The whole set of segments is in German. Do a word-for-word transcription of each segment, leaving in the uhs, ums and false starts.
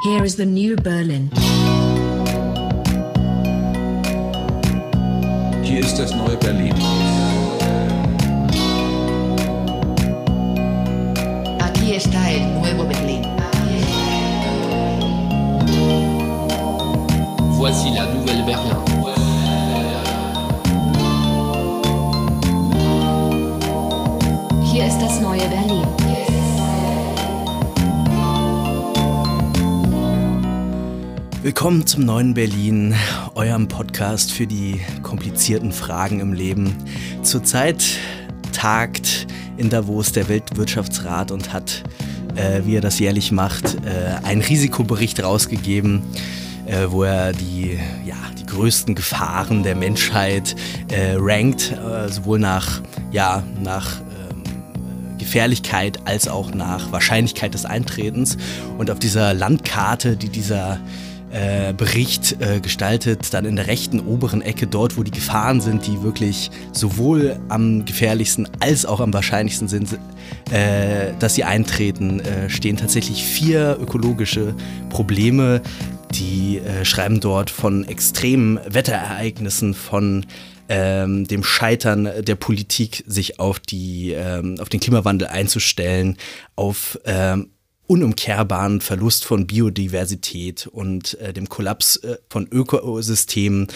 Here is the new Berlin. Hier ist das neue Berlin. Aquí está el nuevo Berlín. Voici la nouvelle Berlin. Hier ist das neue Berlin. Willkommen zum neuen Berlin, eurem Podcast für die komplizierten Fragen im Leben. Zurzeit tagt in Davos der Weltwirtschaftsrat und hat, äh, wie er das jährlich macht, äh, einen Risikobericht rausgegeben, äh, wo er die, ja, die größten Gefahren der Menschheit äh, rankt, äh, sowohl nach, ja, nach Gefährlichkeit als auch nach Wahrscheinlichkeit des Eintretens. Und auf dieser Landkarte, die dieser äh, Bericht äh, gestaltet, dann in der rechten oberen Ecke, dort wo die Gefahren sind, die wirklich sowohl am gefährlichsten als auch am wahrscheinlichsten sind, äh, dass sie eintreten, äh, stehen tatsächlich vier ökologische Probleme. Die äh, schreiben dort von extremen Wetterereignissen, von Ähm, dem Scheitern der Politik, sich auf, die, ähm, auf den Klimawandel einzustellen, auf ähm, unumkehrbaren Verlust von Biodiversität und äh, dem Kollaps äh, von Ökosystemen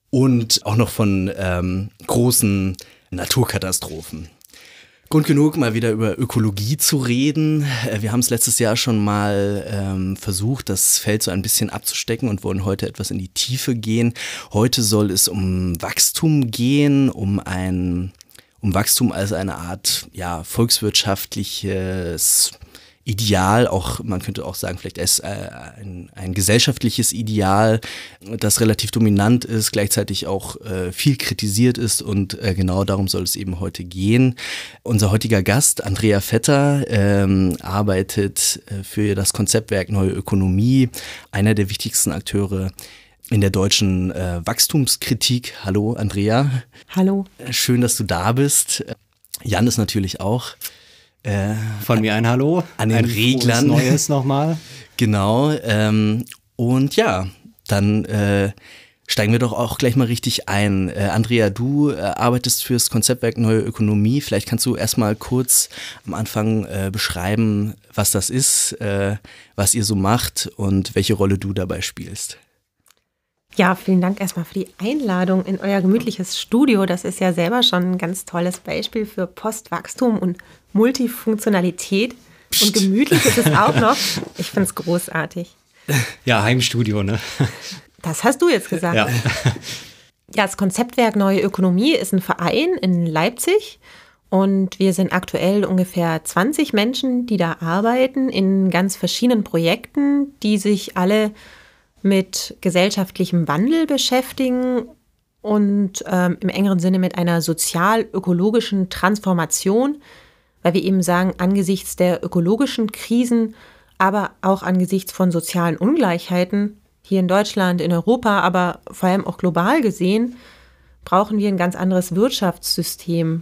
und auch noch von ähm, großen Naturkatastrophen. Grund genug, mal wieder über Ökologie zu reden. Wir haben es letztes Jahr schon mal ähm, versucht, das Feld so ein bisschen abzustecken und wollen heute etwas in die Tiefe gehen. Heute soll es um Wachstum gehen, um ein um Wachstum als eine Art ja volkswirtschaftliches Ideal, auch man könnte auch sagen, vielleicht ist äh, ein, ein gesellschaftliches Ideal, das relativ dominant ist, gleichzeitig auch äh, viel kritisiert ist und äh, genau darum soll es eben heute gehen. Unser heutiger Gast, Andrea Vetter, ähm, arbeitet äh, für das Konzeptwerk Neue Ökonomie, einer der wichtigsten Akteure in der deutschen äh, Wachstumskritik. Hallo Andrea. Hallo. Schön, dass du da bist. Jan ist natürlich auch Äh, Von mir ein Hallo, an den ein Reglern. frohes Neues nochmal. Genau, ähm, und ja, dann äh, steigen wir doch auch gleich mal richtig ein. Äh, Andrea, du äh, arbeitest fürs Konzeptwerk Neue Ökonomie. Vielleicht kannst du erstmal kurz am Anfang äh, beschreiben, was das ist, äh, was ihr so macht und welche Rolle du dabei spielst. Ja, vielen Dank erstmal für die Einladung in euer gemütliches Studio. Das ist ja selber schon ein ganz tolles Beispiel für Postwachstum und Multifunktionalität. Psst. Und gemütlich ist es auch noch. Ich finde es großartig. Ja, Heimstudio, ne? Das hast du jetzt gesagt. Ja. Ja, das Konzeptwerk Neue Ökonomie ist ein Verein in Leipzig. Und wir sind aktuell ungefähr zwanzig Menschen, die da arbeiten in ganz verschiedenen Projekten, die sich alle mit gesellschaftlichem Wandel beschäftigen und ähm, im engeren Sinne mit einer sozial-ökologischen Transformation, weil wir eben sagen, angesichts der ökologischen Krisen, aber auch angesichts von sozialen Ungleichheiten hier in Deutschland, in Europa, aber vor allem auch global gesehen, brauchen wir ein ganz anderes Wirtschaftssystem.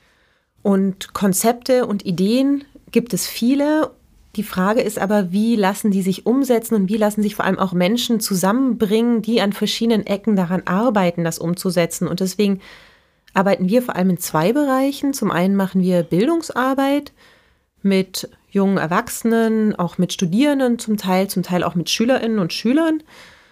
Und Konzepte und Ideen gibt es viele. Die Frage ist aber, wie lassen die sich umsetzen und wie lassen sich vor allem auch Menschen zusammenbringen, die an verschiedenen Ecken daran arbeiten, das umzusetzen. Und deswegen arbeiten wir vor allem in zwei Bereichen. Zum einen machen wir Bildungsarbeit mit jungen Erwachsenen, auch mit Studierenden zum Teil, zum Teil auch mit Schülerinnen und Schülern,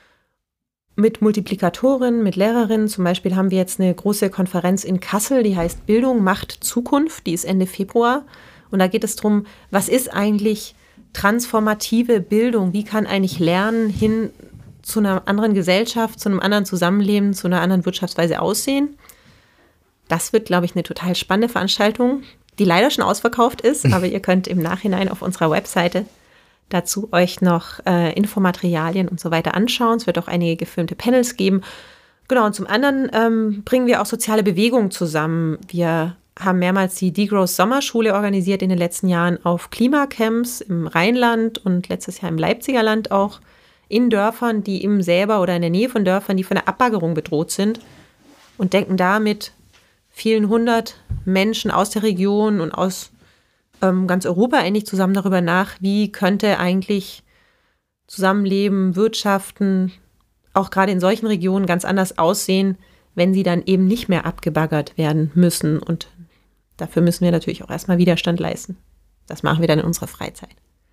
mit Multiplikatorinnen, mit Lehrerinnen. Zum Beispiel haben wir jetzt eine große Konferenz in Kassel, die heißt Bildung macht Zukunft, die ist Ende Februar. Und da geht es darum, was ist eigentlich transformative Bildung? Wie kann eigentlich Lernen hin zu einer anderen Gesellschaft, zu einem anderen Zusammenleben, zu einer anderen Wirtschaftsweise aussehen? Das wird, glaube ich, eine total spannende Veranstaltung, die leider schon ausverkauft ist, aber ihr könnt im Nachhinein auf unserer Webseite dazu euch noch äh, Infomaterialien und so weiter anschauen. Es wird auch einige gefilmte Panels geben. Genau, und zum anderen ähm, bringen wir auch soziale Bewegungen zusammen. Wir haben mehrmals die Degrowth Sommerschule organisiert in den letzten Jahren auf Klimacamps im Rheinland und letztes Jahr im Leipziger Land auch, in Dörfern, die eben selber oder in der Nähe von Dörfern, die von der Abbaggerung bedroht sind, und denken da mit vielen hundert Menschen aus der Region und aus ähm, ganz Europa eigentlich zusammen darüber nach, wie könnte eigentlich Zusammenleben, Wirtschaften, auch gerade in solchen Regionen ganz anders aussehen, wenn sie dann eben nicht mehr abgebaggert werden müssen. Und dafür müssen wir natürlich auch erstmal Widerstand leisten. Das machen wir dann in unserer Freizeit.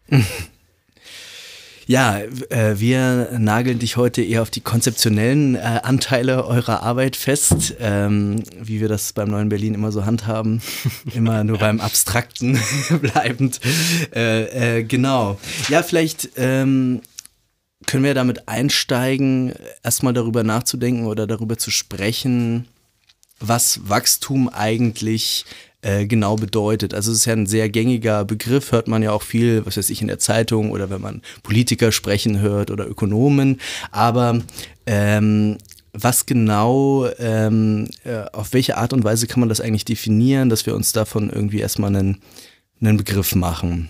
Ja, äh, wir nageln dich heute eher auf die konzeptionellen äh, Anteile eurer Arbeit fest, ähm, wie wir das beim Neuen Berlin immer so handhaben, immer nur beim Abstrakten bleibend. Äh, äh, genau. Ja, vielleicht ähm, können wir damit einsteigen, erstmal darüber nachzudenken oder darüber zu sprechen, was Wachstum eigentlich äh, genau bedeutet. Also es ist ja ein sehr gängiger Begriff, hört man ja auch viel, was weiß ich, in der Zeitung oder wenn man Politiker sprechen hört oder Ökonomen. Aber ähm, was genau, ähm, äh, auf welche Art und Weise kann man das eigentlich definieren, dass wir uns davon irgendwie erstmal einen, einen Begriff machen?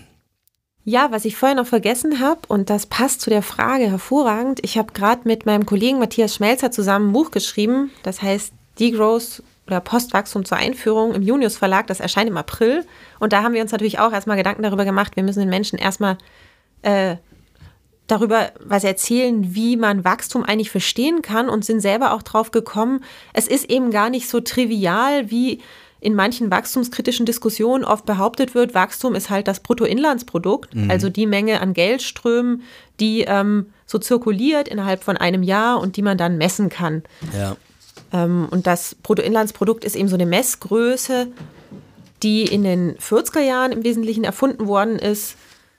Ja, was ich vorher noch vergessen habe, und das passt zu der Frage hervorragend, ich habe gerade mit meinem Kollegen Matthias Schmelzer zusammen ein Buch geschrieben, das heißt Degrowth oder Postwachstum zur Einführung im Junius Verlag, das erscheint im April. Und da haben wir uns natürlich auch erstmal Gedanken darüber gemacht, wir müssen den Menschen erstmal äh, darüber was erzählen, wie man Wachstum eigentlich verstehen kann und sind selber auch drauf gekommen, es ist eben gar nicht so trivial, wie in manchen wachstumskritischen Diskussionen oft behauptet wird, Wachstum ist halt das Bruttoinlandsprodukt, mhm. also die Menge an Geldströmen, die ähm, so zirkuliert innerhalb von einem Jahr und die man dann messen kann. Ja. Ähm, und das Bruttoinlandsprodukt ist eben so eine Messgröße, die in den vierziger Jahren im Wesentlichen erfunden worden ist,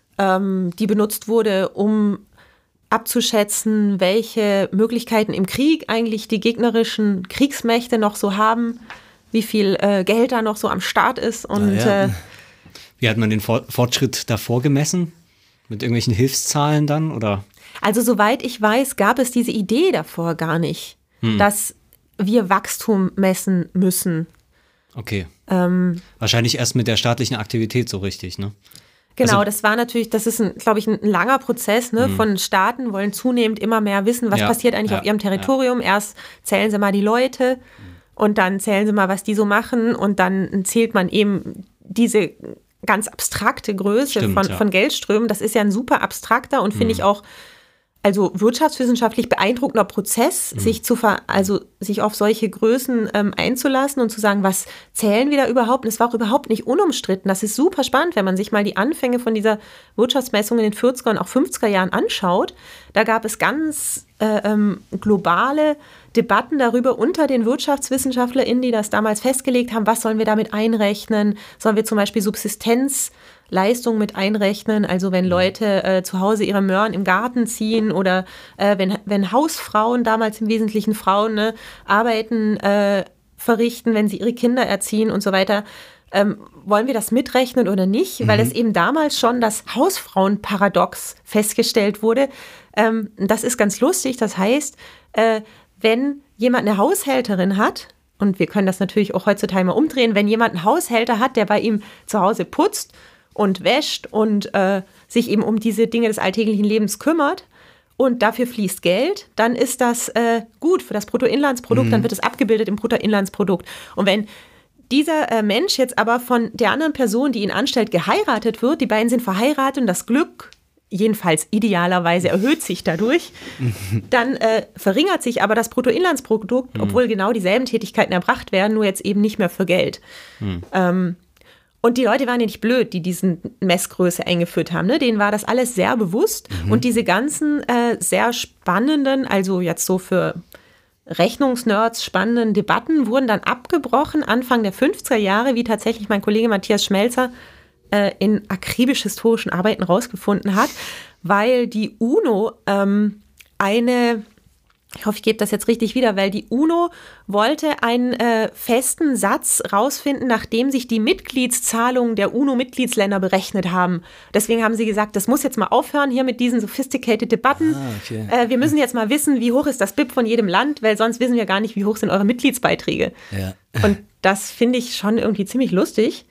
ähm, die benutzt wurde, um abzuschätzen, welche Möglichkeiten im Krieg eigentlich die gegnerischen Kriegsmächte noch so haben, wie viel äh, Geld da noch so am Start ist. Und ja. äh, Wie hat man den Fortschritt davor gemessen? Mit irgendwelchen Hilfszahlen dann, oder? Also soweit ich weiß, gab es diese Idee davor gar nicht, hm. dass wir Wachstum messen müssen. Okay. Ähm, Wahrscheinlich erst mit der staatlichen Aktivität so richtig, ne? Genau, also, das war natürlich, das ist, glaube ich, ein, ein langer Prozess, ne? Hm. Von Staaten wollen zunehmend immer mehr wissen, was ja, passiert eigentlich ja, auf ihrem Territorium. Ja. Erst zählen sie mal die Leute und dann zählen sie mal, was die so machen und dann zählt man eben diese ganz abstrakte Größe Stimmt, von, ja. von Geldströmen. Das ist ja ein super abstrakter und finde hm. ich auch also wirtschaftswissenschaftlich beeindruckender Prozess, mhm. sich zu ver, also sich auf solche Größen ähm, einzulassen und zu sagen, was zählen wir da überhaupt? Und es war auch überhaupt nicht unumstritten. Das ist super spannend, wenn man sich mal die Anfänge von dieser Wirtschaftsmessung in den vierziger und auch fünfziger Jahren anschaut. Da gab es ganz äh, ähm, globale Debatten darüber unter den WirtschaftswissenschaftlerInnen, die das damals festgelegt haben, was sollen wir damit einrechnen? Sollen wir zum Beispiel Subsistenz Leistung mit einrechnen, also wenn Leute äh, zu Hause ihre Möhren im Garten ziehen oder äh, wenn, wenn Hausfrauen, damals im Wesentlichen Frauen, ne, Arbeiten äh, verrichten, wenn sie ihre Kinder erziehen und so weiter. Ähm, wollen wir das mitrechnen oder nicht? Mhm. Weil es eben damals schon das Hausfrauenparadox festgestellt wurde. Ähm, das ist ganz lustig, das heißt, äh, wenn jemand eine Haushälterin hat, und wir können das natürlich auch heutzutage mal umdrehen, wenn jemand einen Haushälter hat, der bei ihm zu Hause putzt und wäscht und äh, sich eben um diese Dinge des alltäglichen Lebens kümmert und dafür fließt Geld, dann ist das äh, gut für das Bruttoinlandsprodukt, mhm. dann wird es abgebildet im Bruttoinlandsprodukt. Und wenn dieser äh, Mensch jetzt aber von der anderen Person, die ihn anstellt, geheiratet wird, die beiden sind verheiratet und das Glück, jedenfalls idealerweise, erhöht sich dadurch, dann äh, verringert sich aber das Bruttoinlandsprodukt, mhm. obwohl genau dieselben Tätigkeiten erbracht werden, nur jetzt eben nicht mehr für Geld. Mhm. Ähm, Und die Leute waren ja nicht blöd, die diesen Messgröße eingeführt haben. Ne? Denen war das alles sehr bewusst. Mhm. Und diese ganzen äh, sehr spannenden, also jetzt so für Rechnungsnerds spannenden Debatten wurden dann abgebrochen Anfang der fünfziger Jahre, wie tatsächlich mein Kollege Matthias Schmelzer äh, in akribisch-historischen Arbeiten rausgefunden hat, weil die UNO ähm, eine... Ich hoffe, ich gebe das jetzt richtig wieder, weil die UNO wollte einen äh, festen Satz rausfinden, nachdem sich die Mitgliedszahlungen der UNO-Mitgliedsländer berechnet haben. Deswegen haben sie gesagt, das muss jetzt mal aufhören hier mit diesen sophisticated Debatten. Ah, okay. äh, wir müssen jetzt mal wissen, wie hoch ist das B I P von jedem Land, weil sonst wissen wir gar nicht, wie hoch sind eure Mitgliedsbeiträge. Ja. Und das finde ich schon irgendwie ziemlich lustig.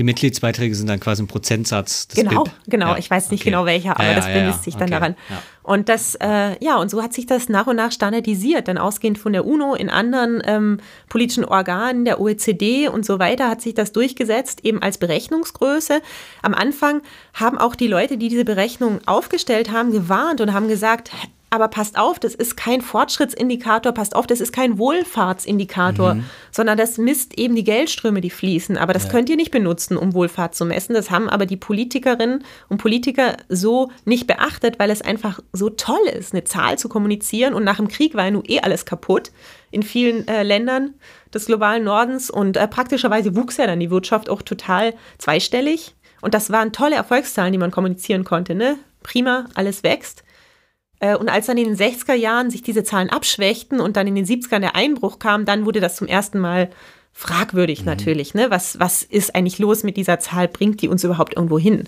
Die Mitgliedsbeiträge sind dann quasi ein Prozentsatz des Genau, B I P. genau. Ja, Ich weiß nicht okay. genau welcher, aber ja, das ja, bemisst ja, sich dann okay, daran. Ja. Und das, äh, ja, und so hat sich das nach und nach standardisiert. Dann ausgehend von der UNO in anderen ähm, politischen Organen, der O E C D und so weiter, hat sich das durchgesetzt, eben als Berechnungsgröße. Am Anfang haben auch die Leute, die diese Berechnung aufgestellt haben, gewarnt und haben gesagt, aber passt auf, das ist kein Fortschrittsindikator, passt auf, das ist kein Wohlfahrtsindikator, mhm. sondern das misst eben die Geldströme, die fließen. Aber das ja. könnt ihr nicht benutzen, um Wohlfahrt zu messen. Das haben aber die Politikerinnen und Politiker so nicht beachtet, weil es einfach so toll ist, eine Zahl zu kommunizieren. Und nach dem Krieg war ja nun eh alles kaputt in vielen äh, Ländern des globalen Nordens. Und äh, praktischerweise wuchs ja dann die Wirtschaft auch total zweistellig. Und das waren tolle Erfolgszahlen, die man kommunizieren konnte. Ne? Prima, alles wächst. Und als dann in den sechziger Jahren sich diese Zahlen abschwächten und dann in den siebzigern der Einbruch kam, dann wurde das zum ersten Mal fragwürdig mhm. natürlich. Ne? Was, was ist eigentlich los mit dieser Zahl? Bringt die uns überhaupt irgendwo hin?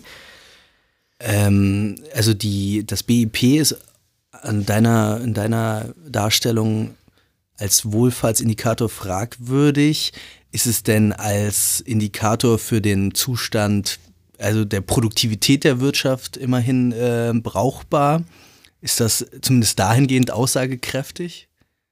Ähm, also die, das B I P ist an deiner, in deiner Darstellung als Wohlfahrtsindikator fragwürdig. Ist es denn als Indikator für den Zustand, also der Produktivität der Wirtschaft immerhin äh, brauchbar? Ist das zumindest dahingehend aussagekräftig?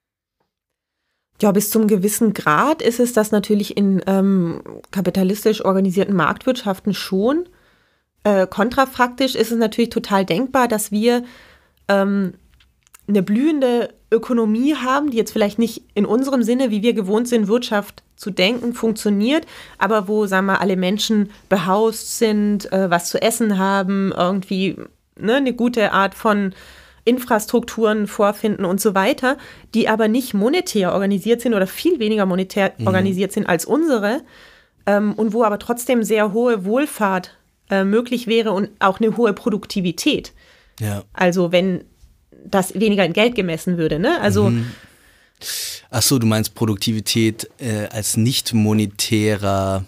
Ja, bis zum gewissen Grad ist es das natürlich in ähm, kapitalistisch organisierten Marktwirtschaften schon. Äh, kontrafaktisch ist es natürlich total denkbar, dass wir ähm, eine blühende Ökonomie haben, die jetzt vielleicht nicht in unserem Sinne, wie wir gewohnt sind, Wirtschaft zu denken, funktioniert, aber wo, sagen wir, alle Menschen behaust sind, äh, was zu essen haben, irgendwie ne, eine gute Art von Infrastrukturen vorfinden und so weiter, die aber nicht monetär organisiert sind oder viel weniger monetär mhm. organisiert sind als unsere ähm, und wo aber trotzdem sehr hohe Wohlfahrt äh, möglich wäre und auch eine hohe Produktivität. Ja. Also wenn das weniger in Geld gemessen würde, ne? Also mhm. Ach so, du meinst Produktivität äh, als nicht monetärer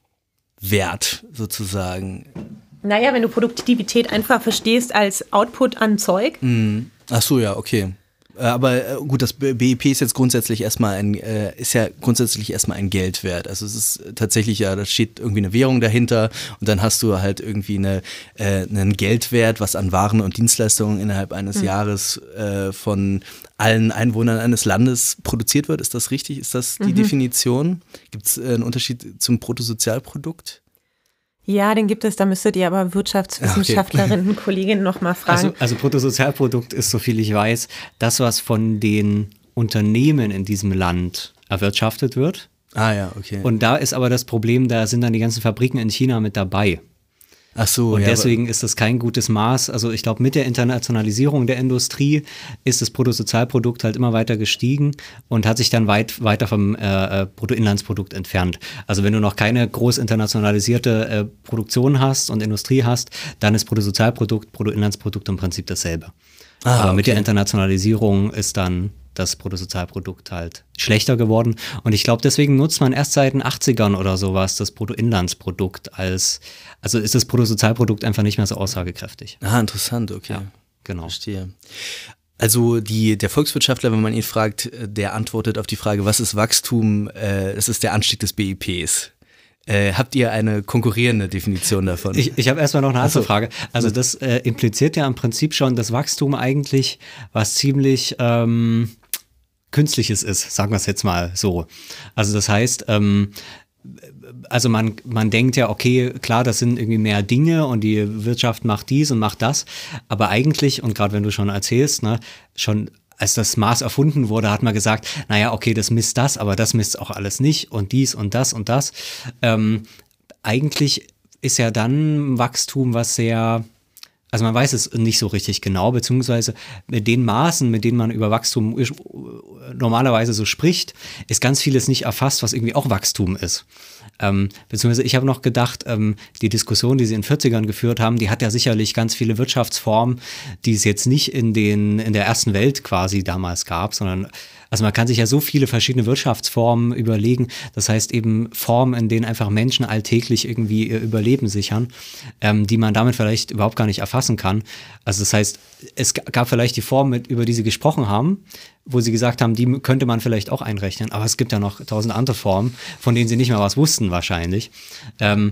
Wert sozusagen. Naja, wenn du Produktivität einfach verstehst als Output an Zeug. Mhm. Ach so, ja, okay. Aber gut, das B I P ist jetzt grundsätzlich erstmal ein, äh, ist ja grundsätzlich erstmal ein Geldwert. Also es ist tatsächlich ja, da steht irgendwie eine Währung dahinter und dann hast du halt irgendwie eine, äh, einen Geldwert, was an Waren und Dienstleistungen innerhalb eines mhm. Jahres äh, von allen Einwohnern eines Landes produziert wird. Ist das richtig? Ist das die mhm. Definition? Gibt es äh, einen Unterschied zum Bruttosozialprodukt? Ja, den gibt es, da müsstet ihr aber Wirtschaftswissenschaftlerinnen und okay. Kolleginnen nochmal fragen. Also, also Bruttosozialprodukt ist, so viel ich weiß, das, was von den Unternehmen in diesem Land erwirtschaftet wird. Ah ja, okay. Und da ist aber das Problem, da sind dann die ganzen Fabriken in China mit dabei. Ach so, und ja, deswegen ist das kein gutes Maß. Also ich glaube, mit der Internationalisierung der Industrie ist das Bruttosozialprodukt halt immer weiter gestiegen und hat sich dann weit weiter vom äh, Bruttoinlandsprodukt entfernt. Also wenn du noch keine groß internationalisierte äh, Produktion hast und Industrie hast, dann ist Bruttosozialprodukt, Bruttoinlandsprodukt im Prinzip dasselbe. Ah, Aber okay. mit der Internationalisierung ist dann das Bruttosozialprodukt halt schlechter geworden. Und ich glaube, deswegen nutzt man erst seit den achtzigern oder sowas das Bruttoinlandsprodukt als, also ist das Bruttosozialprodukt einfach nicht mehr so aussagekräftig. Ah, interessant, okay. Ja, genau. Verstehe. Also die, der Volkswirtschaftler, wenn man ihn fragt, der antwortet auf die Frage, was ist Wachstum? Äh, das ist der Anstieg des B I Ps. Äh, habt ihr eine konkurrierende Definition davon? Ich, ich habe erstmal noch eine andere Achso. Frage. Also das äh, impliziert ja im Prinzip schon, dass Wachstum eigentlich was ziemlich ähm, Künstliches ist, sagen wir es jetzt mal so. Also das heißt, ähm, also man, man denkt ja, okay, klar, das sind irgendwie mehr Dinge und die Wirtschaft macht dies und macht das, aber eigentlich, und gerade wenn du schon erzählst, ne, schon als das Maß erfunden wurde, hat man gesagt, naja, okay, das misst das, aber das misst auch alles nicht und dies und das und das. Ähm, eigentlich ist ja dann Wachstum was sehr, also man weiß es nicht so richtig genau, beziehungsweise mit den Maßen, mit denen man über Wachstum normalerweise so spricht, ist ganz vieles nicht erfasst, was irgendwie auch Wachstum ist. Ähm, beziehungsweise ich habe noch gedacht, ähm, die Diskussion, die sie in den vierzigern geführt haben, die hat ja sicherlich ganz viele Wirtschaftsformen, die es jetzt nicht in den in der ersten Welt quasi damals gab, sondern also man kann sich ja so viele verschiedene Wirtschaftsformen überlegen. Das heißt eben Formen, in denen einfach Menschen alltäglich irgendwie ihr Überleben sichern, ähm, die man damit vielleicht überhaupt gar nicht erfassen kann. Also das heißt, es gab vielleicht die Form, mit, über die sie gesprochen haben, wo sie gesagt haben, die könnte man vielleicht auch einrechnen. Aber es gibt ja noch tausend andere Formen, von denen sie nicht mal was wussten wahrscheinlich. Ähm,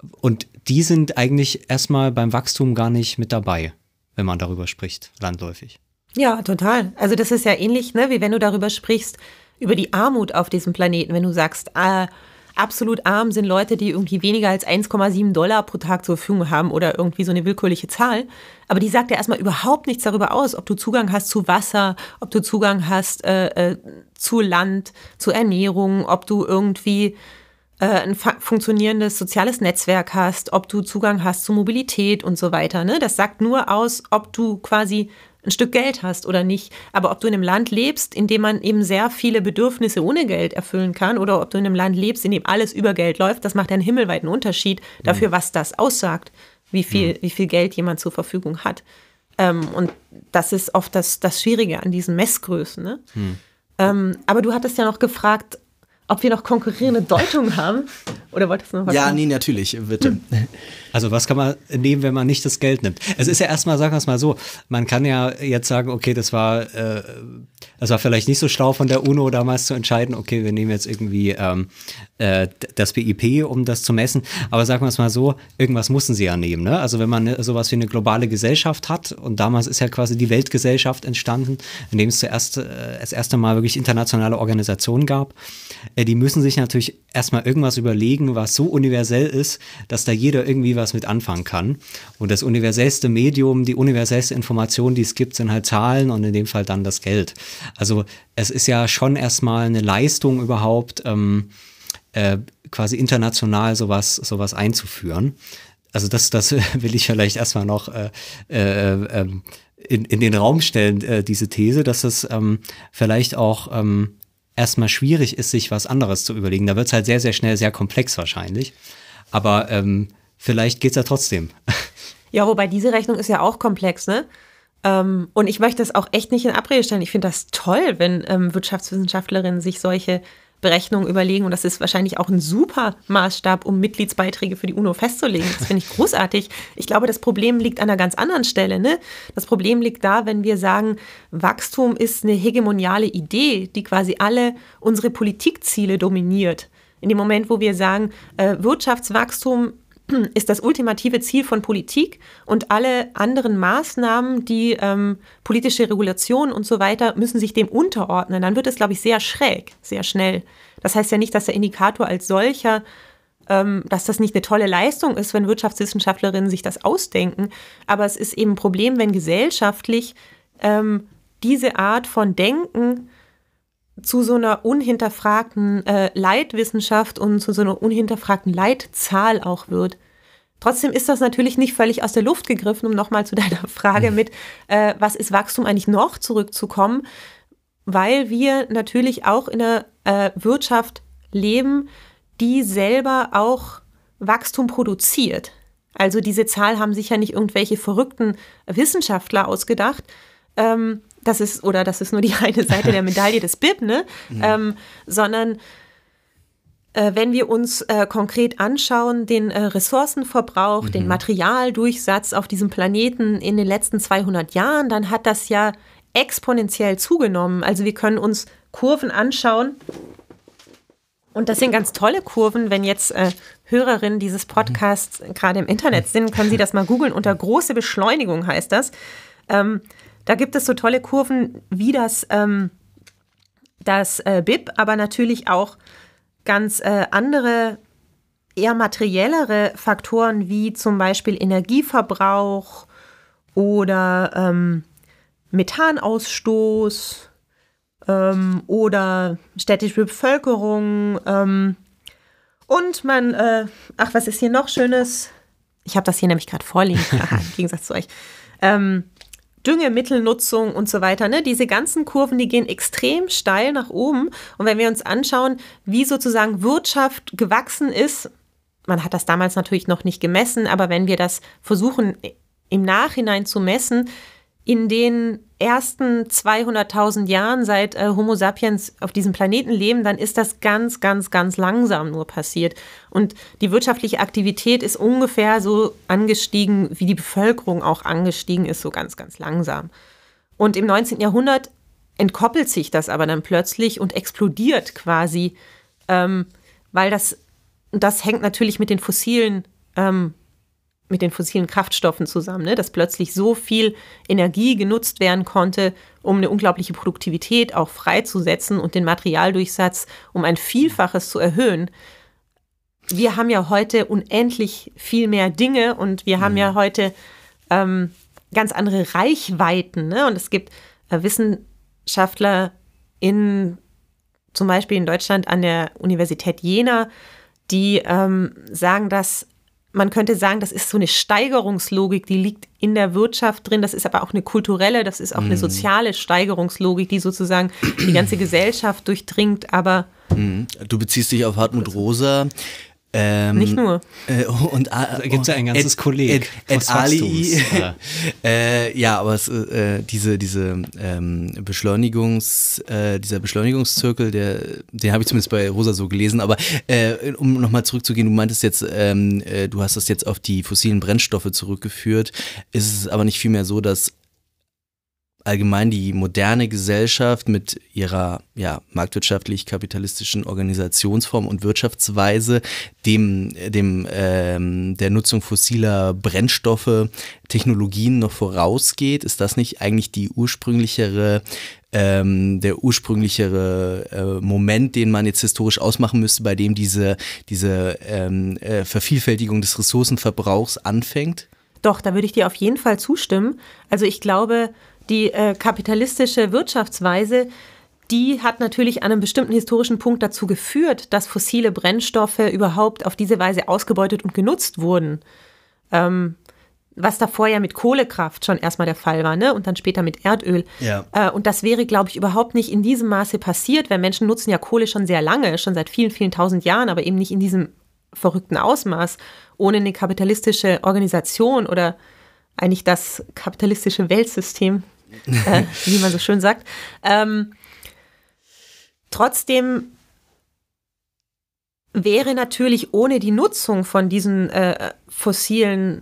und die sind eigentlich erstmal beim Wachstum gar nicht mit dabei, wenn man darüber spricht, landläufig. Ja, total. Also das ist ja ähnlich, ne, wie wenn du darüber sprichst, über die Armut auf diesem Planeten. Wenn du sagst, äh, absolut arm sind Leute, die irgendwie weniger als eins Komma sieben Dollar pro Tag zur Verfügung haben oder irgendwie so eine willkürliche Zahl. Aber die sagt ja erstmal überhaupt nichts darüber aus, ob du Zugang hast zu Wasser, ob du Zugang hast äh, äh, zu Land, zu Ernährung, ob du irgendwie äh, ein fa- funktionierendes soziales Netzwerk hast, ob du Zugang hast zu Mobilität und so weiter. Ne? Das sagt nur aus, ob du quasi ein Stück Geld hast oder nicht. Aber ob du in einem Land lebst, in dem man eben sehr viele Bedürfnisse ohne Geld erfüllen kann, oder ob du in einem Land lebst, in dem alles über Geld läuft, das macht einen himmelweiten Unterschied dafür, was das aussagt, wie viel, wie viel Geld jemand zur Verfügung hat. Ähm, und das ist oft das, das Schwierige an diesen Messgrößen. Ne? Hm. Ähm, aber du hattest ja noch gefragt, ob wir noch konkurrierende Deutungen haben. Oder wolltest du noch was Ja, sagen? nee, natürlich, bitte. Also was kann man nehmen, wenn man nicht das Geld nimmt? Es ist ja erstmal, sagen wir es mal so, man kann ja jetzt sagen, okay, das war, äh, das war vielleicht nicht so schlau von der UNO damals zu entscheiden, okay, wir nehmen jetzt irgendwie ähm, äh, das B I P, um das zu messen, aber sagen wir es mal so, irgendwas mussten sie ja nehmen, ne? Also wenn man sowas wie eine globale Gesellschaft hat, und damals ist ja quasi die Weltgesellschaft entstanden, in dem es zuerst äh, das erste Mal wirklich internationale Organisationen gab, äh, die müssen sich natürlich erstmal irgendwas überlegen, was so universell ist, dass da jeder irgendwie was mit anfangen kann. Und das universellste Medium, die universellste Information, die es gibt, sind halt Zahlen und in dem Fall dann das Geld. Also es ist ja schon erstmal eine Leistung überhaupt, ähm, äh, quasi international sowas, sowas einzuführen. Also das, das will ich vielleicht erstmal noch äh, äh, äh, in, in den Raum stellen, äh, diese These, dass es ähm, vielleicht auch ähm, erstmal schwierig ist, sich was anderes zu überlegen. Da wird es halt sehr, sehr schnell sehr komplex wahrscheinlich. Aber ähm, vielleicht geht es ja trotzdem. Ja, wobei diese Rechnung ist ja auch komplex, ne? Ähm, und ich möchte das auch echt nicht in Abrede stellen. Ich finde das toll, wenn ähm, Wirtschaftswissenschaftlerinnen sich solche Berechnungen überlegen. Und das ist wahrscheinlich auch ein super Maßstab, um Mitgliedsbeiträge für die UNO festzulegen. Das finde ich großartig. Ich glaube, das Problem liegt an einer ganz anderen Stelle, ne? Das Problem liegt da, wenn wir sagen, Wachstum ist eine hegemoniale Idee, die quasi alle unsere Politikziele dominiert. In dem Moment, wo wir sagen, äh, Wirtschaftswachstum ist das ultimative Ziel von Politik und alle anderen Maßnahmen, die ähm, politische Regulation und so weiter, müssen sich dem unterordnen, dann wird es, glaube ich, sehr schräg, sehr schnell. Das heißt ja nicht, dass der Indikator als solcher, ähm, dass das nicht eine tolle Leistung ist, wenn Wirtschaftswissenschaftlerinnen sich das ausdenken, aber es ist eben ein Problem, wenn gesellschaftlich ähm, diese Art von Denken zu so einer unhinterfragten äh, Leitwissenschaft und zu so einer unhinterfragten Leitzahl auch wird. Trotzdem ist das natürlich nicht völlig aus der Luft gegriffen, um nochmal zu deiner Frage mit, äh, was ist Wachstum eigentlich noch, zurückzukommen, weil wir natürlich auch in einer äh, Wirtschaft leben, die selber auch Wachstum produziert. Also diese Zahl haben sich ja nicht irgendwelche verrückten Wissenschaftler ausgedacht, ähm, das ist, oder das ist nur die eine Seite der Medaille des B I P, ne? Mhm. Ähm, sondern äh, wenn wir uns äh, konkret anschauen, den äh, Ressourcenverbrauch, mhm. den Materialdurchsatz auf diesem Planeten in den letzten zweihundert Jahren, dann hat das ja exponentiell zugenommen. Also wir können uns Kurven anschauen. Und das sind ganz tolle Kurven. Wenn jetzt äh, Hörerinnen dieses Podcasts mhm. gerade im Internet sind, können Sie das mal googeln. Unter große Beschleunigung heißt das. Ähm, Da gibt es so tolle Kurven wie das, ähm, das äh, B I P, aber natürlich auch ganz äh, andere, eher materiellere Faktoren wie zum Beispiel Energieverbrauch oder ähm, Methanausstoß ähm, oder städtische Bevölkerung. Ähm, und man, äh, ach, was ist hier noch Schönes? Ich habe das hier nämlich gerade vorliegen, im Gegensatz zu euch. Ähm, Düngemittelnutzung und so weiter, ne? Diese ganzen Kurven, die gehen extrem steil nach oben. Und wenn wir uns anschauen, wie sozusagen Wirtschaft gewachsen ist, man hat das damals natürlich noch nicht gemessen, aber wenn wir das versuchen im Nachhinein zu messen, in den ersten zweihunderttausend Jahren, seit äh, Homo sapiens auf diesem Planeten leben, dann ist das ganz, ganz, ganz langsam nur passiert. Und die wirtschaftliche Aktivität ist ungefähr so angestiegen, wie die Bevölkerung auch angestiegen ist, so ganz, ganz langsam. Und im neunzehnten Jahrhundert entkoppelt sich das aber dann plötzlich und explodiert quasi, ähm, weil das, das hängt natürlich mit den fossilen ähm, mit den fossilen Kraftstoffen zusammen, ne? Dass plötzlich so viel Energie genutzt werden konnte, um eine unglaubliche Produktivität auch freizusetzen und den Materialdurchsatz um ein Vielfaches zu erhöhen. Wir haben ja heute unendlich viel mehr Dinge und wir haben mhm. ja heute ähm, ganz andere Reichweiten, ne? Und es gibt äh, Wissenschaftler in, zum Beispiel in Deutschland an der Universität Jena, die ähm, sagen, dass man könnte sagen, das ist so eine Steigerungslogik, die liegt in der Wirtschaft drin. Das ist aber auch eine kulturelle, das ist auch eine soziale Steigerungslogik, die sozusagen die ganze Gesellschaft durchdringt. Aber du beziehst dich auf Hartmut Rosa. Ähm, nicht nur. Äh, und, da gibt es ja ein ganzes Ed, Kolleg. Ed, Ed Ali. Ja. äh, ja, aber es, äh, diese, diese ähm, Beschleunigungs, äh, dieser Beschleunigungszirkel, der, den habe ich zumindest bei Rosa so gelesen. Aber äh, um nochmal zurückzugehen, du meintest jetzt, ähm, äh, du hast das jetzt auf die fossilen Brennstoffe zurückgeführt. Ist es aber nicht vielmehr so, dass allgemein die moderne Gesellschaft mit ihrer ja, marktwirtschaftlich-kapitalistischen Organisationsform und Wirtschaftsweise dem, dem ähm, der Nutzung fossiler Brennstoffe, Technologien noch vorausgeht? Ist das nicht eigentlich die ursprünglichere ähm, der ursprünglichere äh, Moment, den man jetzt historisch ausmachen müsste, bei dem diese, diese ähm, äh, Vervielfältigung des Ressourcenverbrauchs anfängt? Doch, da würde ich dir auf jeden Fall zustimmen. Also ich glaube, die äh, kapitalistische Wirtschaftsweise, die hat natürlich an einem bestimmten historischen Punkt dazu geführt, dass fossile Brennstoffe überhaupt auf diese Weise ausgebeutet und genutzt wurden. Ähm, was davor ja mit Kohlekraft schon erstmal der Fall war, ne? Und dann später mit Erdöl. Ja. Äh, und das wäre, glaube ich, überhaupt nicht in diesem Maße passiert, weil Menschen nutzen ja Kohle schon sehr lange, schon seit vielen, vielen tausend Jahren, aber eben nicht in diesem verrückten Ausmaß, ohne eine kapitalistische Organisation oder eigentlich das kapitalistische Weltsystem, äh, wie man so schön sagt. Ähm, trotzdem wäre natürlich ohne die Nutzung von diesen äh, fossilen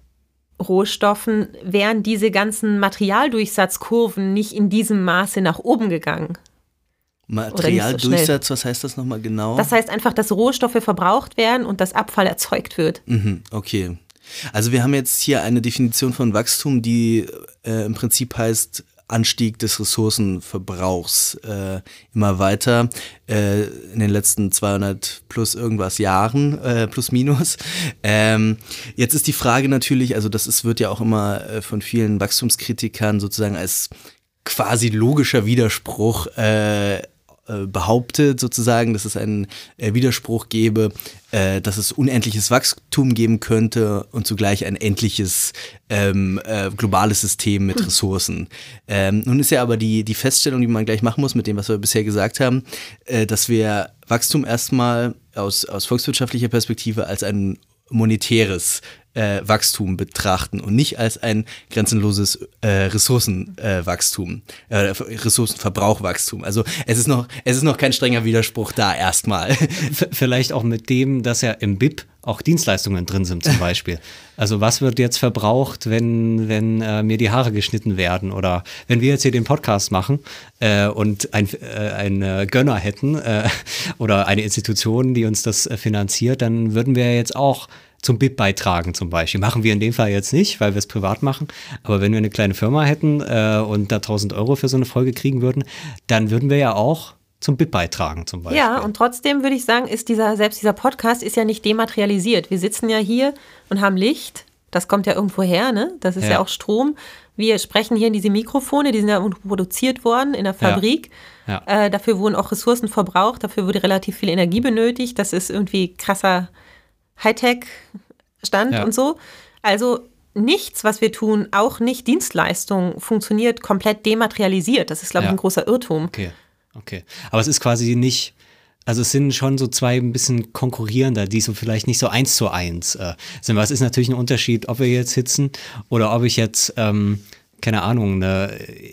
Rohstoffen, wären diese ganzen Materialdurchsatzkurven nicht in diesem Maße nach oben gegangen. Materialdurchsatz, so was heißt das nochmal genau? Das heißt einfach, dass Rohstoffe verbraucht werden und dass Abfall erzeugt wird. Mhm, okay. Also wir haben jetzt hier eine Definition von Wachstum, die äh, im Prinzip heißt Anstieg des Ressourcenverbrauchs äh, immer weiter äh, in den letzten zweihundert plus irgendwas Jahren, äh, plus minus. Ähm, jetzt ist die Frage natürlich, also das ist, wird ja auch immer äh, von vielen Wachstumskritikern sozusagen als quasi logischer Widerspruch äh, behauptet sozusagen, dass es einen äh, Widerspruch gäbe, äh, dass es unendliches Wachstum geben könnte und zugleich ein endliches ähm, äh, globales System mit Ressourcen. Ähm, nun ist ja aber die, die Feststellung, die man gleich machen muss mit dem, was wir bisher gesagt haben, äh, dass wir Wachstum erstmal aus, aus volkswirtschaftlicher Perspektive als ein monetäres äh, Wachstum betrachten und nicht als ein grenzenloses äh, Ressourcenwachstum, äh, äh, Ressourcenverbrauchwachstum. Also es ist noch, es ist noch kein strenger Widerspruch da erstmal. V- vielleicht auch mit dem, dass ja im B I P auch Dienstleistungen drin sind zum Beispiel. Also was wird jetzt verbraucht, wenn, wenn äh, mir die Haare geschnitten werden oder wenn wir jetzt hier den Podcast machen äh, und ein, äh, einen Gönner hätten äh, oder eine Institution, die uns das äh, finanziert, dann würden wir jetzt auch zum B I P beitragen zum Beispiel. Machen wir in dem Fall jetzt nicht, weil wir es privat machen. Aber wenn wir eine kleine Firma hätten äh, und da tausend Euro für so eine Folge kriegen würden, dann würden wir ja auch zum B I P beitragen zum Beispiel. Ja, und trotzdem würde ich sagen, ist dieser, selbst dieser Podcast ist ja nicht dematerialisiert. Wir sitzen ja hier und haben Licht. Das kommt ja irgendwo her, ne? Das ist ja, ja auch Strom. Wir sprechen hier in diese Mikrofone, die sind ja produziert worden in der Fabrik. Ja. Ja. Äh, dafür wurden auch Ressourcen verbraucht, dafür wurde relativ viel Energie benötigt. Das ist irgendwie krasser Hightech-Stand ja. und so. Also nichts, was wir tun, auch nicht Dienstleistung, funktioniert komplett dematerialisiert. Das ist, glaube ich, ja. ein großer Irrtum. Okay, okay. Aber es ist quasi nicht, also es sind schon so zwei ein bisschen konkurrierender, die so vielleicht nicht so eins zu eins äh, sind. Was ist natürlich ein Unterschied, ob wir jetzt sitzen oder ob ich jetzt, ähm, keine Ahnung, eine,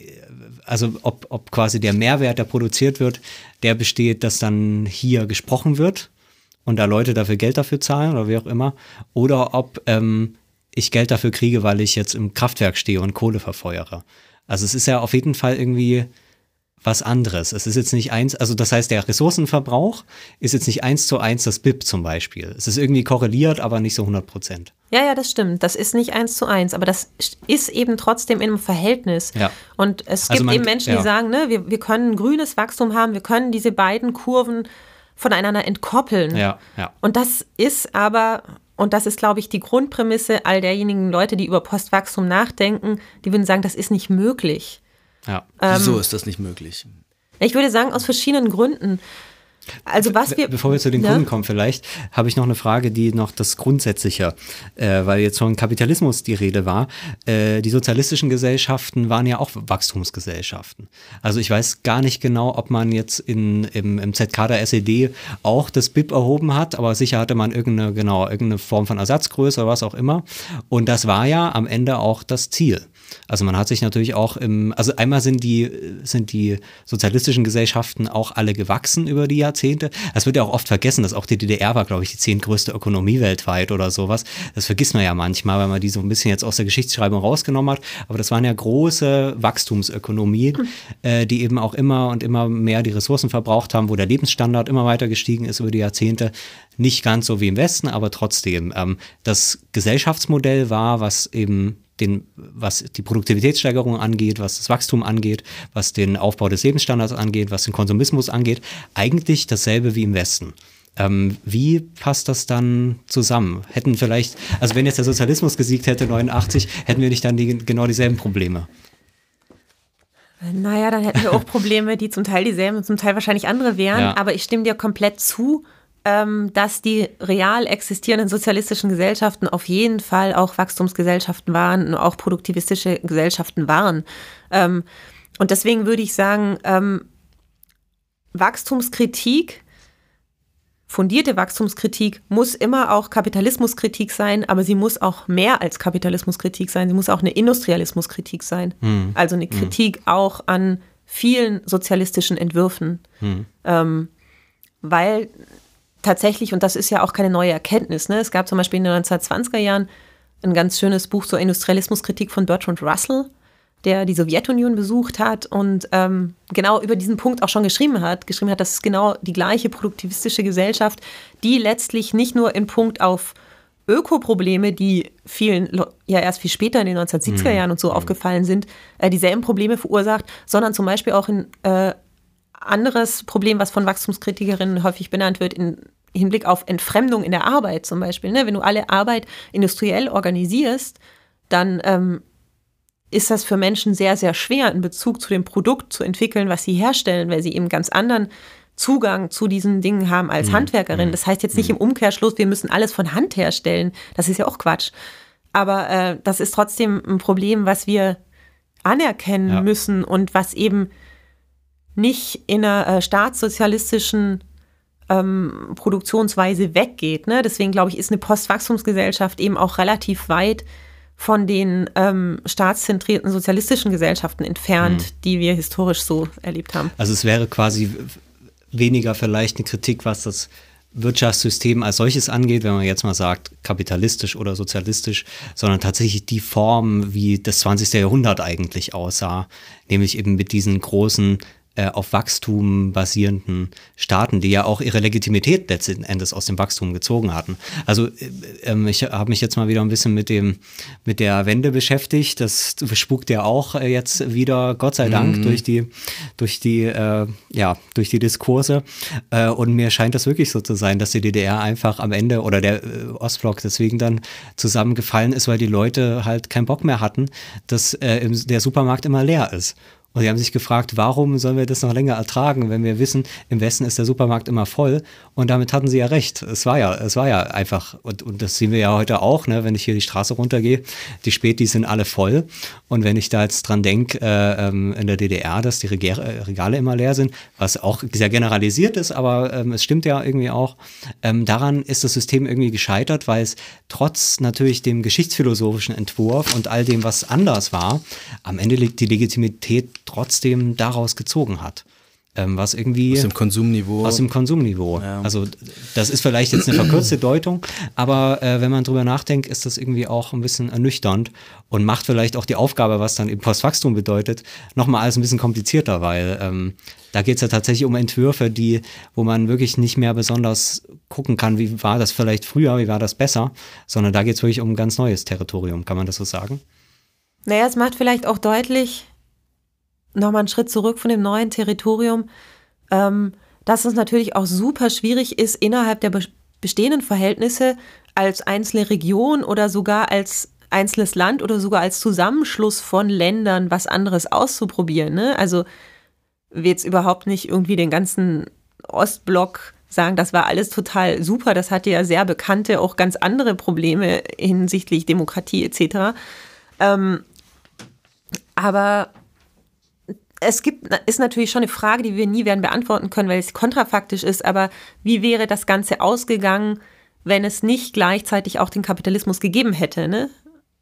also ob, ob quasi der Mehrwert, der produziert wird, der besteht, dass dann hier gesprochen wird und da Leute dafür Geld dafür zahlen oder wie auch immer, oder ob ähm, ich Geld dafür kriege, weil ich jetzt im Kraftwerk stehe und Kohle verfeuere. Also es ist ja auf jeden Fall irgendwie was anderes. Es ist jetzt nicht eins, also das heißt, der Ressourcenverbrauch ist jetzt nicht eins zu eins das B I P zum Beispiel. Es ist irgendwie korreliert, aber nicht so hundert Prozent. Ja, ja, das stimmt. Das ist nicht eins zu eins, aber das ist eben trotzdem in einem Verhältnis. Ja. Und es gibt Also man- eben Menschen, ja. die sagen, ne, wir, wir können grünes Wachstum haben, wir können diese beiden Kurven voneinander entkoppeln. Ja, ja. Und das ist aber, und das ist, glaube ich, die Grundprämisse all derjenigen Leute, die über Postwachstum nachdenken, die würden sagen, das ist nicht möglich. Ja. Wieso ist das nicht möglich? Ich würde sagen, aus verschiedenen Gründen. Also was wir, Bevor wir zu den Ja? Kunden kommen vielleicht, habe ich noch eine Frage, die noch das Grundsätzliche, äh, weil jetzt von Kapitalismus die Rede war. Äh, die sozialistischen Gesellschaften waren ja auch Wachstumsgesellschaften. Also ich weiß gar nicht genau, ob man jetzt in, im, im Z K der S E D auch das B I P erhoben hat, aber sicher hatte man irgendeine, genau, irgendeine Form von Ersatzgröße oder was auch immer. Und das war ja am Ende auch das Ziel. Also man hat sich natürlich auch im, also einmal sind die, sind die sozialistischen Gesellschaften auch alle gewachsen über die Jahrzehnte. Es wird ja auch oft vergessen, dass auch die D D R war, glaube ich, die zehntgrößte Ökonomie weltweit oder sowas. Das vergisst man ja manchmal, weil man die so ein bisschen jetzt aus der Geschichtsschreibung rausgenommen hat. Aber das waren ja große Wachstumsökonomien, mhm. äh, die eben auch immer und immer mehr die Ressourcen verbraucht haben, wo der Lebensstandard immer weiter gestiegen ist über die Jahrzehnte. Nicht ganz so wie im Westen, aber trotzdem. Ähm, das Gesellschaftsmodell war, was eben Den, was die Produktivitätssteigerung angeht, was das Wachstum angeht, was den Aufbau des Lebensstandards angeht, was den Konsumismus angeht, eigentlich dasselbe wie im Westen. Ähm, wie passt das dann zusammen? Hätten vielleicht, also wenn jetzt der Sozialismus gesiegt hätte, neunundachtzig, hätten wir nicht dann die, genau dieselben Probleme? Naja, dann hätten wir auch Probleme, die zum Teil dieselben und zum Teil wahrscheinlich andere wären. Ja. Aber ich stimme dir komplett zu, ähm, dass die real existierenden sozialistischen Gesellschaften auf jeden Fall auch Wachstumsgesellschaften waren und auch produktivistische Gesellschaften waren. Ähm, und deswegen würde ich sagen, ähm, Wachstumskritik, fundierte Wachstumskritik muss immer auch Kapitalismuskritik sein, aber sie muss auch mehr als Kapitalismuskritik sein. Sie muss auch eine Industrialismuskritik sein. Hm. Also eine Kritik hm. auch an vielen sozialistischen Entwürfen. Hm. Ähm, weil tatsächlich, und das ist ja auch keine neue Erkenntnis, ne? Es gab zum Beispiel in den neunzehnhundertzwanziger Jahren ein ganz schönes Buch zur Industrialismuskritik von Bertrand Russell, der die Sowjetunion besucht hat und ähm, genau über diesen Punkt auch schon geschrieben hat. Geschrieben hat, das ist genau die gleiche produktivistische Gesellschaft, die letztlich nicht nur in Punkt auf Ökoprobleme, die vielen ja erst viel später in den neunzehnhundertsiebziger Jahren und so mhm. aufgefallen sind, äh, dieselben Probleme verursacht, sondern zum Beispiel auch in äh, anderes Problem, was von Wachstumskritikerinnen häufig benannt wird, in Hinblick auf Entfremdung in der Arbeit zum Beispiel. Ne? Wenn du alle Arbeit industriell organisierst, dann ähm, ist das für Menschen sehr, sehr schwer, einen Bezug zu dem Produkt zu entwickeln, was sie herstellen, weil sie eben ganz anderen Zugang zu diesen Dingen haben als mhm. Handwerkerin. Das heißt jetzt nicht im Umkehrschluss, wir müssen alles von Hand herstellen. Das ist ja auch Quatsch. Aber äh, das ist trotzdem ein Problem, was wir anerkennen ja. müssen und was eben nicht in einer äh, staatssozialistischen ähm, Produktionsweise weggeht. Ne? Deswegen, glaube ich, ist eine Postwachstumsgesellschaft eben auch relativ weit von den ähm, staatszentrierten sozialistischen Gesellschaften entfernt, mhm. die wir historisch so erlebt haben. Also es wäre quasi weniger vielleicht eine Kritik, was das Wirtschaftssystem als solches angeht, wenn man jetzt mal sagt, kapitalistisch oder sozialistisch, sondern tatsächlich die Form, wie das zwanzigste Jahrhundert eigentlich aussah, nämlich eben mit diesen großen auf Wachstum basierenden Staaten, die ja auch ihre Legitimität letzten Endes aus dem Wachstum gezogen hatten. Also ähm, ich habe mich jetzt mal wieder ein bisschen mit dem mit der Wende beschäftigt. Das spukt ja auch jetzt wieder, Gott sei Dank, mhm. durch die durch die äh, ja durch die Diskurse. Äh, und mir scheint das wirklich so zu sein, dass die D D R einfach am Ende oder der äh, Ostblock deswegen dann zusammengefallen ist, weil die Leute halt keinen Bock mehr hatten, dass äh, im, der Supermarkt immer leer ist. Und die haben sich gefragt, warum sollen wir das noch länger ertragen, wenn wir wissen, im Westen ist der Supermarkt immer voll. Und damit hatten sie ja recht. Es war ja, es war ja einfach, und, und das sehen wir ja heute auch, ne, wenn ich hier die Straße runtergehe, die Spätis sind alle voll. Und wenn ich da jetzt dran denke, äh, ähm, in der D D R, dass die Regale, Regale immer leer sind, was auch sehr generalisiert ist, aber ähm, es stimmt ja irgendwie auch, ähm, daran ist das System irgendwie gescheitert, weil es trotz natürlich dem geschichtsphilosophischen Entwurf und all dem, was anders war, am Ende liegt die Legitimität trotzdem daraus gezogen hat. ähm, was irgendwie... Aus dem Konsumniveau. Aus dem Konsumniveau. Ja. Also das ist vielleicht jetzt eine verkürzte Deutung, aber äh, wenn man drüber nachdenkt, ist das irgendwie auch ein bisschen ernüchternd und macht vielleicht auch die Aufgabe, was dann eben Postwachstum bedeutet, nochmal alles ein bisschen komplizierter, weil ähm, da geht es ja tatsächlich um Entwürfe, die, wo man wirklich nicht mehr besonders gucken kann, wie war das vielleicht früher, wie war das besser, sondern da geht es wirklich um ein ganz neues Territorium, kann man das so sagen? Naja, es macht vielleicht auch deutlich, nochmal einen Schritt zurück von dem neuen Territorium, ähm, dass es natürlich auch super schwierig ist, innerhalb der be- bestehenden Verhältnisse als einzelne Region oder sogar als einzelnes Land oder sogar als Zusammenschluss von Ländern was anderes auszuprobieren. Ne? Also wir jetzt überhaupt nicht irgendwie den ganzen Ostblock sagen, das war alles total super, das hatte ja sehr bekannte, auch ganz andere Probleme hinsichtlich Demokratie et cetera. Ähm, aber es gibt, ist natürlich schon eine Frage, die wir nie werden beantworten können, weil es kontrafaktisch ist, aber wie wäre das Ganze ausgegangen, wenn es nicht gleichzeitig auch den Kapitalismus gegeben hätte, ne?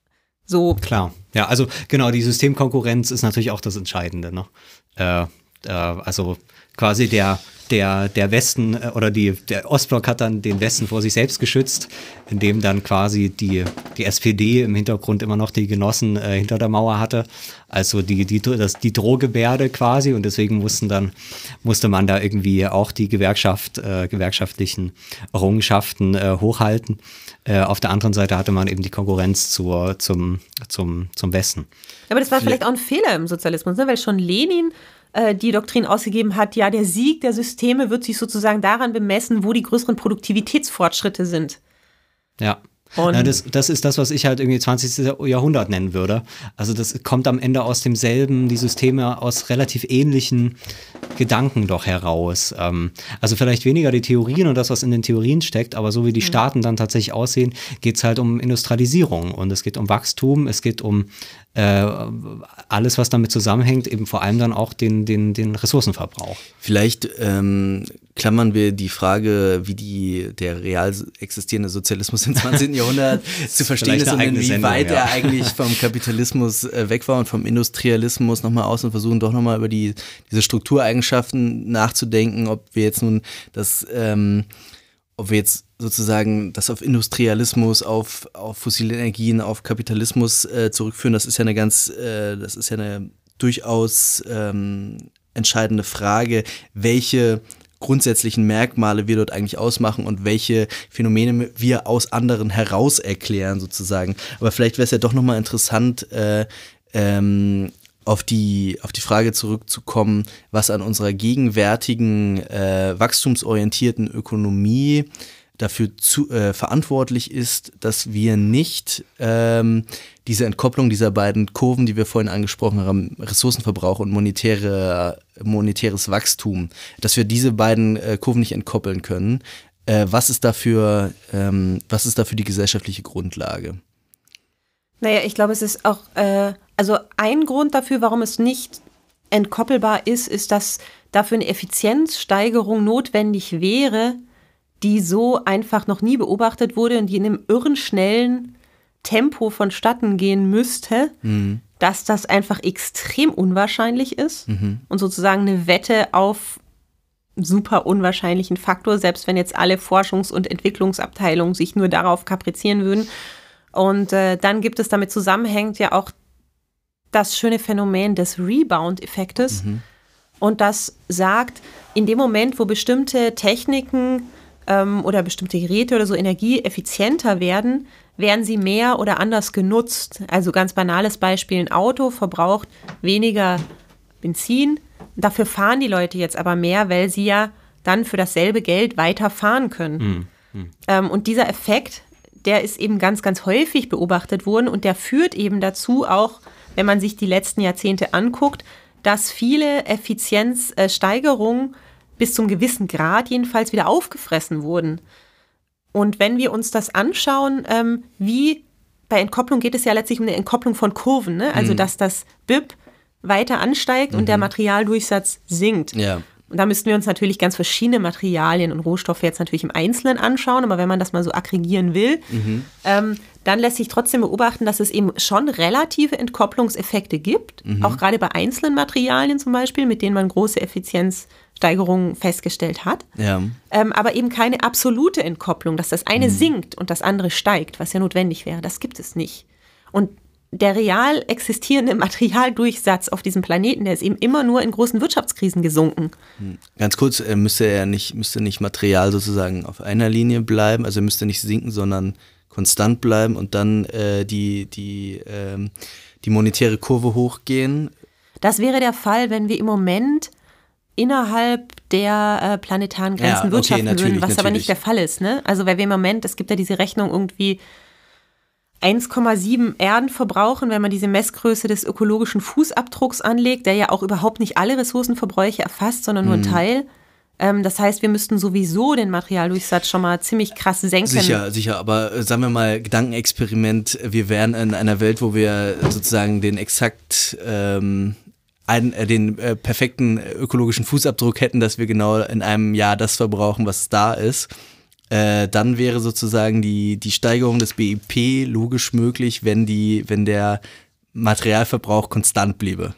So. Klar, ja, also genau, die Systemkonkurrenz ist natürlich auch das Entscheidende, ne? Äh, äh, also quasi der, der, der Westen äh, oder die, der Ostblock hat dann den Westen vor sich selbst geschützt, indem dann quasi die, die S P D im Hintergrund immer noch die Genossen äh, hinter der Mauer hatte, also die, die, das, die Drohgebärde quasi, und deswegen mussten dann, musste man da irgendwie auch die Gewerkschaft, äh, gewerkschaftlichen Errungenschaften äh, hochhalten. Äh, auf der anderen Seite hatte man eben die Konkurrenz zur, zum, zum, zum Westen. Aber das war vielleicht auch ein Fehler im Sozialismus, ne? Weil schon Lenin äh, die Doktrin ausgegeben hat, ja, der Sieg der Systeme wird sich sozusagen daran bemessen, wo die größeren Produktivitätsfortschritte sind. Ja. Und ja, das, das ist das, was ich halt irgendwie zwanzigsten Jahrhundert nennen würde. Also das kommt am Ende aus demselben, die Systeme aus relativ ähnlichen Gedanken doch heraus. Ähm, also vielleicht weniger die Theorien und das, was in den Theorien steckt, aber so wie die Staaten dann tatsächlich aussehen, geht es halt um Industrialisierung und es geht um Wachstum, es geht um äh, alles, was damit zusammenhängt, eben vor allem dann auch den, den, den Ressourcenverbrauch. Vielleicht ähm, klammern wir die Frage, wie die, der real existierende Sozialismus im zwanzigsten Jahrhundert zu verstehen ist und inwieweit er eigentlich vom Kapitalismus äh, weg war und vom Industrialismus nochmal aus und versuchen doch nochmal über die, diese Struktureigenschaften nachzudenken, ob wir jetzt nun das, ähm, ob wir jetzt sozusagen das auf Industrialismus, auf, auf fossile Energien, auf Kapitalismus äh, zurückführen. Das ist ja eine ganz, äh, das ist ja eine durchaus ähm, entscheidende Frage, welche grundsätzlichen Merkmale wir dort eigentlich ausmachen und welche Phänomene wir aus anderen heraus erklären sozusagen. Aber vielleicht wäre es ja doch nochmal interessant, äh, ähm, auf die, auf die Frage zurückzukommen, was an unserer gegenwärtigen äh, wachstumsorientierten Ökonomie dafür zu, äh, verantwortlich ist, dass wir nicht ähm, diese Entkopplung dieser beiden Kurven, die wir vorhin angesprochen haben, Ressourcenverbrauch und monetäre, monetäres Wachstum, dass wir diese beiden äh, Kurven nicht entkoppeln können. Äh, was ist dafür, ähm, was ist dafür die gesellschaftliche Grundlage? Naja, ich glaube, es ist auch, äh, also ein Grund dafür, warum es nicht entkoppelbar ist, ist, dass dafür eine Effizienzsteigerung notwendig wäre, die so einfach noch nie beobachtet wurde und die in einem irren schnellen Tempo vonstatten gehen müsste, mhm. dass das einfach extrem unwahrscheinlich ist mhm. und sozusagen eine Wette auf super unwahrscheinlichen Faktor, selbst wenn jetzt alle Forschungs- und Entwicklungsabteilungen sich nur darauf kaprizieren würden. Und äh, dann gibt es damit zusammenhängend ja auch das schöne Phänomen des Rebound-Effektes. Mhm. Und das sagt, in dem Moment, wo bestimmte Techniken ähm, oder bestimmte Geräte oder so energieeffizienter werden, werden sie mehr oder anders genutzt. Also ganz banales Beispiel, ein Auto verbraucht weniger Benzin. Dafür fahren die Leute jetzt aber mehr, weil sie ja dann für dasselbe Geld weiter fahren können. Mhm. Mhm. Ähm, und dieser Effekt, der ist eben ganz, ganz häufig beobachtet worden und der führt eben dazu auch, wenn man sich die letzten Jahrzehnte anguckt, dass viele Effizienzsteigerungen bis zum gewissen Grad jedenfalls wieder aufgefressen wurden. Und wenn wir uns das anschauen, ähm, wie bei Entkopplung geht es ja letztlich um eine Entkopplung von Kurven, ne? Also mhm. dass das B I P weiter ansteigt mhm. und der Materialdurchsatz sinkt. Ja. Und da müssten wir uns natürlich ganz verschiedene Materialien und Rohstoffe jetzt natürlich im Einzelnen anschauen, aber wenn man das mal so aggregieren will, mhm. ähm, dann lässt sich trotzdem beobachten, dass es eben schon relative Entkopplungseffekte gibt, mhm. auch gerade bei einzelnen Materialien zum Beispiel, mit denen man große Effizienzsteigerungen festgestellt hat, ja. ähm, aber eben keine absolute Entkopplung, dass das eine mhm. sinkt und das andere steigt, was ja notwendig wäre, das gibt es nicht. Und der real existierende Materialdurchsatz auf diesem Planeten, der ist eben immer nur in großen Wirtschaftskrisen gesunken. Ganz kurz, äh, müsste ja nicht, müsste nicht Material sozusagen auf einer Linie bleiben, also müsste nicht sinken, sondern konstant bleiben und dann äh, die, die, ähm, die monetäre Kurve hochgehen? Das wäre der Fall, wenn wir im Moment innerhalb der äh, planetaren Grenzen ja, okay, wirtschaften würden, was natürlich. aber nicht der Fall ist. Ne? Also weil wir im Moment, es gibt ja diese Rechnung irgendwie eins Komma sieben Erden verbrauchen, wenn man diese Messgröße des ökologischen Fußabdrucks anlegt, der ja auch überhaupt nicht alle Ressourcenverbräuche erfasst, sondern nur einen Mhm. Teil. Ähm, das heißt, wir müssten sowieso den Materialdurchsatz schon mal ziemlich krass senken. Sicher, sicher, aber äh, sagen wir mal, Gedankenexperiment, wir wären in einer Welt, wo wir sozusagen den exakt ähm, einen, äh, den äh, perfekten ökologischen Fußabdruck hätten, dass wir genau in einem Jahr das verbrauchen, was da ist. Äh, dann wäre sozusagen die, die Steigerung des B I P logisch möglich, wenn, die, wenn der Materialverbrauch konstant bliebe.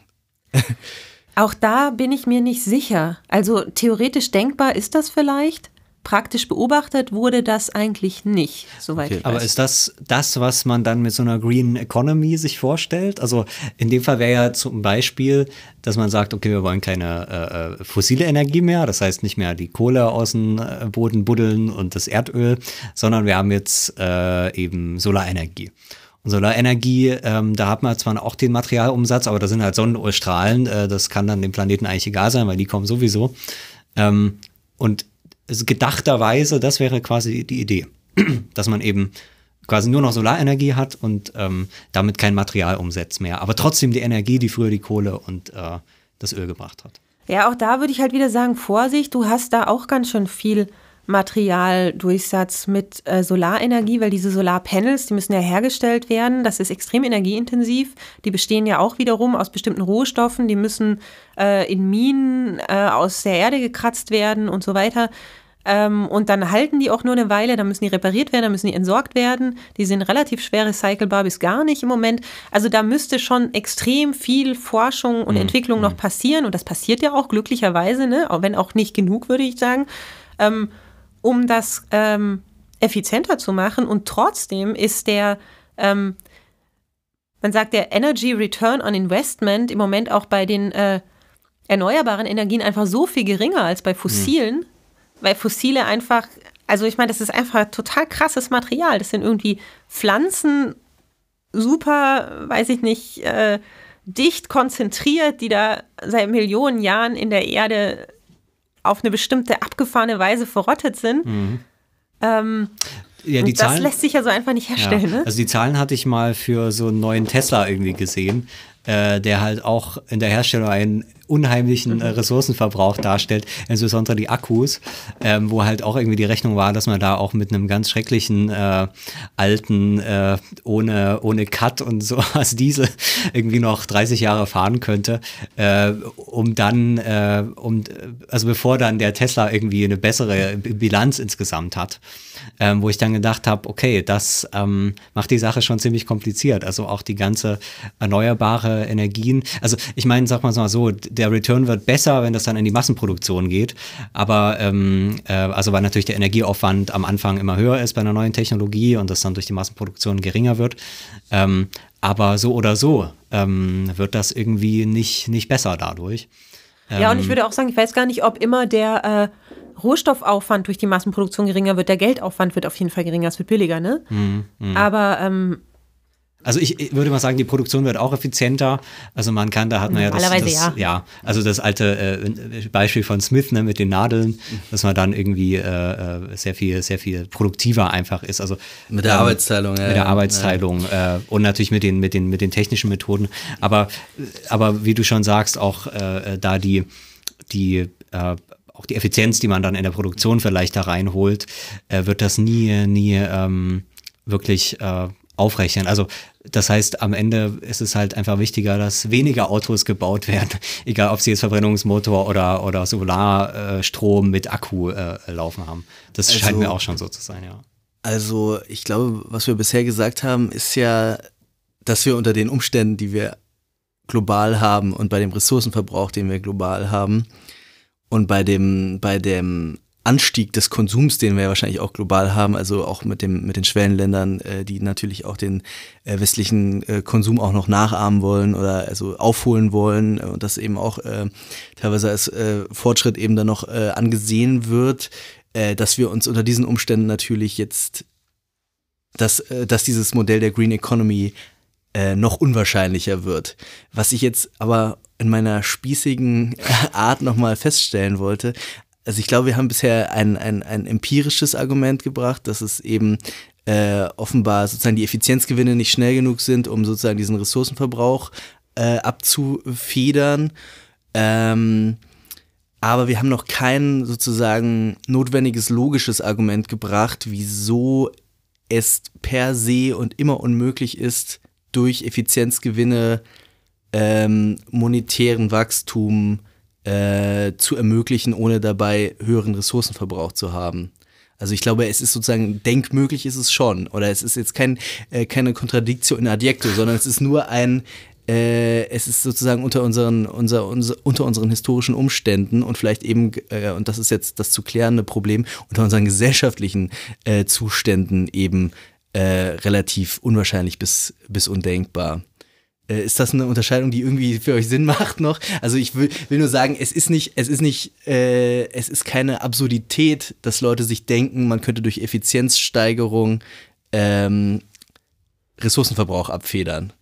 Auch da bin ich mir nicht sicher. Also theoretisch denkbar ist das vielleicht. Praktisch beobachtet wurde das eigentlich nicht, soweit Okay. ich weiß. Aber ist das das, was man dann mit so einer Green Economy sich vorstellt? Also in dem Fall wäre ja zum Beispiel, dass man sagt, okay, wir wollen keine äh, fossile Energie mehr, das heißt nicht mehr die Kohle aus dem äh, Boden buddeln und das Erdöl, sondern wir haben jetzt äh, eben Solarenergie. Und Solarenergie, ähm, da hat man zwar auch den Materialumsatz, aber da sind halt Sonnenstrahlen, äh, das kann dann dem Planeten eigentlich egal sein, weil die kommen sowieso. Ähm, und also gedachterweise, das wäre quasi die Idee, dass man eben quasi nur noch Solarenergie hat und ähm, damit kein Materialumsatz mehr, aber trotzdem die Energie, die früher die Kohle und äh, das Öl gebracht hat. Ja, auch da würde ich halt wieder sagen, Vorsicht, du hast da auch ganz schön viel Materialdurchsatz mit äh, Solarenergie, weil diese Solarpanels, die müssen ja hergestellt werden. Das ist extrem energieintensiv. Die bestehen ja auch wiederum aus bestimmten Rohstoffen. Die müssen äh, in Minen äh, aus der Erde gekratzt werden und so weiter. Ähm, und dann halten die auch nur eine Weile. Dann müssen die repariert werden, dann müssen die entsorgt werden. Die sind relativ schwer recycelbar bis gar nicht im Moment. Also da müsste schon extrem viel Forschung und Mhm. Entwicklung noch passieren. Und das passiert ja auch glücklicherweise, ne? Auch wenn auch nicht genug, würde ich sagen. Ähm, um das ähm, effizienter zu machen. Und trotzdem ist der, ähm, man sagt, der Energy Return on Investment im Moment auch bei den äh, erneuerbaren Energien einfach so viel geringer als bei fossilen, mhm. weil fossile einfach, also ich meine, das ist einfach total krasses Material. Das sind irgendwie Pflanzen, super, weiß ich nicht, äh, dicht konzentriert, die da seit Millionen Jahren in der Erde auf eine bestimmte abgefahrene Weise verrottet sind. Mhm. Ähm, ja, die und das Zahlen, lässt sich ja so einfach nicht herstellen. ja, Ne? also die Zahlen hatte ich mal für so einen neuen Tesla irgendwie gesehen, äh, der halt auch in der Herstellung einen unheimlichen äh, Ressourcenverbrauch darstellt, insbesondere die Akkus, ähm, wo halt auch irgendwie die Rechnung war, dass man da auch mit einem ganz schrecklichen äh, alten, äh, ohne, ohne Cut und so als Diesel irgendwie noch dreißig Jahre fahren könnte, äh, um dann, äh, um, also bevor dann der Tesla irgendwie eine bessere Bilanz insgesamt hat. Ähm, wo ich dann gedacht habe, okay, das ähm, macht die Sache schon ziemlich kompliziert. Also auch die ganze erneuerbare Energien. Also ich meine, sag mal so, der Return wird besser, wenn das dann in die Massenproduktion geht. Aber ähm, äh, also weil natürlich der Energieaufwand am Anfang immer höher ist bei einer neuen Technologie und das dann durch die Massenproduktion geringer wird. Ähm, aber so oder so ähm, wird das irgendwie nicht, nicht besser dadurch. Ja, und ich würde auch sagen, ich weiß gar nicht, ob immer der äh, Rohstoffaufwand durch die Massenproduktion geringer wird. Der Geldaufwand wird auf jeden Fall geringer, es wird billiger, ne? Mhm, mh. Aber ähm, Also ich, ich würde mal sagen, die Produktion wird auch effizienter. Also man kann, da hat man ja das, Normalerweise das ja. ja, also das alte äh, Beispiel von Smith, ne, mit den Nadeln, dass man dann irgendwie äh, sehr viel, sehr viel produktiver einfach ist. Also mit der ähm, Arbeitsteilung, ja. Mit der Arbeitsteilung ja. äh, und natürlich mit den, mit den, mit den technischen Methoden. Aber, aber wie du schon sagst, auch äh, da die, die äh, auch die Effizienz, die man dann in der Produktion vielleicht da reinholt, äh, wird das nie, nie ähm, wirklich äh, aufrechnen. Also das heißt, am Ende ist es halt einfach wichtiger, dass weniger Autos gebaut werden, egal ob sie jetzt Verbrennungsmotor oder, oder Solarstrom mit Akku äh, laufen haben. Das Also- scheint mir auch schon so zu sein, ja. Also ich glaube, was wir bisher gesagt haben, ist ja, dass wir unter den Umständen, die wir global haben und bei dem Ressourcenverbrauch, den wir global haben und bei dem, bei dem Anstieg des Konsums, den wir ja wahrscheinlich auch global haben, also auch mit dem mit den Schwellenländern, äh, die natürlich auch den äh, westlichen äh, Konsum auch noch nachahmen wollen oder also aufholen wollen äh, und das eben auch äh, teilweise als äh, Fortschritt eben dann noch äh, angesehen wird, äh, dass wir uns unter diesen Umständen natürlich jetzt, dass, äh, dass dieses Modell der Green Economy äh, noch unwahrscheinlicher wird. Was ich jetzt aber in meiner spießigen Art nochmal feststellen wollte, also ich glaube, wir haben bisher ein, ein, ein empirisches Argument gebracht, dass es eben äh, offenbar sozusagen die Effizienzgewinne nicht schnell genug sind, um sozusagen diesen Ressourcenverbrauch äh, abzufedern. Ähm, aber wir haben noch kein sozusagen notwendiges logisches Argument gebracht, wieso es per se und immer unmöglich ist, durch Effizienzgewinne ähm, monetären Wachstum Äh, zu ermöglichen, ohne dabei höheren Ressourcenverbrauch zu haben. Also ich glaube, es ist sozusagen, denkmöglich ist es schon. Oder es ist jetzt kein, äh, keine Contradictio in adjecto, sondern es ist nur ein, äh, es ist sozusagen unter unseren, unser, unser, unter unseren historischen Umständen und vielleicht eben, äh, und das ist jetzt das zu klärende Problem, unter unseren gesellschaftlichen äh, Zuständen eben äh, relativ unwahrscheinlich bis, bis undenkbar. Ist das eine Unterscheidung, die irgendwie für euch Sinn macht noch? Also ich will, will nur sagen, es ist nicht, es ist nicht, äh, es ist keine Absurdität, dass Leute sich denken, man könnte durch Effizienzsteigerung ähm, Ressourcenverbrauch abfedern.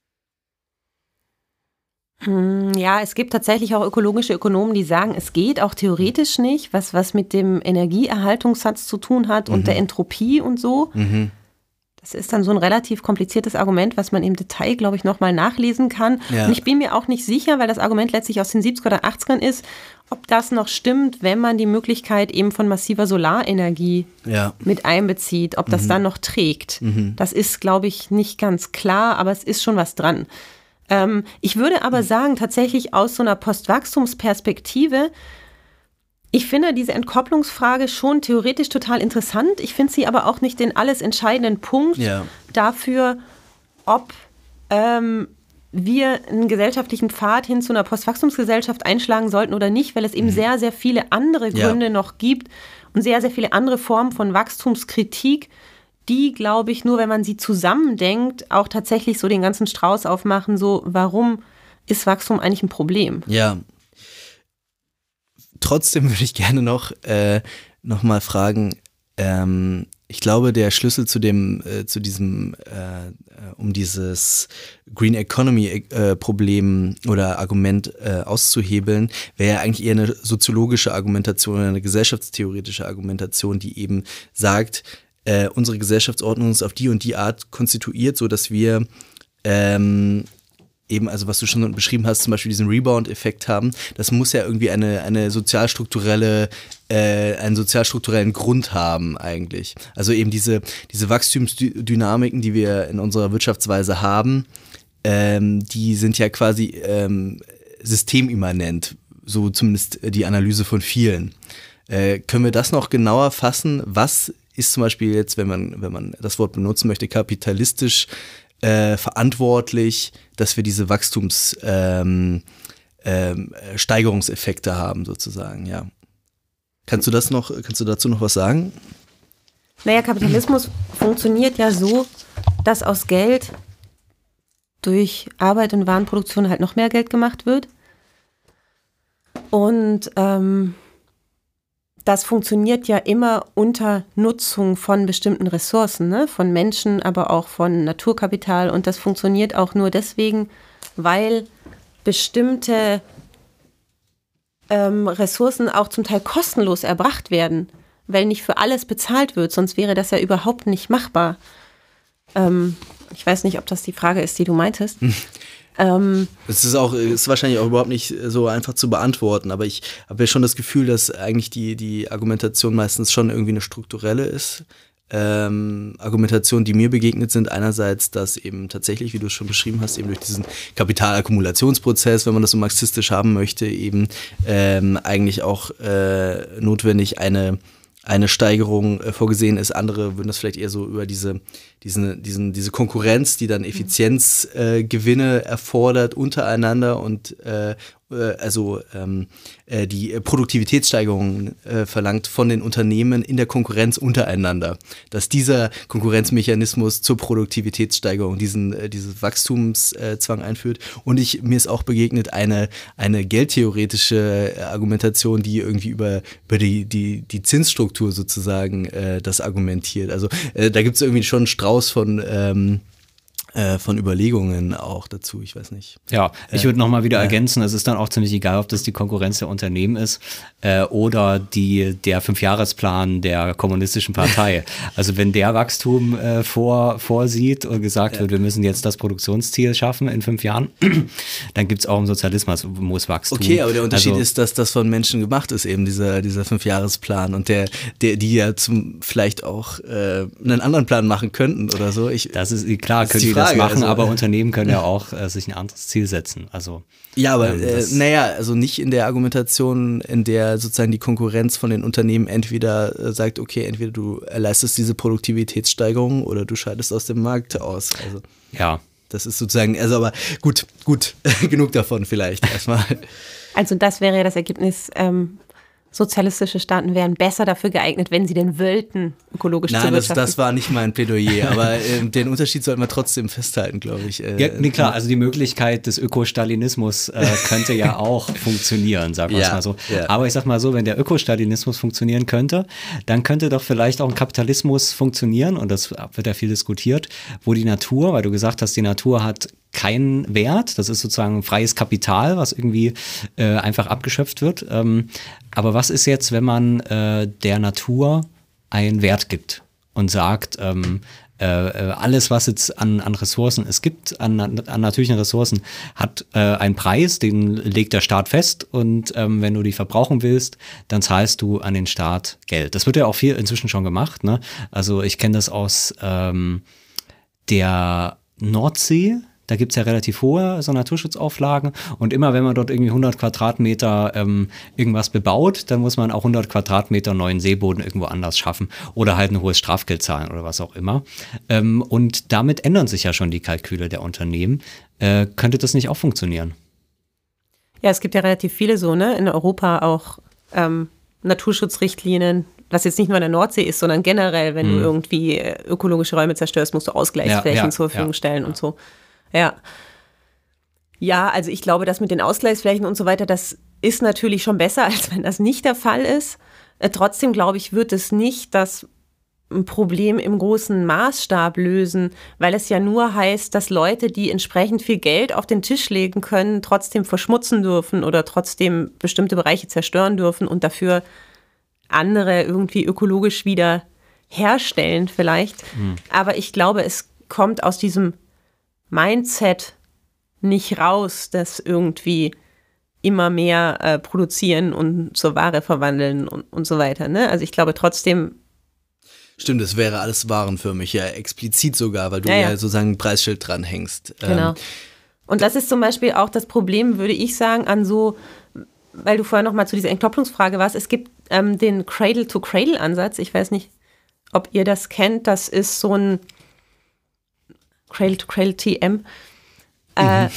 Ja, es gibt tatsächlich auch ökologische Ökonomen, die sagen, es geht auch theoretisch nicht, was, was mit dem Energieerhaltungssatz zu tun hat und Mhm. der Entropie und so. Mhm. Das ist dann so ein relativ kompliziertes Argument, was man im Detail, glaube ich, nochmal nachlesen kann. Ja. Und ich bin mir auch nicht sicher, weil das Argument letztlich aus den siebziger oder achtzigern ist, ob das noch stimmt, wenn man die Möglichkeit eben von massiver Solarenergie Ja. mit einbezieht, ob das dann noch trägt. Das ist, glaube ich, nicht ganz klar, aber es ist schon was dran. Ähm, ich würde aber sagen, tatsächlich aus so einer Postwachstumsperspektive, ich finde diese Entkopplungsfrage schon theoretisch total interessant. Ich finde sie aber auch nicht den alles entscheidenden Punkt Ja. dafür, ob ähm, wir einen gesellschaftlichen Pfad hin zu einer Postwachstumsgesellschaft einschlagen sollten oder nicht, weil es eben sehr, sehr viele andere Ja. Gründe noch gibt und sehr, sehr viele andere Formen von Wachstumskritik, die, glaube ich, nur wenn man sie zusammendenkt, auch tatsächlich so den ganzen Strauß aufmachen, so warum ist Wachstum eigentlich ein Problem? Ja. Trotzdem würde ich gerne noch, äh, noch mal fragen, ähm, ich glaube, der Schlüssel zu dem, äh, zu diesem, äh, um dieses Green Economy äh, Problem oder Argument äh, auszuhebeln, wäre ja eigentlich eher eine soziologische Argumentation oder eine gesellschaftstheoretische Argumentation, die eben sagt, äh, unsere Gesellschaftsordnung ist auf die und die Art konstituiert, so dass wir ähm, eben, also was du schon beschrieben hast, zum Beispiel diesen Rebound-Effekt haben, das muss ja irgendwie eine, eine sozialstrukturelle, äh, einen sozialstrukturellen Grund haben eigentlich. Also eben diese, diese Wachstumsdynamiken, die wir in unserer Wirtschaftsweise haben, ähm, die sind ja quasi ähm, systemimmanent, so zumindest die Analyse von vielen. Äh, können wir das noch genauer fassen? Was ist zum Beispiel jetzt, wenn man, wenn man das Wort benutzen möchte, kapitalistisch Äh, verantwortlich, dass wir diese Wachstumssteigerungseffekte ähm, ähm, haben, sozusagen, ja. Kannst du das noch, kannst du dazu noch was sagen? Naja, Kapitalismus funktioniert ja so, dass aus Geld durch Arbeit und Warenproduktion halt noch mehr Geld gemacht wird. Und ähm, das funktioniert ja immer unter Nutzung von bestimmten Ressourcen, ne? Von Menschen, aber auch von Naturkapital. Und das funktioniert auch nur deswegen, weil bestimmte ähm, Ressourcen auch zum Teil kostenlos erbracht werden, weil nicht für alles bezahlt wird, sonst wäre das ja überhaupt nicht machbar. Ähm, ich weiß nicht, ob das die Frage ist, die du meintest. Ähm, es ist auch, ist wahrscheinlich auch überhaupt nicht so einfach zu beantworten, aber ich habe ja schon das Gefühl, dass eigentlich die, die Argumentation meistens schon irgendwie eine strukturelle ist. ähm, Argumentationen, die mir begegnet sind. Einerseits, dass eben tatsächlich, wie du es schon beschrieben hast, eben durch diesen Kapitalakkumulationsprozess, wenn man das so marxistisch haben möchte, eben ähm, eigentlich auch äh, notwendig eine eine Steigerung äh, vorgesehen ist. Andere würden das vielleicht eher so über diese, diese, diesen, diese Konkurrenz, die dann Effizienzgewinne äh, erfordert untereinander und äh, also ähm, äh, die Produktivitätssteigerung äh, verlangt von den Unternehmen in der Konkurrenz untereinander. Dass dieser Konkurrenzmechanismus zur Produktivitätssteigerung diesen, äh, dieses Wachstumszwang einführt. Und ich, mir ist auch begegnet eine, eine geldtheoretische Argumentation, die irgendwie über, über die, die, die Zinsstruktur sozusagen äh, das argumentiert. Also äh, da gibt es irgendwie schon einen Strauß von ähm, von Überlegungen auch dazu, ich weiß nicht. Ja, ich würde nochmal wieder äh, ergänzen, es ist dann auch ziemlich egal, ob das die Konkurrenz der Unternehmen ist äh, oder die, der Fünfjahresplan der kommunistischen Partei. Also wenn der Wachstum äh, vor, vorsieht und gesagt ja. wird, wir müssen jetzt das Produktionsziel schaffen in fünf Jahren, dann gibt es auch im Sozialismus muss Wachstum. Okay, aber der Unterschied also, ist, dass das von Menschen gemacht ist, eben dieser, dieser Fünfjahresplan und der, der, die ja zum vielleicht auch äh, einen anderen Plan machen könnten oder so. Ich, das ist klar, das können ist die die das Frage, machen, also, aber Unternehmen können ja auch äh, sich ein anderes Ziel setzen. Also ja, aber ähm, äh, naja, also nicht in der Argumentation, in der sozusagen die Konkurrenz von den Unternehmen entweder äh, sagt, okay, entweder du leistest diese Produktivitätssteigerung oder du scheidest aus dem Markt aus. Also ja. Das ist sozusagen, also aber gut, gut, genug davon vielleicht erstmal. Also das wäre ja das Ergebnis, ähm, sozialistische Staaten wären besser dafür geeignet, wenn sie denn wollten, ökologisch Nein, zu das, wirtschaften. das war nicht mein Plädoyer, aber äh, den Unterschied sollten wir trotzdem festhalten, glaube ich. Äh, Ja, nee, klar, also die Möglichkeit des Ökostalinismus äh, könnte ja auch funktionieren, sagen wir es Ja, mal so. ja. Aber ich sag mal so, wenn der Ökostalinismus funktionieren könnte, dann könnte doch vielleicht auch ein Kapitalismus funktionieren, und das wird ja viel diskutiert, wo die Natur, weil du gesagt hast, die Natur hat keinen Wert, das ist sozusagen freies Kapital, was irgendwie äh, einfach abgeschöpft wird. Ähm, aber was ist jetzt, wenn man äh, der Natur einen Wert gibt und sagt, ähm, äh, alles, was jetzt an, an Ressourcen es gibt, an, an natürlichen Ressourcen, hat äh, einen Preis, den legt der Staat fest, und ähm, wenn du die verbrauchen willst, dann zahlst du an den Staat Geld. Das wird ja auch viel inzwischen schon gemacht, ne? Also ich kenne das aus ähm, der Nordsee. Da gibt es ja relativ hohe so Naturschutzauflagen, und immer wenn man dort irgendwie hundert Quadratmeter ähm, irgendwas bebaut, dann muss man auch hundert Quadratmeter neuen Seeboden irgendwo anders schaffen oder halt ein hohes Strafgeld zahlen oder was auch immer. Ähm, und damit ändern sich ja schon die Kalküle der Unternehmen. Äh, könnte das nicht auch funktionieren? Ja, es gibt ja relativ viele so, ne? In Europa auch ähm, Naturschutzrichtlinien, was jetzt nicht nur in der Nordsee ist, sondern generell, wenn Mhm. du irgendwie ökologische Räume zerstörst, musst du Ausgleichsflächen Ja, ja, zur Verfügung ja, stellen ja. und so. Ja. Ja, also ich glaube, das mit den Ausgleichsflächen und so weiter, das ist natürlich schon besser, als wenn das nicht der Fall ist. Äh, trotzdem, glaube ich, wird es nicht das ein Problem im großen Maßstab lösen, weil es ja nur heißt, dass Leute, die entsprechend viel Geld auf den Tisch legen können, trotzdem verschmutzen dürfen oder trotzdem bestimmte Bereiche zerstören dürfen und dafür andere irgendwie ökologisch wieder herstellen vielleicht. Mhm. Aber ich glaube, es kommt aus diesem Mindset nicht raus, dass irgendwie immer mehr äh, produzieren und zur Ware verwandeln und, und so weiter. Ne? Also ich glaube trotzdem. Stimmt, das wäre alles warenförmig, ja, explizit sogar, weil du ja, ja, ja. sozusagen ein Preisschild dranhängst. Genau. Ähm, Und das ist zum Beispiel auch das Problem, würde ich sagen, an so, weil du vorher noch mal zu dieser Entkopplungsfrage warst, es gibt ähm, den Cradle-to-Cradle-Ansatz. Ich weiß nicht, ob ihr das kennt. Das ist so ein Cradle-to-Cradle-T M. Äh,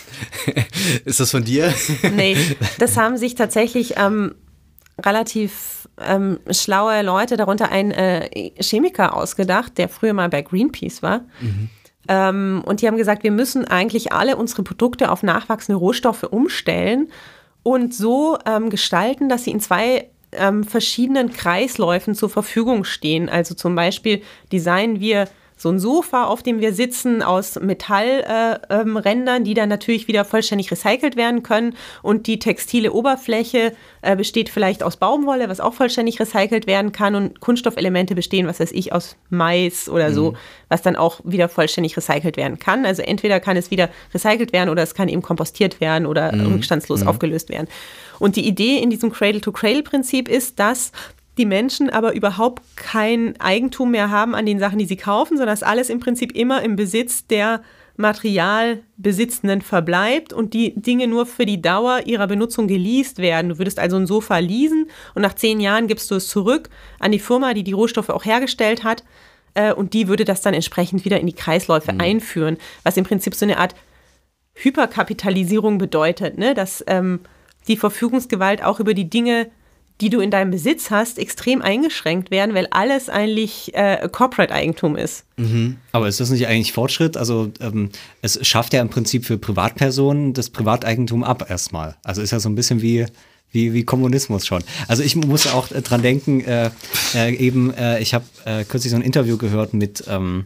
ist das von dir? Nee, das haben sich tatsächlich ähm, relativ ähm, schlaue Leute, darunter ein äh, Chemiker, ausgedacht, der früher mal bei Greenpeace war. Mhm. Ähm, und die haben gesagt, wir müssen eigentlich alle unsere Produkte auf nachwachsende Rohstoffe umstellen und so ähm, gestalten, dass sie in zwei ähm, verschiedenen Kreisläufen zur Verfügung stehen. Also zum Beispiel designen wir so ein Sofa, auf dem wir sitzen, aus Metallrändern, äh, ähm, die dann natürlich wieder vollständig recycelt werden können. Und die textile Oberfläche äh, besteht vielleicht aus Baumwolle, was auch vollständig recycelt werden kann. Und Kunststoffelemente bestehen, was weiß ich, aus Mais oder mhm. so, was dann auch wieder vollständig recycelt werden kann. Also entweder kann es wieder recycelt werden oder es kann eben kompostiert werden oder mhm. rückstandslos mhm. aufgelöst werden. Und die Idee in diesem Cradle-to-Cradle-Prinzip ist, dass die Menschen aber überhaupt kein Eigentum mehr haben an den Sachen, die sie kaufen, sondern dass alles im Prinzip immer im Besitz der Materialbesitzenden verbleibt und die Dinge nur für die Dauer ihrer Benutzung geleast werden. Du würdest also ein Sofa leasen und nach zehn Jahren gibst du es zurück an die Firma, die die Rohstoffe auch hergestellt hat, äh, und die würde das dann entsprechend wieder in die Kreisläufe mhm. einführen, was im Prinzip so eine Art Hyperkapitalisierung bedeutet, ne? Dass ähm, die Verfügungsgewalt auch über die Dinge, die du in deinem Besitz hast, extrem eingeschränkt werden, weil alles eigentlich äh, Corporate-Eigentum ist. Mhm. Aber ist das nicht eigentlich Fortschritt? Also ähm, es schafft ja im Prinzip für Privatpersonen das Privateigentum ab erstmal. Also ist ja so ein bisschen wie, wie, wie Kommunismus schon. Also ich muss auch äh, dran denken, äh, äh, eben, äh, ich habe äh, kürzlich so ein Interview gehört mit ähm,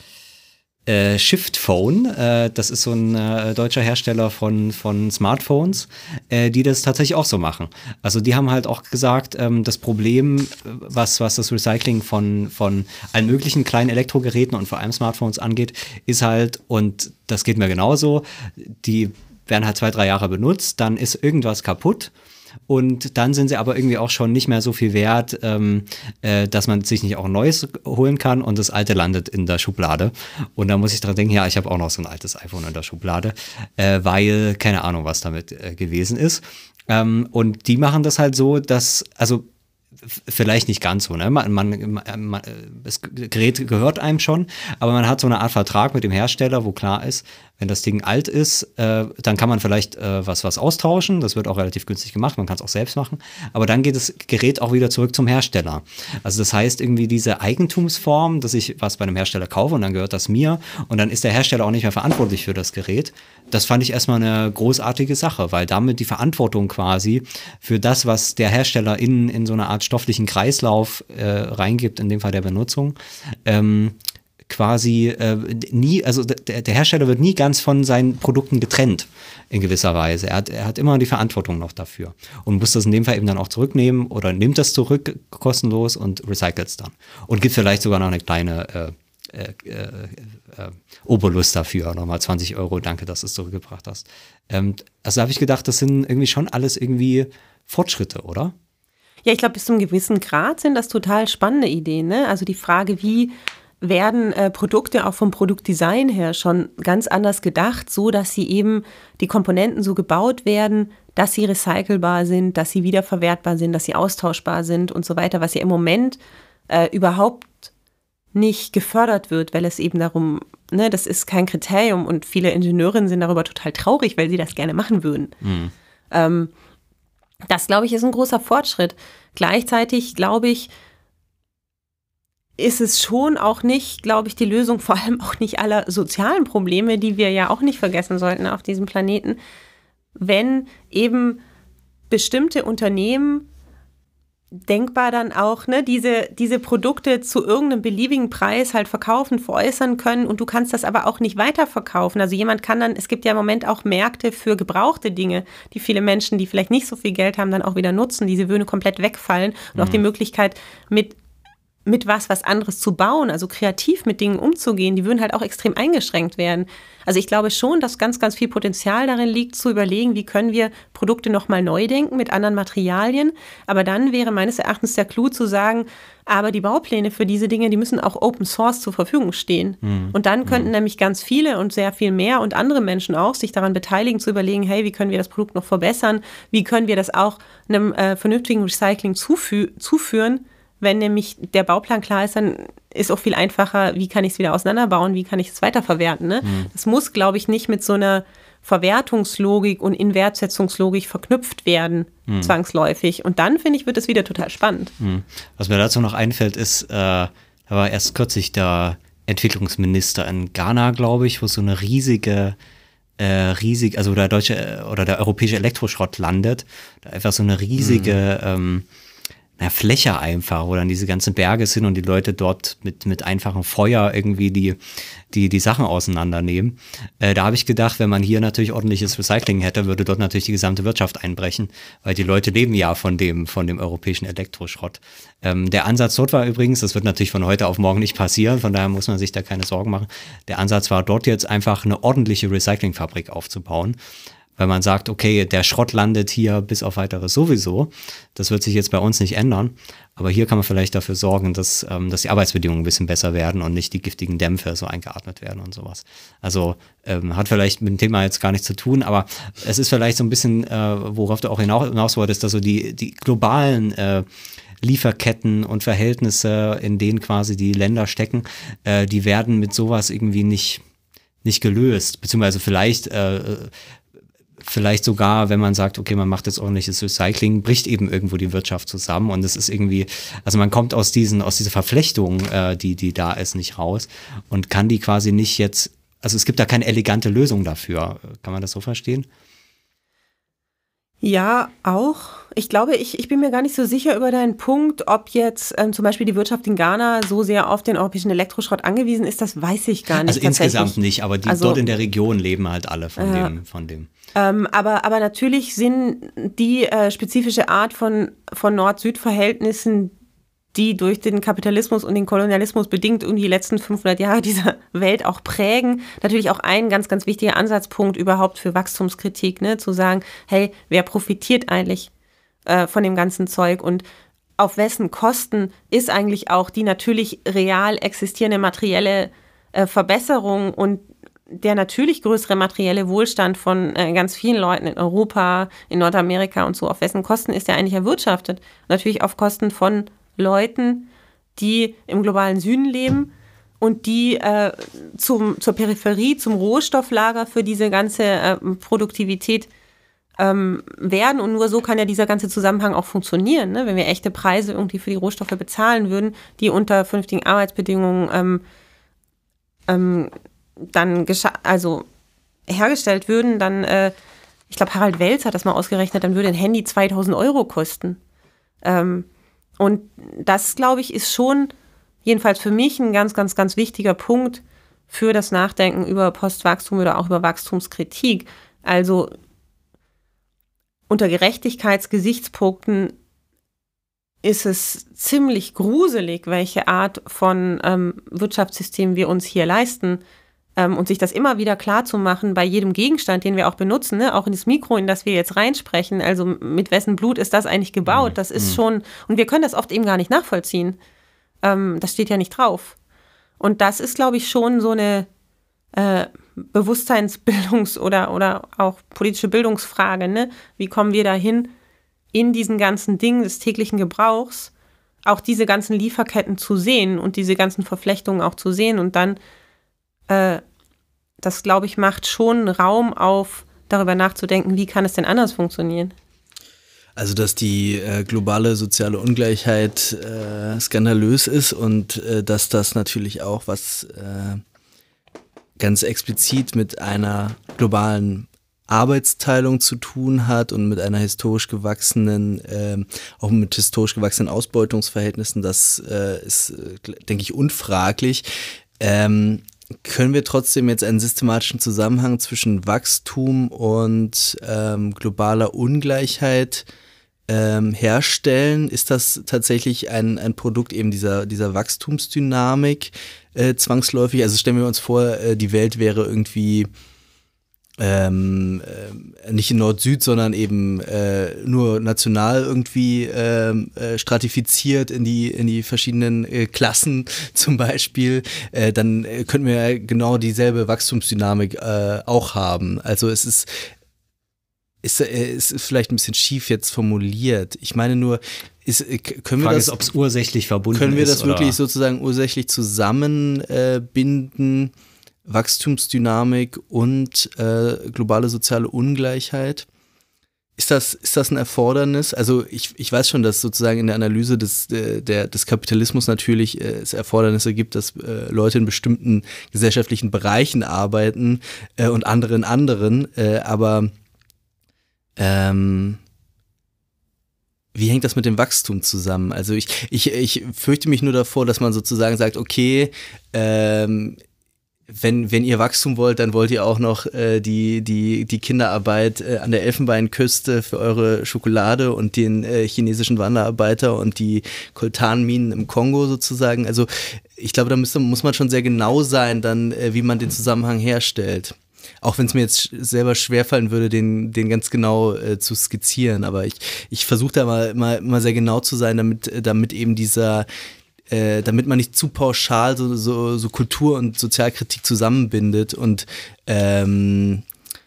Äh, Shiftphone, äh, das ist so ein äh, deutscher Hersteller von, von Smartphones, äh, die das tatsächlich auch so machen. Also die haben halt auch gesagt, ähm, das Problem, was, was das Recycling von, von allen möglichen kleinen Elektrogeräten und vor allem Smartphones angeht, ist halt, und das geht mir genauso, die werden halt zwei, drei Jahre benutzt, dann ist irgendwas kaputt. Und dann sind sie aber irgendwie auch schon nicht mehr so viel wert, ähm, äh, dass man sich nicht auch ein neues holen kann und das alte landet in der Schublade. Und da muss ich dran denken, ja, ich habe auch noch so ein altes iPhone in der Schublade, äh, weil keine Ahnung, was damit äh, gewesen ist. Ähm, und die machen das halt so, dass, also vielleicht nicht ganz so, ne? Man, man, man, das Gerät gehört einem schon, aber man hat so eine Art Vertrag mit dem Hersteller, wo klar ist, wenn das Ding alt ist, äh, dann kann man vielleicht äh, was, was austauschen. Das wird auch relativ günstig gemacht, man kann es auch selbst machen. Aber dann geht das Gerät auch wieder zurück zum Hersteller. Also das heißt irgendwie diese Eigentumsform, dass ich was bei einem Hersteller kaufe und dann gehört das mir und dann ist der Hersteller auch nicht mehr verantwortlich für das Gerät. Das fand ich erstmal eine großartige Sache, weil damit die Verantwortung quasi für das, was der Hersteller in, in so eine Art stofflichen Kreislauf äh, reingibt, in dem Fall der Benutzung, ähm, quasi äh, nie, also der, der Hersteller wird nie ganz von seinen Produkten getrennt in gewisser Weise. Er hat, er hat immer die Verantwortung noch dafür und muss das in dem Fall eben dann auch zurücknehmen oder nimmt das zurück kostenlos und recycelt es dann. Und gibt vielleicht sogar noch eine kleine äh, äh, äh, äh, Obolus dafür, nochmal zwanzig Euro, danke, dass du es zurückgebracht hast. Ähm, also da habe ich gedacht, das sind irgendwie schon alles irgendwie Fortschritte, oder? Ja, ich glaube, bis zu einem gewissen Grad sind das total spannende Ideen, ne? Also die Frage, wie werden äh, Produkte auch vom Produktdesign her schon ganz anders gedacht, so dass sie eben die Komponenten so gebaut werden, dass sie recycelbar sind, dass sie wiederverwertbar sind, dass sie austauschbar sind und so weiter, was ja im Moment äh, überhaupt nicht gefördert wird, weil es eben darum, ne, das ist kein Kriterium und viele Ingenieurinnen sind darüber total traurig, weil sie das gerne machen würden. Mhm. Ähm, das, glaube ich, ist ein großer Fortschritt. Gleichzeitig, glaube ich, ist es schon auch nicht, glaube ich, die Lösung, vor allem auch nicht aller sozialen Probleme, die wir ja auch nicht vergessen sollten auf diesem Planeten, wenn eben bestimmte Unternehmen denkbar dann auch, ne, diese, diese Produkte zu irgendeinem beliebigen Preis halt verkaufen, veräußern können und du kannst das aber auch nicht weiterverkaufen. Also jemand kann dann, es gibt ja im Moment auch Märkte für gebrauchte Dinge, die viele Menschen, die vielleicht nicht so viel Geld haben, dann auch wieder nutzen. Diese würden komplett wegfallen und mhm. auch die Möglichkeit, mit mit was, was anderes zu bauen, also kreativ mit Dingen umzugehen, die würden halt auch extrem eingeschränkt werden. Also ich glaube schon, dass ganz, ganz viel Potenzial darin liegt, zu überlegen, wie können wir Produkte nochmal neu denken mit anderen Materialien. Aber dann wäre meines Erachtens der Clou zu sagen, aber die Baupläne für diese Dinge, die müssen auch Open Source zur Verfügung stehen. Mhm. Und dann könnten mhm. nämlich ganz viele und sehr viel mehr und andere Menschen auch sich daran beteiligen, zu überlegen, hey, wie können wir das Produkt noch verbessern? Wie können wir das auch einem äh, vernünftigen Recycling zufü- zuführen? Wenn nämlich der Bauplan klar ist, dann ist auch viel einfacher, wie kann ich es wieder auseinanderbauen, wie kann ich es weiterverwerten. Ne? Mhm. Das muss, glaube ich, nicht mit so einer Verwertungslogik und Inwertsetzungslogik verknüpft werden, mhm. zwangsläufig. Und dann, finde ich, wird es wieder total spannend. Mhm. Was mir dazu noch einfällt, ist, äh, da war erst kürzlich der Entwicklungsminister in Ghana, glaube ich, wo so eine riesige äh, riesig, also der deutsche oder der europäische Elektroschrott landet. Da einfach so eine riesige mhm. ähm, na, Fläche einfach, wo dann diese ganzen Berge sind und die Leute dort mit, mit einfachem Feuer irgendwie die, die, die Sachen auseinandernehmen. Äh, da habe ich gedacht, wenn man hier natürlich ordentliches Recycling hätte, würde dort natürlich die gesamte Wirtschaft einbrechen, weil die Leute leben ja von dem, von dem europäischen Elektroschrott. Ähm, der Ansatz dort war übrigens, das wird natürlich von heute auf morgen nicht passieren, von daher muss man sich da keine Sorgen machen. Der Ansatz war dort jetzt einfach eine ordentliche Recyclingfabrik aufzubauen. weil man sagt, okay, der Schrott landet hier bis auf weiteres sowieso. Das wird sich jetzt bei uns nicht ändern. Aber hier kann man vielleicht dafür sorgen, dass, ähm, dass die Arbeitsbedingungen ein bisschen besser werden und nicht die giftigen Dämpfe so eingeatmet werden und sowas. Also ähm, hat vielleicht mit dem Thema jetzt gar nichts zu tun, aber es ist vielleicht so ein bisschen, äh, worauf du auch hinaus, hinaus wolltest, dass so die, die globalen äh, Lieferketten und Verhältnisse, in denen quasi die Länder stecken, äh, die werden mit sowas irgendwie nicht, nicht gelöst. Beziehungsweise vielleicht äh, Vielleicht sogar, wenn man sagt, okay, man macht jetzt ordentliches Recycling, bricht eben irgendwo die Wirtschaft zusammen und es ist irgendwie, also man kommt aus diesen, aus dieser Verflechtung, äh, die, die da ist, nicht raus und kann die quasi nicht jetzt, also es gibt da keine elegante Lösung dafür. Kann man das so verstehen? Ja, auch. Ich glaube, ich, ich bin mir gar nicht so sicher über deinen Punkt, ob jetzt ähm, zum Beispiel die Wirtschaft in Ghana so sehr auf den europäischen Elektroschrott angewiesen ist, das weiß ich gar nicht. Also insgesamt nicht, aber die also, dort in der Region leben halt alle von äh, dem. Von dem. Ähm, aber, aber natürlich sind die äh, spezifische Art von, von Nord-Süd-Verhältnissen, die durch den Kapitalismus und den Kolonialismus bedingt irgendwie die letzten fünfhundert Jahre dieser Welt auch prägen, natürlich auch ein ganz, ganz wichtiger Ansatzpunkt überhaupt für Wachstumskritik, ne? Zu sagen, hey, wer profitiert eigentlich äh, von dem ganzen Zeug und auf wessen Kosten ist eigentlich auch die natürlich real existierende materielle äh, Verbesserung und der natürlich größere materielle Wohlstand von äh, ganz vielen Leuten in Europa, in Nordamerika und so, auf wessen Kosten ist der eigentlich erwirtschaftet? Natürlich auf Kosten von Leuten, die im globalen Süden leben und die äh, zum, zur Peripherie, zum Rohstofflager für diese ganze äh, Produktivität ähm, werden. Und nur so kann ja dieser ganze Zusammenhang auch funktionieren, ne? Wenn wir echte Preise irgendwie für die Rohstoffe bezahlen würden, die unter vernünftigen Arbeitsbedingungen ähm, ähm, dann gescha- also hergestellt würden, dann, äh, ich glaube, Harald Welz hat das mal ausgerechnet, dann würde ein Handy zweitausend Euro kosten. Ähm, Und das, glaube ich, ist schon, jedenfalls für mich, ein ganz, ganz, ganz wichtiger Punkt für das Nachdenken über Postwachstum oder auch über Wachstumskritik. Also unter Gerechtigkeitsgesichtspunkten ist es ziemlich gruselig, welche Art von ähm, Wirtschaftssystem wir uns hier leisten. Ähm, und sich das immer wieder klar zu machen bei jedem Gegenstand, den wir auch benutzen, ne? Auch in das Mikro, in das wir jetzt reinsprechen, also mit wessen Blut ist das eigentlich gebaut, das ist schon, und wir können das oft eben gar nicht nachvollziehen. Ähm, das steht ja nicht drauf. Und das ist, glaube ich, schon so eine äh, Bewusstseinsbildungs- oder, oder auch politische Bildungsfrage, ne? Wie kommen wir dahin, in diesen ganzen Dingen des täglichen Gebrauchs auch diese ganzen Lieferketten zu sehen und diese ganzen Verflechtungen auch zu sehen und dann das, glaube ich, macht schon Raum auf, darüber nachzudenken, wie kann es denn anders funktionieren? Also, dass die äh, globale soziale Ungleichheit äh, skandalös ist und äh, dass das natürlich auch was äh, ganz explizit mit einer globalen Arbeitsteilung zu tun hat und mit einer historisch gewachsenen, äh, auch mit historisch gewachsenen Ausbeutungsverhältnissen, das äh, ist, äh, denke ich, unfraglich. Ähm, Können wir trotzdem jetzt einen systematischen Zusammenhang zwischen Wachstum und ähm, globaler Ungleichheit ähm, herstellen? Ist das tatsächlich ein, ein Produkt eben dieser, dieser Wachstumsdynamik äh, zwangsläufig? Also stellen wir uns vor, äh, die Welt wäre irgendwie ähm, äh, nicht in Nord-Süd, sondern eben äh, nur national irgendwie ähm, äh, stratifiziert in die in die verschiedenen äh, Klassen zum Beispiel, äh, dann äh, könnten wir ja genau dieselbe Wachstumsdynamik äh, auch haben. Also es ist ist, äh, es ist vielleicht ein bisschen schief jetzt formuliert. Ich meine nur, ist, können wir Frage das, ist, ob es ursächlich verbunden ist. Können wir das oder? wirklich sozusagen ursächlich zusammenbinden? Äh, Wachstumsdynamik und äh, globale soziale Ungleichheit. Ist das, ist das ein Erfordernis? Also ich, ich weiß schon, dass sozusagen in der Analyse des, der, des Kapitalismus natürlich äh, es Erfordernisse gibt, dass äh, Leute in bestimmten gesellschaftlichen Bereichen arbeiten äh, und andere in anderen, äh, aber ähm, wie hängt das mit dem Wachstum zusammen? Also ich, ich, ich fürchte mich nur davor, dass man sozusagen sagt, okay, ähm, Wenn, wenn ihr Wachstum wollt, dann wollt ihr auch noch äh, die, die, die Kinderarbeit äh, an der Elfenbeinküste für eure Schokolade und den äh, chinesischen Wanderarbeiter und die Koltanminen im Kongo sozusagen. Also ich glaube, da müsste, muss man schon sehr genau sein, dann, äh, wie man den Zusammenhang herstellt. Auch wenn es mir jetzt selber schwerfallen würde, den, den ganz genau äh, zu skizzieren. Aber ich, ich versuche da mal, mal, mal sehr genau zu sein, damit, damit eben dieser, äh, damit man nicht zu pauschal so, so, so Kultur- und Sozialkritik zusammenbindet und ähm,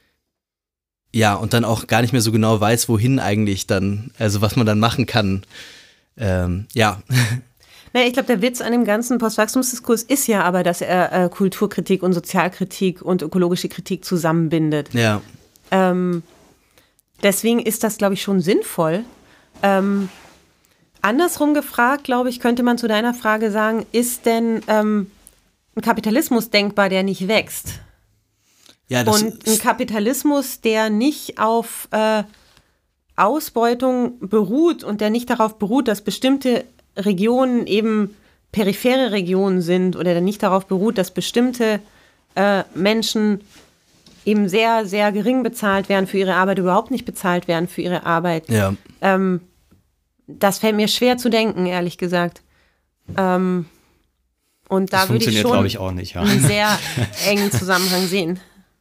ja, und dann auch gar nicht mehr so genau weiß, wohin eigentlich dann, also was man dann machen kann. Ähm, ja. Naja, ich glaube, der Witz an dem ganzen Postwachstumsdiskurs ist ja aber, dass er äh, Kulturkritik und Sozialkritik und ökologische Kritik zusammenbindet. Ja. Ähm, deswegen ist das, glaube ich, schon sinnvoll. Ähm, andersrum gefragt, glaube ich, könnte man zu deiner Frage sagen, ist denn ähm, ein Kapitalismus denkbar, der nicht wächst? Ja, das Und ein Kapitalismus, der nicht auf äh, Ausbeutung beruht und der nicht darauf beruht, dass bestimmte Regionen eben periphere Regionen sind oder der nicht darauf beruht, dass bestimmte äh, Menschen eben sehr, sehr gering bezahlt werden für ihre Arbeit, überhaupt nicht bezahlt werden für ihre Arbeit. Ja. Ähm, das fällt mir schwer zu denken, ehrlich gesagt. Ähm, und da Das würde ich funktioniert, schon glaube ich, auch nicht, ja. einen sehr engen Zusammenhang sehen.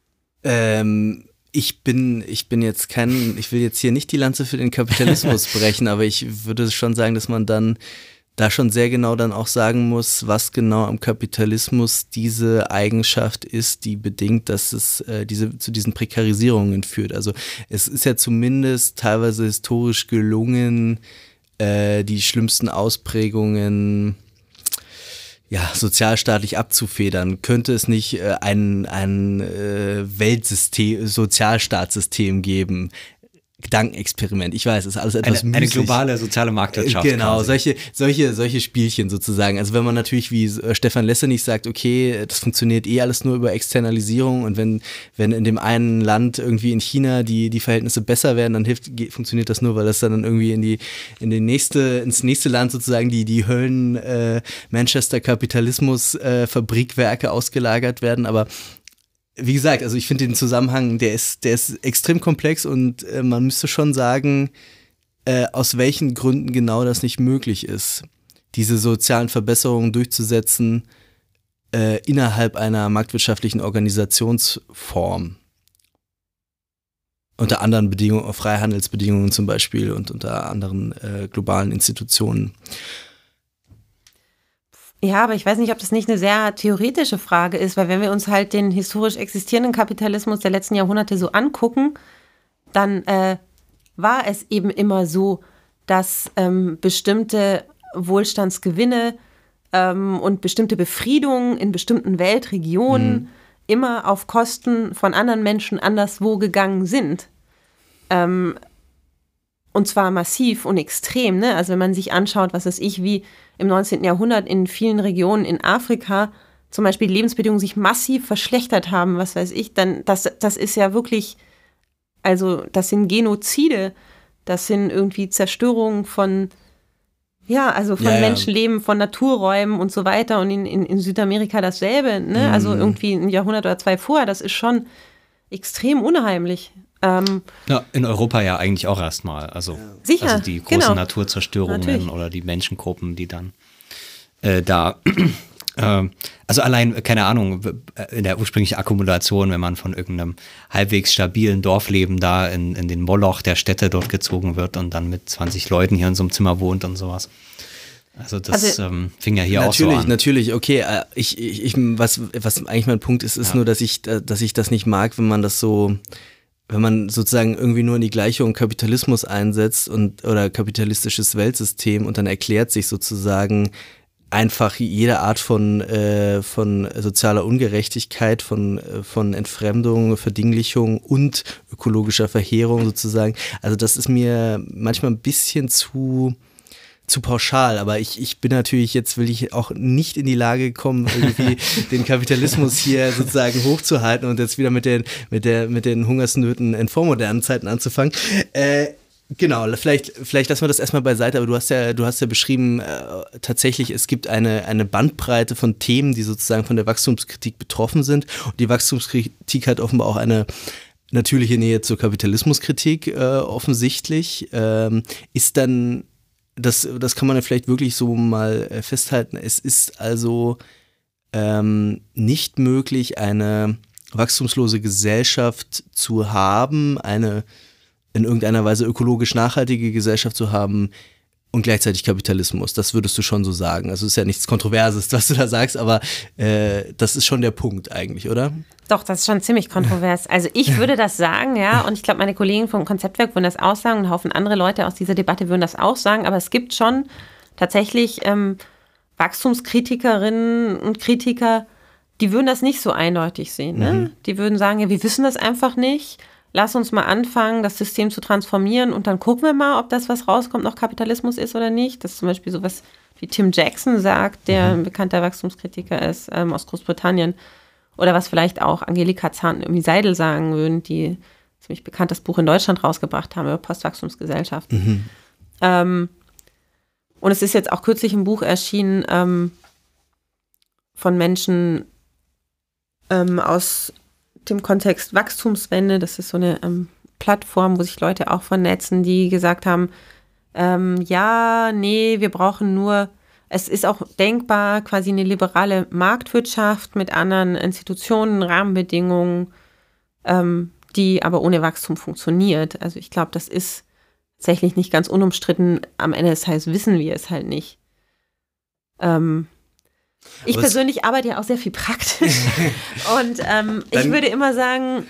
Ähm, ich bin, ich bin jetzt kein, ich will jetzt hier nicht die Lanze für den Kapitalismus brechen, aber ich würde schon sagen, dass man dann da schon sehr genau dann auch sagen muss, was genau am Kapitalismus diese Eigenschaft ist, die bedingt, dass es äh, diese zu diesen Prekarisierungen führt. Also es ist ja zumindest teilweise historisch gelungen, äh, die schlimmsten Ausprägungen ja, sozialstaatlich abzufedern. Könnte es nicht äh, ein, ein äh, Weltsystem, Sozialstaatssystem geben? Gedankenexperiment. Ich weiß, es ist alles etwas eine, eine globale soziale Marktwirtschaft. Genau, quasi. solche, solche, solche Spielchen sozusagen. Also wenn man natürlich wie äh, Stefan Lessenich sagt, okay, das funktioniert eh alles nur über Externalisierung und wenn, wenn in dem einen Land irgendwie in China die, die Verhältnisse besser werden, dann hilft, geht, funktioniert das nur, weil das dann irgendwie in die, in den nächste, ins nächste Land sozusagen die, die Höllen äh, Manchester Kapitalismus äh, Fabrikwerke ausgelagert werden, aber wie gesagt, also ich finde den Zusammenhang, der ist, der ist extrem komplex und äh, man müsste schon sagen, äh, aus welchen Gründen genau das nicht möglich ist, diese sozialen Verbesserungen durchzusetzen äh, innerhalb einer marktwirtschaftlichen Organisationsform. Unter anderen Bedingungen, Freihandelsbedingungen zum Beispiel und unter anderen äh, globalen Institutionen. Ja, aber ich weiß nicht, ob das nicht eine sehr theoretische Frage ist, weil wenn wir uns halt den historisch existierenden Kapitalismus der letzten Jahrhunderte so angucken, dann äh, war es eben immer so, dass ähm, bestimmte Wohlstandsgewinne ähm, und bestimmte Befriedungen in bestimmten Weltregionen mhm. immer auf Kosten von anderen Menschen anderswo gegangen sind. Ähm, Und zwar massiv und extrem, ne? Also wenn man sich anschaut, was weiß ich, wie im neunzehnten Jahrhundert in vielen Regionen in Afrika zum Beispiel die Lebensbedingungen sich massiv verschlechtert haben, was weiß ich, dann das, das ist ja wirklich, also das sind Genozide, das sind irgendwie Zerstörungen von, ja, also von ja, ja. Menschenleben, von Naturräumen und so weiter und in, in, in Südamerika dasselbe, ne? Also Mhm. irgendwie ein Jahrhundert oder zwei vorher, das ist schon extrem unheimlich. Ähm, Ja, in Europa ja eigentlich auch erstmal. Also, Sicher, also die großen genau. Naturzerstörungen Natürlich. oder die Menschengruppen, die dann äh, da, äh, also allein, keine Ahnung, in der ursprünglichen Akkumulation, wenn man von irgendeinem halbwegs stabilen Dorfleben da in, in den Moloch der Städte dort gezogen wird und dann mit zwanzig Leuten hier in so einem Zimmer wohnt und sowas. Also das Also, ähm, fing ja hier natürlich, auch so an. Natürlich, okay. Äh, ich, ich, ich, was, was eigentlich mein Punkt ist, ist Ja. nur, dass ich, äh, dass ich das nicht mag, wenn man das so, wenn man sozusagen irgendwie nur in die Gleichung Kapitalismus einsetzt und oder kapitalistisches Weltsystem und dann erklärt sich sozusagen einfach jede Art von, äh, von sozialer Ungerechtigkeit, von, äh, von Entfremdung, Verdinglichung und ökologischer Verheerung sozusagen. Also das ist mir manchmal ein bisschen zu zu pauschal, aber ich, ich bin natürlich, jetzt will ich auch nicht in die Lage kommen, irgendwie den Kapitalismus hier sozusagen hochzuhalten und jetzt wieder mit den, mit der, mit den Hungersnöten in vormodernen Zeiten anzufangen. Äh, genau, vielleicht, vielleicht lassen wir das erstmal beiseite, aber du hast ja, du hast ja beschrieben, äh, tatsächlich, es gibt eine, eine Bandbreite von Themen, die sozusagen von der Wachstumskritik betroffen sind und die Wachstumskritik hat offenbar auch eine natürliche Nähe zur Kapitalismuskritik, äh, offensichtlich. Ähm, ist dann Das, das kann man ja vielleicht wirklich so mal festhalten. Es ist also ähm, nicht möglich, eine wachstumslose Gesellschaft zu haben, eine in irgendeiner Weise ökologisch nachhaltige Gesellschaft zu haben und gleichzeitig Kapitalismus. Das würdest du schon so sagen. Also es ist ja nichts Kontroverses, was du da sagst, aber äh, das ist schon der Punkt eigentlich, oder? Doch, das ist schon ziemlich kontrovers. Also ich würde das sagen, ja, und ich glaube, meine Kollegen vom Konzeptwerk würden das auch sagen und ein Haufen andere Leute aus dieser Debatte würden das auch sagen, aber es gibt schon tatsächlich ähm, Wachstumskritikerinnen und Kritiker, die würden das nicht so eindeutig sehen. Ne? Mhm. Die würden sagen, ja, wir wissen das einfach nicht. Lass uns mal anfangen, das System zu transformieren und dann gucken wir mal, ob das, was rauskommt, noch Kapitalismus ist oder nicht. Das ist zum Beispiel sowas, wie Tim Jackson sagt, der ein bekannter Wachstumskritiker ist ähm, aus Großbritannien. Oder was vielleicht auch Angelika Zahn-Seidel sagen würden, die ein ziemlich bekanntes Buch in Deutschland rausgebracht haben über Postwachstumsgesellschaften. Mhm. Ähm, und es ist jetzt auch kürzlich ein Buch erschienen ähm, von Menschen ähm, aus dem Kontext Wachstumswende. Das ist so eine ähm, Plattform, wo sich Leute auch vernetzen, die gesagt haben, ähm, ja, nee, wir brauchen nur, es ist auch denkbar, quasi eine liberale Marktwirtschaft mit anderen Institutionen, Rahmenbedingungen, ähm, die aber ohne Wachstum funktioniert. Also ich glaube, das ist tatsächlich nicht ganz unumstritten. Am Ende des Tages wissen wir es halt nicht. Ähm, Ich persönlich arbeite ja auch sehr viel praktisch und ähm, ich würde immer sagen,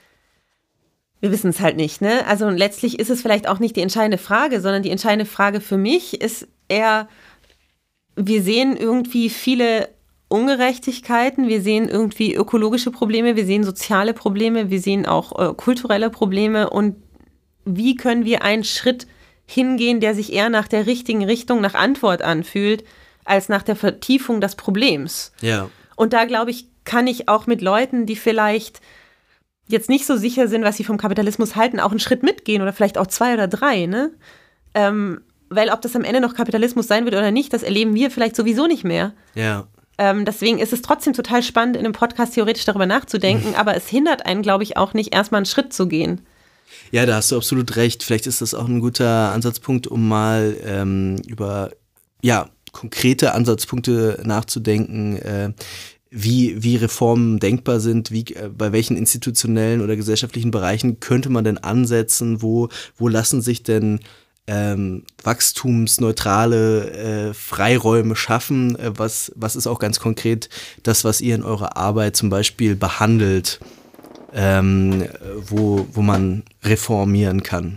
wir wissen es halt nicht, ne? Also letztlich ist es vielleicht auch nicht die entscheidende Frage, sondern die entscheidende Frage für mich ist eher, wir sehen irgendwie viele Ungerechtigkeiten, wir sehen irgendwie ökologische Probleme, wir sehen soziale Probleme, wir sehen auch äh, kulturelle Probleme und wie können wir einen Schritt hingehen, der sich eher nach der richtigen Richtung, nach Antwort anfühlt, als nach der Vertiefung des Problems. Ja. Und da, glaube ich, kann ich auch mit Leuten, die vielleicht jetzt nicht so sicher sind, was sie vom Kapitalismus halten, auch einen Schritt mitgehen oder vielleicht auch zwei oder drei, ne? Ähm, weil ob das am Ende noch Kapitalismus sein wird oder nicht, das erleben wir vielleicht sowieso nicht mehr. Ja. Ähm, deswegen ist es trotzdem total spannend, in einem Podcast theoretisch darüber nachzudenken, mhm. aber es hindert einen, glaube ich, auch nicht, erstmal einen Schritt zu gehen. Ja, da hast du absolut recht. Vielleicht ist das auch ein guter Ansatzpunkt, um mal ähm, über, ja, konkrete Ansatzpunkte nachzudenken, äh, wie, wie Reformen denkbar sind, wie, äh, bei welchen institutionellen oder gesellschaftlichen Bereichen könnte man denn ansetzen, wo, wo lassen sich denn ähm, wachstumsneutrale äh, Freiräume schaffen, äh, was, was ist auch ganz konkret das, was ihr in eurer Arbeit zum Beispiel behandelt, ähm, wo, wo man reformieren kann?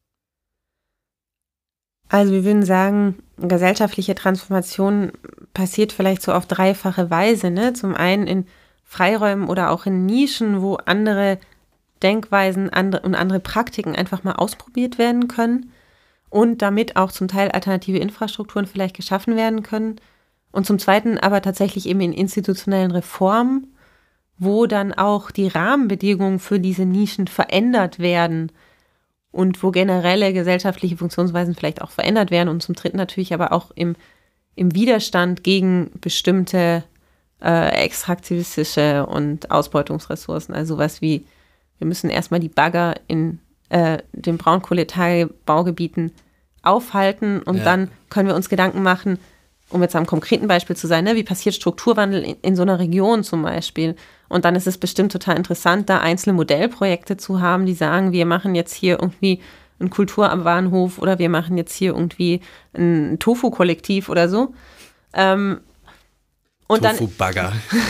Also wir würden sagen, gesellschaftliche Transformation passiert vielleicht so auf dreifache Weise, ne? Zum einen in Freiräumen oder auch in Nischen, wo andere Denkweisen andere und andere Praktiken einfach mal ausprobiert werden können und damit auch zum Teil alternative Infrastrukturen vielleicht geschaffen werden können. Und zum Zweiten aber tatsächlich eben in institutionellen Reformen, wo dann auch die Rahmenbedingungen für diese Nischen verändert werden und wo generelle gesellschaftliche Funktionsweisen vielleicht auch verändert werden und zum Dritten natürlich aber auch im, im Widerstand gegen bestimmte äh, extraktivistische und Ausbeutungsressourcen. Also sowas wie, wir müssen erstmal die Bagger in äh, den Braunkohletagebaugebieten aufhalten und ja. dann können wir uns Gedanken machen, um jetzt am konkreten Beispiel zu sein, ne, wie passiert Strukturwandel in, in so einer Region zum Beispiel. Und dann ist es bestimmt total interessant, da einzelne Modellprojekte zu haben, die sagen, wir machen jetzt hier irgendwie einen Kultur am Bahnhof oder wir machen jetzt hier irgendwie ein Tofu-Kollektiv oder so. Ähm, und Tofu-Bagger.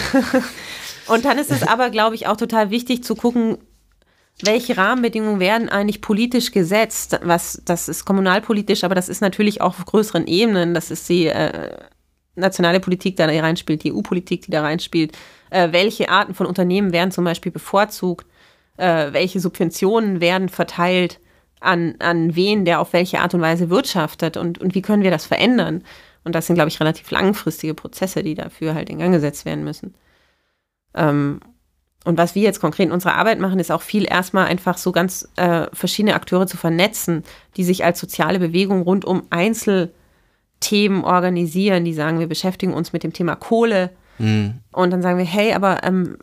Und dann ist es aber, glaube ich, auch total wichtig zu gucken, welche Rahmenbedingungen werden eigentlich politisch gesetzt. Was, das ist kommunalpolitisch, aber das ist natürlich auch auf größeren Ebenen. Das ist die äh, nationale Politik, die da reinspielt, die E U-Politik, die da reinspielt. Äh, welche Arten von Unternehmen werden zum Beispiel bevorzugt? Äh, welche Subventionen werden verteilt an, an wen, der auf welche Art und Weise wirtschaftet? Und, und wie können wir das verändern? Und das sind, glaube ich, relativ langfristige Prozesse, die dafür halt in Gang gesetzt werden müssen. Ähm, Und was wir jetzt konkret in unserer Arbeit machen, ist auch viel erstmal einfach so ganz äh, verschiedene Akteure zu vernetzen, die sich als soziale Bewegung rund um Einzelthemen organisieren, die sagen, wir beschäftigen uns mit dem Thema Kohle. Mhm. Und dann sagen wir, hey, aber ähm,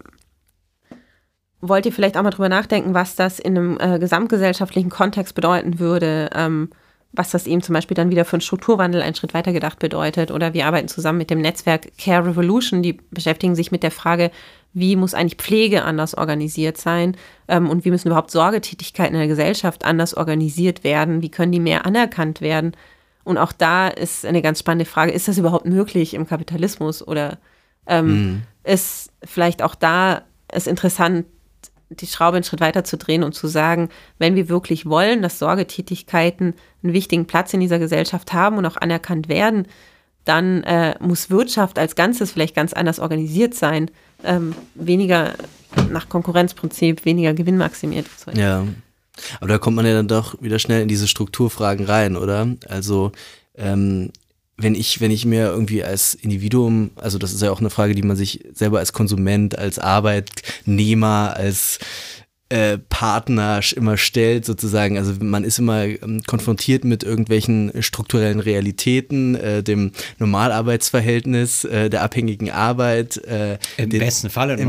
wollt ihr vielleicht auch mal drüber nachdenken, was das in einem äh, gesamtgesellschaftlichen Kontext bedeuten würde, ähm, was das eben zum Beispiel dann wieder für einen Strukturwandel einen Schritt weiter gedacht bedeutet. Oder wir arbeiten zusammen mit dem Netzwerk Care Revolution, die beschäftigen sich mit der Frage, wie muss eigentlich Pflege anders organisiert sein ähm, und wie müssen überhaupt Sorgetätigkeiten in der Gesellschaft anders organisiert werden, wie können die mehr anerkannt werden. Und auch da ist eine ganz spannende Frage, ist das überhaupt möglich im Kapitalismus oder ähm, mhm. ist vielleicht auch da es interessant, die Schraube einen Schritt weiter zu drehen und zu sagen, wenn wir wirklich wollen, dass Sorgetätigkeiten einen wichtigen Platz in dieser Gesellschaft haben und auch anerkannt werden, dann äh, muss Wirtschaft als Ganzes vielleicht ganz anders organisiert sein, ähm, weniger nach Konkurrenzprinzip, weniger gewinnmaximiert. Ja, aber da kommt man ja dann doch wieder schnell in diese Strukturfragen rein, oder? Also ähm, wenn ich, wenn ich mir irgendwie als Individuum, also das ist ja auch eine Frage, die man sich selber als Konsument, als Arbeitnehmer, als äh, Partner immer stellt sozusagen, also man ist immer ähm, konfrontiert mit irgendwelchen strukturellen Realitäten, äh, dem Normalarbeitsverhältnis, äh, der abhängigen Arbeit. Äh, Im den, besten Fall ein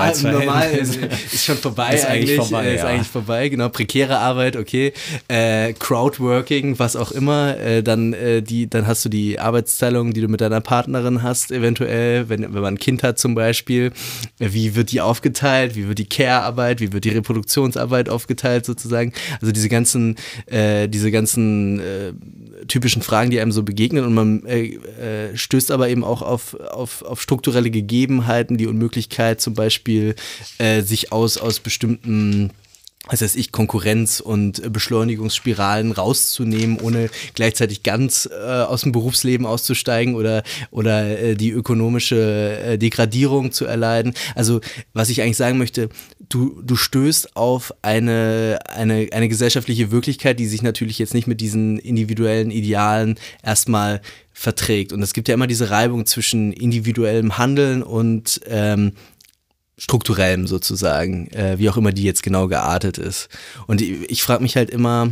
Normal Normalarbeitsverhältnis. ist, ist schon vorbei ist eigentlich. eigentlich vorbei, äh, ist ja. eigentlich vorbei, genau, prekäre Arbeit, okay, äh, Crowdworking, was auch immer, äh, dann, äh, die, dann hast du die Arbeitsteilung, die du mit deiner Partnerin hast, eventuell, wenn, wenn man ein Kind hat zum Beispiel, wie wird die aufgeteilt, wie wird die Care-Arbeit, wie wird die Reproduktionsarbeit aufgeteilt sozusagen, also diese ganzen, äh, diese ganzen äh, typischen Fragen, die einem so begegnen und man äh, äh, stößt aber eben auch auf, auf, auf strukturelle Gegebenheiten, die Unmöglichkeit zum Beispiel äh, sich aus, aus bestimmten was heißt ich, Konkurrenz- und Beschleunigungsspiralen rauszunehmen, ohne gleichzeitig ganz äh, aus dem Berufsleben auszusteigen oder, oder äh, die ökonomische äh, Degradierung zu erleiden. Also was ich eigentlich sagen möchte, du, du stößt auf eine, eine, eine gesellschaftliche Wirklichkeit, die sich natürlich jetzt nicht mit diesen individuellen Idealen erstmal verträgt. Und es gibt ja immer diese Reibung zwischen individuellem Handeln und ähm, strukturellem sozusagen, äh, wie auch immer die jetzt genau geartet ist. Und ich, ich frage mich halt immer,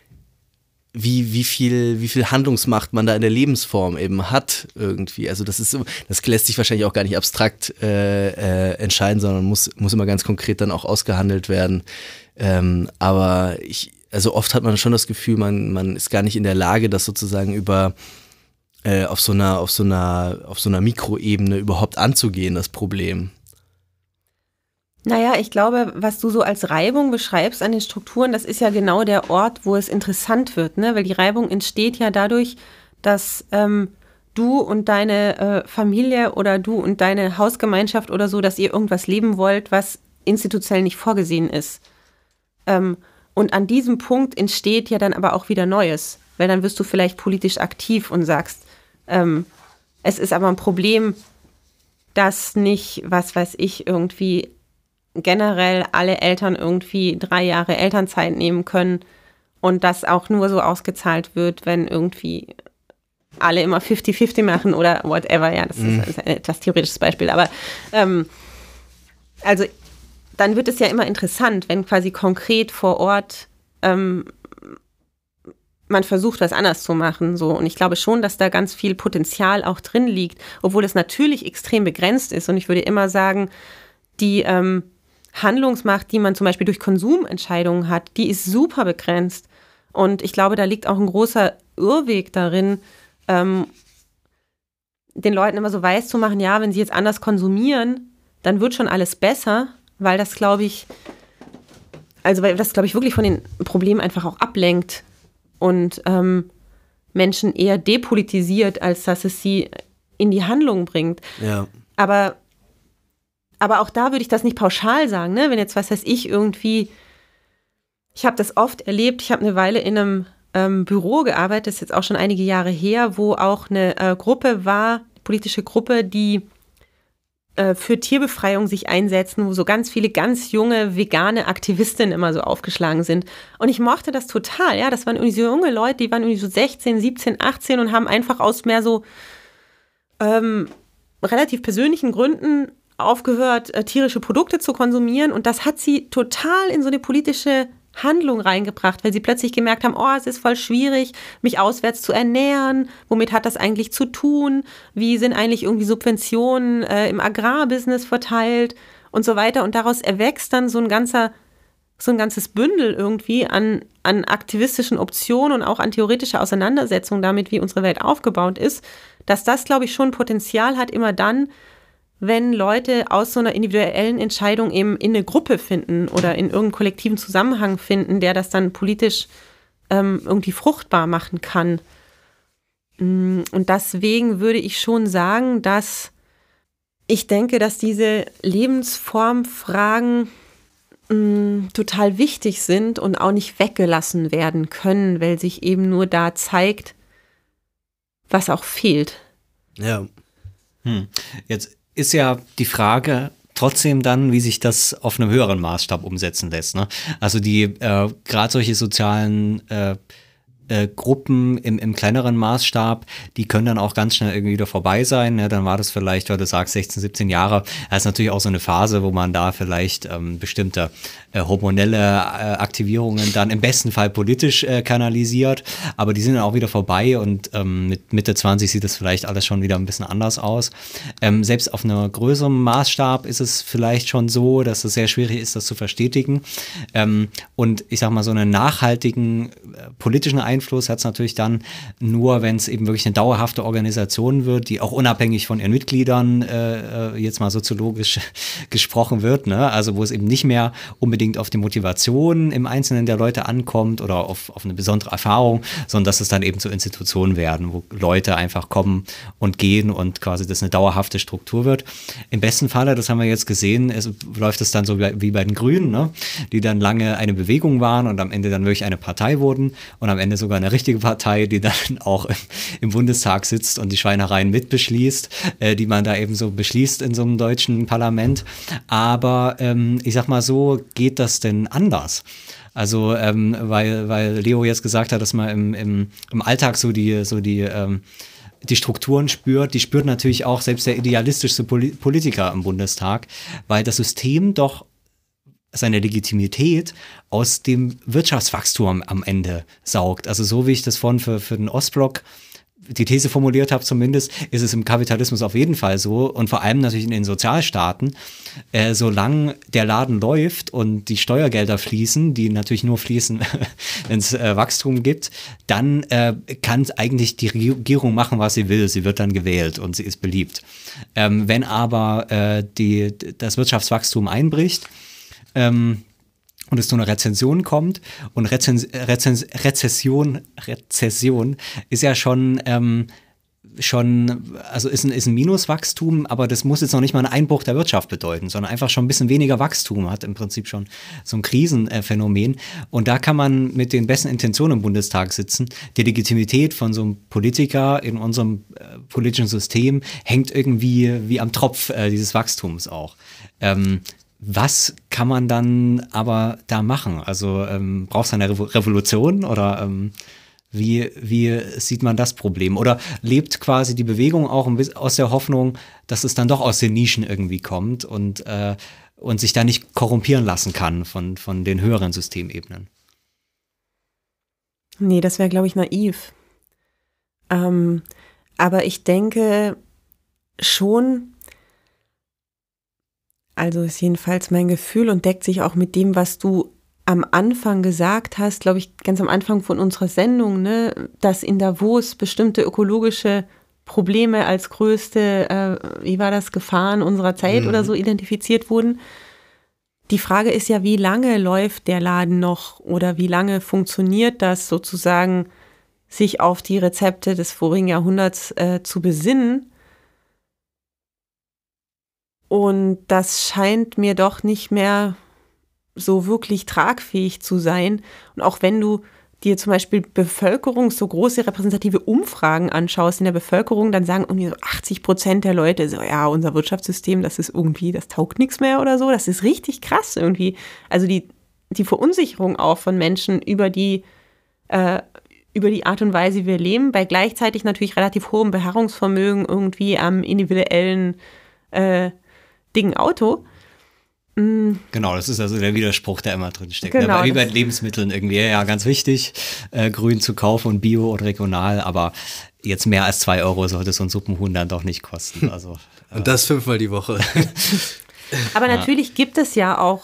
wie, wie viel, wie viel Handlungsmacht man da in der Lebensform eben hat irgendwie. Also das ist so, das lässt sich wahrscheinlich auch gar nicht abstrakt äh, äh, entscheiden, sondern muss, muss immer ganz konkret dann auch ausgehandelt werden. Ähm, aber ich, also oft hat man schon das Gefühl, man, man ist gar nicht in der Lage, das sozusagen über äh, auf so einer, auf so einer, auf so einer Mikroebene überhaupt anzugehen, das Problem. Naja, ich glaube, was du so als Reibung beschreibst an den Strukturen, das ist ja genau der Ort, wo es interessant wird, ne? Weil die Reibung entsteht ja dadurch, dass ähm, du und deine äh, Familie oder du und deine Hausgemeinschaft oder so, dass ihr irgendwas leben wollt, was institutionell nicht vorgesehen ist. Ähm, und an diesem Punkt entsteht ja dann aber auch wieder Neues, weil dann wirst du vielleicht politisch aktiv und sagst, ähm, es ist aber ein Problem, dass nicht, was weiß ich, irgendwie generell alle Eltern irgendwie drei Jahre Elternzeit nehmen können und das auch nur so ausgezahlt wird, wenn irgendwie alle immer fifty fifty machen oder whatever. Ja, das mhm. ist ein etwas theoretisches Beispiel, aber ähm, also dann wird es ja immer interessant, wenn quasi konkret vor Ort ähm, man versucht, was anders zu machen. So. Und ich glaube schon, dass da ganz viel Potenzial auch drin liegt, obwohl es natürlich extrem begrenzt ist. Und ich würde immer sagen, die ähm, Handlungsmacht, die man zum Beispiel durch Konsumentscheidungen hat, die ist super begrenzt. Und ich glaube, da liegt auch ein großer Irrweg darin, ähm, den Leuten immer so weiß zu machen, ja, wenn sie jetzt anders konsumieren, dann wird schon alles besser, weil das, glaube ich, also weil das, glaube ich, wirklich von den Problemen einfach auch ablenkt und ähm, Menschen eher depolitisiert, als dass es sie in die Handlung bringt. Ja. Aber Aber auch da würde ich das nicht pauschal sagen, ne? Wenn jetzt, was weiß ich, irgendwie, ich habe das oft erlebt, ich habe eine Weile in einem ähm, Büro gearbeitet, das ist jetzt auch schon einige Jahre her, wo auch eine äh, Gruppe war, politische Gruppe, die äh, für Tierbefreiung sich einsetzen, wo so ganz viele ganz junge vegane Aktivistinnen immer so aufgeschlagen sind. Und ich mochte das total, ja, das waren irgendwie so junge Leute, die waren irgendwie so sechzehn, siebzehn, achtzehn und haben einfach aus mehr so ähm, relativ persönlichen Gründen aufgehört, äh, tierische Produkte zu konsumieren, und das hat sie total in so eine politische Handlung reingebracht, weil sie plötzlich gemerkt haben, oh, es ist voll schwierig, mich auswärts zu ernähren, womit hat das eigentlich zu tun, wie sind eigentlich irgendwie Subventionen äh, im Agrarbusiness verteilt und so weiter, und daraus erwächst dann so ein ganzer so ein ganzes Bündel irgendwie an, an aktivistischen Optionen und auch an theoretischer Auseinandersetzung damit, wie unsere Welt aufgebaut ist, dass das, glaube ich, schon Potenzial hat, immer dann, wenn Leute aus so einer individuellen Entscheidung eben in eine Gruppe finden oder in irgendeinen kollektiven Zusammenhang finden, der das dann politisch ähm, irgendwie fruchtbar machen kann. Und deswegen würde ich schon sagen, dass ich denke, dass diese Lebensformfragen mh, total wichtig sind und auch nicht weggelassen werden können, weil sich eben nur da zeigt, was auch fehlt. Ja. Hm. Jetzt ist ja die Frage trotzdem dann, wie sich das auf einem höheren Maßstab umsetzen lässt. Ne? Also die äh, gerade solche sozialen äh, Äh, Gruppen im, im kleineren Maßstab, die können dann auch ganz schnell irgendwie wieder vorbei sein. Ne? Dann war das vielleicht, weil du sagst, sechzehn, siebzehn Jahre. Das ist natürlich auch so eine Phase, wo man da vielleicht ähm, bestimmte äh, hormonelle äh, Aktivierungen dann im besten Fall politisch äh, kanalisiert. Aber die sind dann auch wieder vorbei und ähm, mit Mitte zwanzig sieht das vielleicht alles schon wieder ein bisschen anders aus. Ähm, selbst auf einem größeren Maßstab ist es vielleicht schon so, dass es sehr schwierig ist, das zu verstetigen. Ähm, und ich sag mal, so einen nachhaltigen äh, politischen Einfluss Einfluss hat es natürlich dann nur, wenn es eben wirklich eine dauerhafte Organisation wird, die auch unabhängig von ihren Mitgliedern äh, jetzt mal soziologisch gesprochen wird, ne? Also wo es eben nicht mehr unbedingt auf die Motivation im Einzelnen der Leute ankommt oder auf, auf eine besondere Erfahrung, sondern dass es dann eben zu Institutionen werden, wo Leute einfach kommen und gehen und quasi das eine dauerhafte Struktur wird. Im besten Falle, das haben wir jetzt gesehen, es läuft es dann so wie bei den Grünen, ne? Die dann lange eine Bewegung waren und am Ende dann wirklich eine Partei wurden und am Ende sogar eine richtige Partei, die dann auch im, im Bundestag sitzt und die Schweinereien mitbeschließt, äh, die man da eben so beschließt in so einem deutschen Parlament. Aber ähm, ich sag mal so, geht das denn anders? Also, ähm, weil, weil Leo jetzt gesagt hat, dass man im, im, im Alltag so die, so die, ähm, die Strukturen spürt, die spürt natürlich auch selbst der idealistischste Poli- Politiker im Bundestag, weil das System doch seine Legitimität aus dem Wirtschaftswachstum am Ende saugt. Also so wie ich das vorhin für, für den Ostblock die These formuliert habe zumindest, ist es im Kapitalismus auf jeden Fall so und vor allem natürlich in den Sozialstaaten, äh, solange der Laden läuft und die Steuergelder fließen, die natürlich nur fließen, wenn es äh, Wachstum gibt, dann äh, kann eigentlich die Regierung machen, was sie will. Sie wird dann gewählt und sie ist beliebt. Ähm, wenn aber äh, die, das Wirtschaftswachstum einbricht, Ähm, und es zu einer Rezession kommt und Rezens- Rezens- Rezession, Rezession ist ja schon, ähm, schon, also ist ein, ist ein Minuswachstum, aber das muss jetzt noch nicht mal einen Einbruch der Wirtschaft bedeuten, sondern einfach schon ein bisschen weniger Wachstum, hat im Prinzip schon so ein Krisenphänomen. Und da kann man mit den besten Intentionen im Bundestag sitzen. Die Legitimität von so einem Politiker in unserem äh, politischen System hängt irgendwie wie am Tropf äh, dieses Wachstums auch. Ähm, Was kann man dann aber da machen? Also ähm, braucht es eine Revo- Revolution oder ähm, wie, wie sieht man das Problem? Oder lebt quasi die Bewegung auch ein bisschen aus der Hoffnung, dass es dann doch aus den Nischen irgendwie kommt und, äh, und sich da nicht korrumpieren lassen kann von, von den höheren Systemebenen? Nee, das wäre, glaube ich, naiv. Ähm, aber ich denke schon, also ist jedenfalls mein Gefühl und deckt sich auch mit dem, was du am Anfang gesagt hast, glaube ich, ganz am Anfang von unserer Sendung, ne, dass in Davos bestimmte ökologische Probleme als größte, äh, wie war das, Gefahren unserer Zeit mhm. oder so identifiziert wurden. Die Frage ist ja, wie lange läuft der Laden noch oder wie lange funktioniert das sozusagen, sich auf die Rezepte des vorigen Jahrhunderts äh, zu besinnen. Und das scheint mir doch nicht mehr so wirklich tragfähig zu sein. Und auch wenn du dir zum Beispiel Bevölkerung, so große repräsentative Umfragen anschaust in der Bevölkerung, dann sagen irgendwie so achtzig Prozent der Leute so, ja, unser Wirtschaftssystem, das ist irgendwie, das taugt nichts mehr oder so. Das ist richtig krass irgendwie. Also die, die Verunsicherung auch von Menschen über die, äh, über die Art und Weise, wie wir leben, bei gleichzeitig natürlich relativ hohem Beharrungsvermögen irgendwie am individuellen äh, Ding Auto. Mm. Genau, das ist also der Widerspruch, der immer drin steckt. Genau, ne? Wie bei Lebensmitteln irgendwie, ja, ganz wichtig, äh, grün zu kaufen und bio und regional, aber jetzt mehr als zwei Euro sollte so ein Suppenhuhn dann doch nicht kosten. Also, äh. Und das fünfmal die Woche. Aber natürlich gibt es ja auch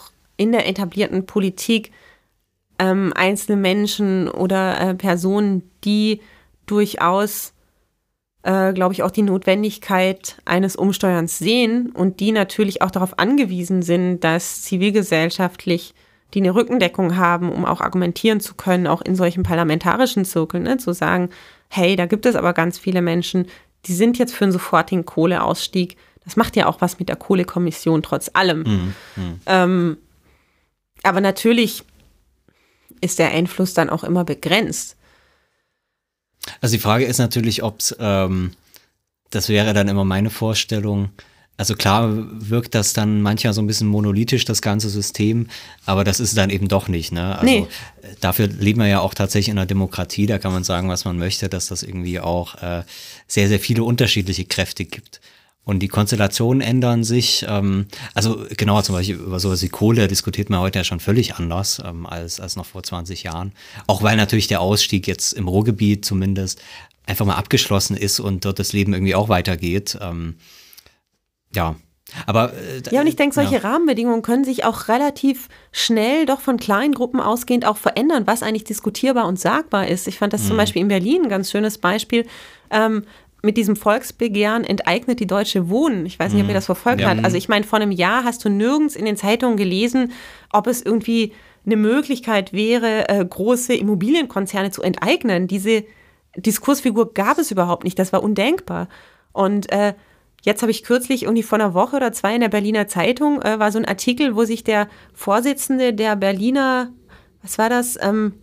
in der etablierten Politik ähm, einzelne Menschen oder äh, Personen, die durchaus, äh, glaube ich, auch die Notwendigkeit eines Umsteuerns sehen und die natürlich auch darauf angewiesen sind, dass zivilgesellschaftlich die eine Rückendeckung haben, um auch argumentieren zu können, auch in solchen parlamentarischen Zirkeln, ne, zu sagen, hey, da gibt es aber ganz viele Menschen, die sind jetzt für einen sofortigen Kohleausstieg. Das macht ja auch was mit der Kohlekommission trotz allem. Mhm. Mhm. Ähm, aber natürlich ist der Einfluss dann auch immer begrenzt. Also die Frage ist natürlich, ob es, ähm, das wäre dann immer meine Vorstellung, also klar wirkt das dann manchmal so ein bisschen monolithisch, das ganze System, aber das ist dann eben doch nicht, ne? Also nee. Dafür leben wir ja auch tatsächlich in einer Demokratie, da kann man sagen, was man möchte, dass das irgendwie auch äh, sehr, sehr viele unterschiedliche Kräfte gibt. Und die Konstellationen ändern sich, ähm, also genauer zum Beispiel über sowas wie Kohle diskutiert man heute ja schon völlig anders ähm, als, als noch vor zwanzig Jahren. Auch weil natürlich der Ausstieg jetzt im Ruhrgebiet zumindest einfach mal abgeschlossen ist und dort das Leben irgendwie auch weitergeht. Ähm, Ja, aber... Äh, ja, und ich denke, solche ja. Rahmenbedingungen können sich auch relativ schnell doch von kleinen Gruppen ausgehend auch verändern, was eigentlich diskutierbar und sagbar ist. Ich fand das mhm. zum Beispiel in Berlin ein ganz schönes Beispiel, ähm, mit diesem Volksbegehren enteignet die Deutsche Wohnen. Ich weiß nicht, ob ihr das verfolgt ja. habt. Also ich meine, vor einem Jahr hast du nirgends in den Zeitungen gelesen, ob es irgendwie eine Möglichkeit wäre, äh, große Immobilienkonzerne zu enteignen. Diese Diskursfigur gab es überhaupt nicht. Das war undenkbar. Und äh, Jetzt habe ich kürzlich irgendwie vor einer Woche oder zwei in der Berliner Zeitung, äh, war so ein Artikel, wo sich der Vorsitzende der Berliner, was war das, ähm,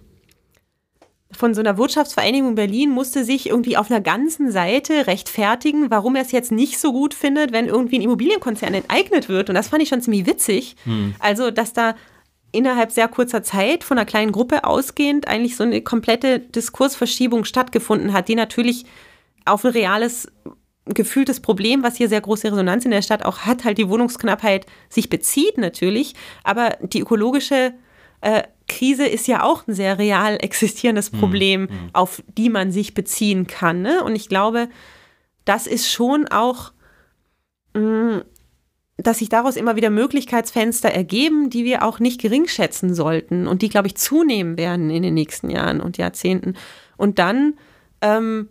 von so einer Wirtschaftsvereinigung Berlin musste sich irgendwie auf einer ganzen Seite rechtfertigen, warum er es jetzt nicht so gut findet, wenn irgendwie ein Immobilienkonzern enteignet wird. Und das fand ich schon ziemlich witzig. Hm. Also, dass da innerhalb sehr kurzer Zeit von einer kleinen Gruppe ausgehend eigentlich so eine komplette Diskursverschiebung stattgefunden hat, die natürlich auf ein reales gefühltes Problem, was hier sehr große Resonanz in der Stadt auch hat, halt die Wohnungsknappheit sich bezieht natürlich, aber die ökologische äh, Krise ist ja auch ein sehr real existierendes Problem, mhm. auf die man sich beziehen kann. Ne? Und ich glaube, das ist schon auch, mh, dass sich daraus immer wieder Möglichkeitsfenster ergeben, die wir auch nicht geringschätzen sollten und die, glaube ich, zunehmen werden in den nächsten Jahren und Jahrzehnten. Und dann ähm,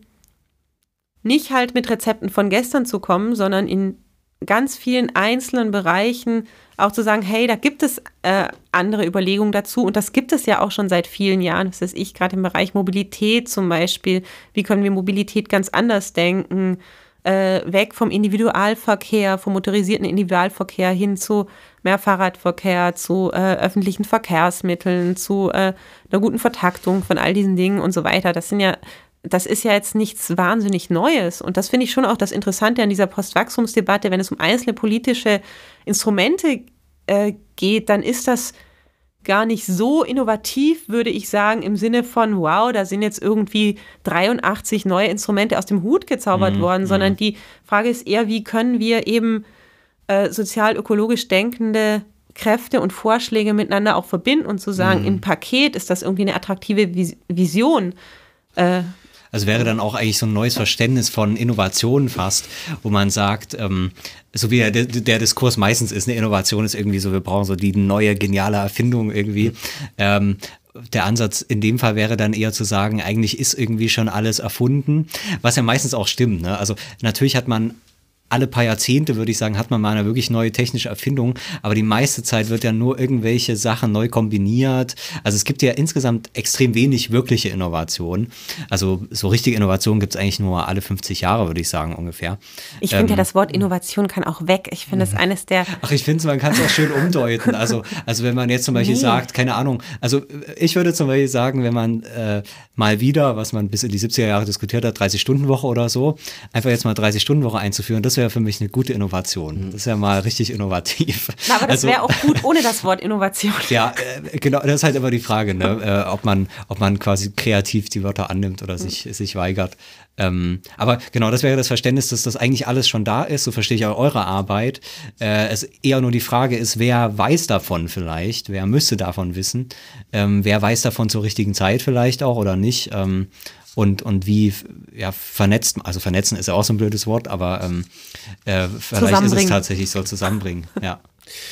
nicht halt mit Rezepten von gestern zu kommen, sondern in ganz vielen einzelnen Bereichen auch zu sagen, hey, da gibt es äh, andere Überlegungen dazu und das gibt es ja auch schon seit vielen Jahren. Das ist ich gerade im Bereich Mobilität zum Beispiel. Wie können wir Mobilität ganz anders denken? Äh, weg vom Individualverkehr, vom motorisierten Individualverkehr hin zu mehr Fahrradverkehr, zu äh, öffentlichen Verkehrsmitteln, zu äh, einer guten Vertaktung von all diesen Dingen und so weiter. Das sind ja Das ist ja jetzt nichts wahnsinnig Neues. Und das finde ich schon auch das Interessante an dieser Postwachstumsdebatte. Wenn es um einzelne politische Instrumente äh, geht, dann ist das gar nicht so innovativ, würde ich sagen, im Sinne von, wow, da sind jetzt irgendwie dreiundachtzig neue Instrumente aus dem Hut gezaubert mhm, worden, sondern die Frage ist eher, wie können wir eben äh, sozial-ökologisch denkende Kräfte und Vorschläge miteinander auch verbinden und zu sagen, mhm. im Paket ist das irgendwie eine attraktive Vis- Vision. Äh, Also wäre dann auch eigentlich so ein neues Verständnis von Innovationen fast, wo man sagt, ähm, so wie der, der Diskurs meistens ist, eine Innovation ist irgendwie so, wir brauchen so die neue geniale Erfindung irgendwie. Ähm, der Ansatz in dem Fall wäre dann eher zu sagen, eigentlich ist irgendwie schon alles erfunden, was ja meistens auch stimmt, ne? Also natürlich hat man alle paar Jahrzehnte, würde ich sagen, hat man mal eine wirklich neue technische Erfindung, aber die meiste Zeit wird ja nur irgendwelche Sachen neu kombiniert. Also es gibt ja insgesamt extrem wenig wirkliche Innovationen. Also so richtige Innovationen gibt es eigentlich nur alle fünfzig Jahre, würde ich sagen, ungefähr. Ich finde ähm, ja, das Wort Innovation kann auch weg. Ich finde es eines der... Ach, ich finde es, man kann es auch schön umdeuten. Also, also wenn man jetzt zum Beispiel nee. sagt, keine Ahnung, also ich würde zum Beispiel sagen, wenn man äh, mal wieder, was man bis in die siebziger Jahre diskutiert hat, dreißig-Stunden-Woche oder so, einfach jetzt mal dreißig-Stunden-Woche einzuführen, das wäre für mich eine gute Innovation. Das ist ja mal richtig innovativ. Na, aber das also, wäre auch gut ohne das Wort Innovation. Ja, äh, genau, das ist halt immer die Frage, ne? äh, ob man, ob man quasi kreativ die Wörter annimmt oder sich, mhm. sich weigert. Ähm, aber genau, das wäre das Verständnis, dass das eigentlich alles schon da ist, so verstehe ich auch eure Arbeit. Äh, es eher nur die Frage ist, wer weiß davon vielleicht, wer müsste davon wissen, ähm, wer weiß davon zur richtigen Zeit vielleicht auch oder nicht. Ähm, Und, und wie ja, vernetzt, also vernetzen ist ja auch so ein blödes Wort, aber ähm, äh, vielleicht ist es tatsächlich so zusammenbringen, ja.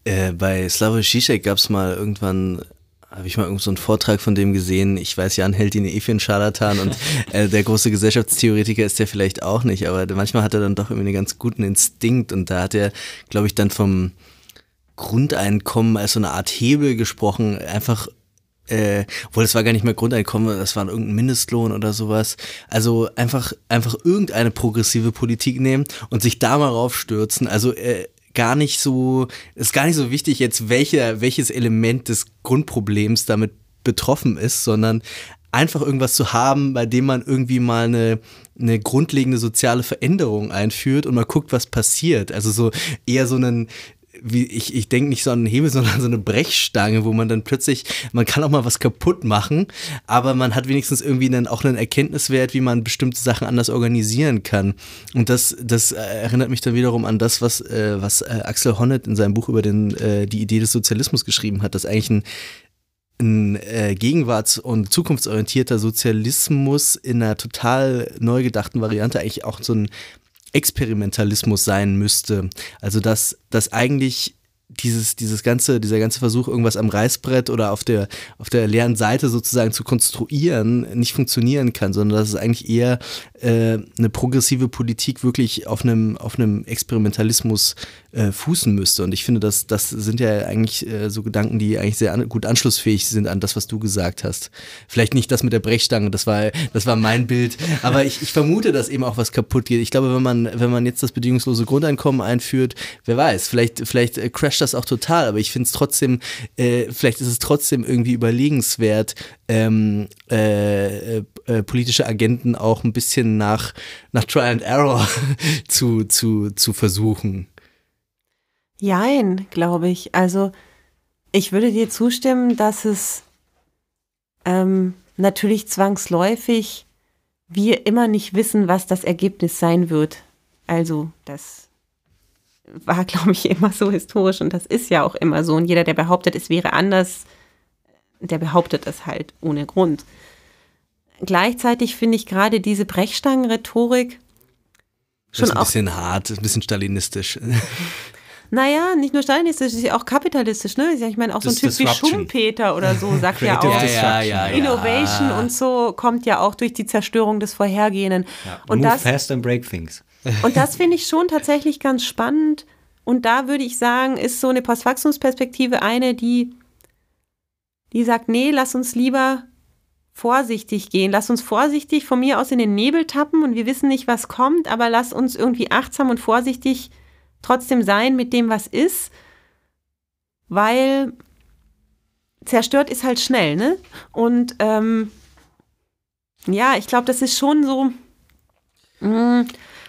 Äh, bei Slavoj Žižek gab es mal irgendwann, habe ich mal irgend so einen Vortrag von dem gesehen, ich weiß, Jan hält ihn eh für einen Scharlatan und äh, der große Gesellschaftstheoretiker ist der vielleicht auch nicht, aber manchmal hat er dann doch irgendwie einen ganz guten Instinkt und da hat er, glaube ich, dann vom Grundeinkommen als so eine Art Hebel gesprochen, einfach Äh, obwohl das war gar nicht mehr Grundeinkommen, das war irgendein Mindestlohn oder sowas. Also einfach einfach irgendeine progressive Politik nehmen und sich da mal raufstürzen. Also äh, gar nicht so, ist gar nicht so wichtig jetzt, welche, welches Element des Grundproblems damit betroffen ist, sondern einfach irgendwas zu haben, bei dem man irgendwie mal eine, eine grundlegende soziale Veränderung einführt und mal guckt, was passiert. Also so eher so einen Wie ich, ich denke nicht so an einen Hebel, sondern so eine Brechstange, wo man dann plötzlich, man kann auch mal was kaputt machen, aber man hat wenigstens irgendwie dann auch einen Erkenntniswert, wie man bestimmte Sachen anders organisieren kann. Und das, das erinnert mich dann wiederum an das, was, äh, was äh, Axel Honneth in seinem Buch über den, äh, die Idee des Sozialismus geschrieben hat, dass eigentlich ein ein äh, gegenwarts- und zukunftsorientierter Sozialismus in einer total neu gedachten Variante eigentlich auch so ein Experimentalismus sein müsste. Also dass, dass eigentlich dieses, dieses ganze, dieser ganze Versuch, irgendwas am Reißbrett oder auf der, auf der leeren Seite sozusagen zu konstruieren, nicht funktionieren kann, sondern dass es eigentlich eher äh, eine progressive Politik wirklich auf einem, auf einem Experimentalismus äh, fußen müsste. Und ich finde, das, das sind ja eigentlich äh, so Gedanken, die eigentlich sehr an, gut anschlussfähig sind an das, was du gesagt hast. Vielleicht nicht das mit der Brechstange, das war, das war mein Bild, aber ich, ich vermute, dass eben auch was kaputt geht. Ich glaube, wenn man, wenn man jetzt das bedingungslose Grundeinkommen einführt, wer weiß, vielleicht, vielleicht äh, crasht das auch total, aber ich finde es trotzdem, äh, vielleicht ist es trotzdem irgendwie überlegenswert, ähm, äh, äh, politische Agenten auch ein bisschen nach, nach Try and Error zu, zu, zu versuchen. Jein, glaube ich. Also ich würde dir zustimmen, dass es ähm, natürlich zwangsläufig wir immer nicht wissen, was das Ergebnis sein wird. Also das war, glaube ich, immer so historisch und das ist ja auch immer so. Und jeder, der behauptet, es wäre anders, der behauptet es halt ohne Grund. Gleichzeitig finde ich gerade diese Brechstangen-Rhetorik schon auch... Das ist ein bisschen hart, ein bisschen stalinistisch. Naja, nicht nur stalinistisch, ist ja auch kapitalistisch, ne? Ich meine, auch so ein Das Typ wie Disruption. Schumpeter oder so sagt ja Creative auch, ja, ja, ja, Innovation ja. und so kommt ja auch durch die Zerstörung des Vorhergehenden. Ja, und move das, fast and break things. Und das finde ich schon tatsächlich ganz spannend. Und da würde ich sagen, ist so eine Postwachstumsperspektive eine, die, die sagt, nee, lass uns lieber vorsichtig gehen. Lass uns vorsichtig von mir aus in den Nebel tappen und wir wissen nicht, was kommt, aber lass uns irgendwie achtsam und vorsichtig trotzdem sein mit dem, was ist, weil zerstört ist halt schnell, ne? Und ähm, ja, ich glaube, das ist schon so, mh,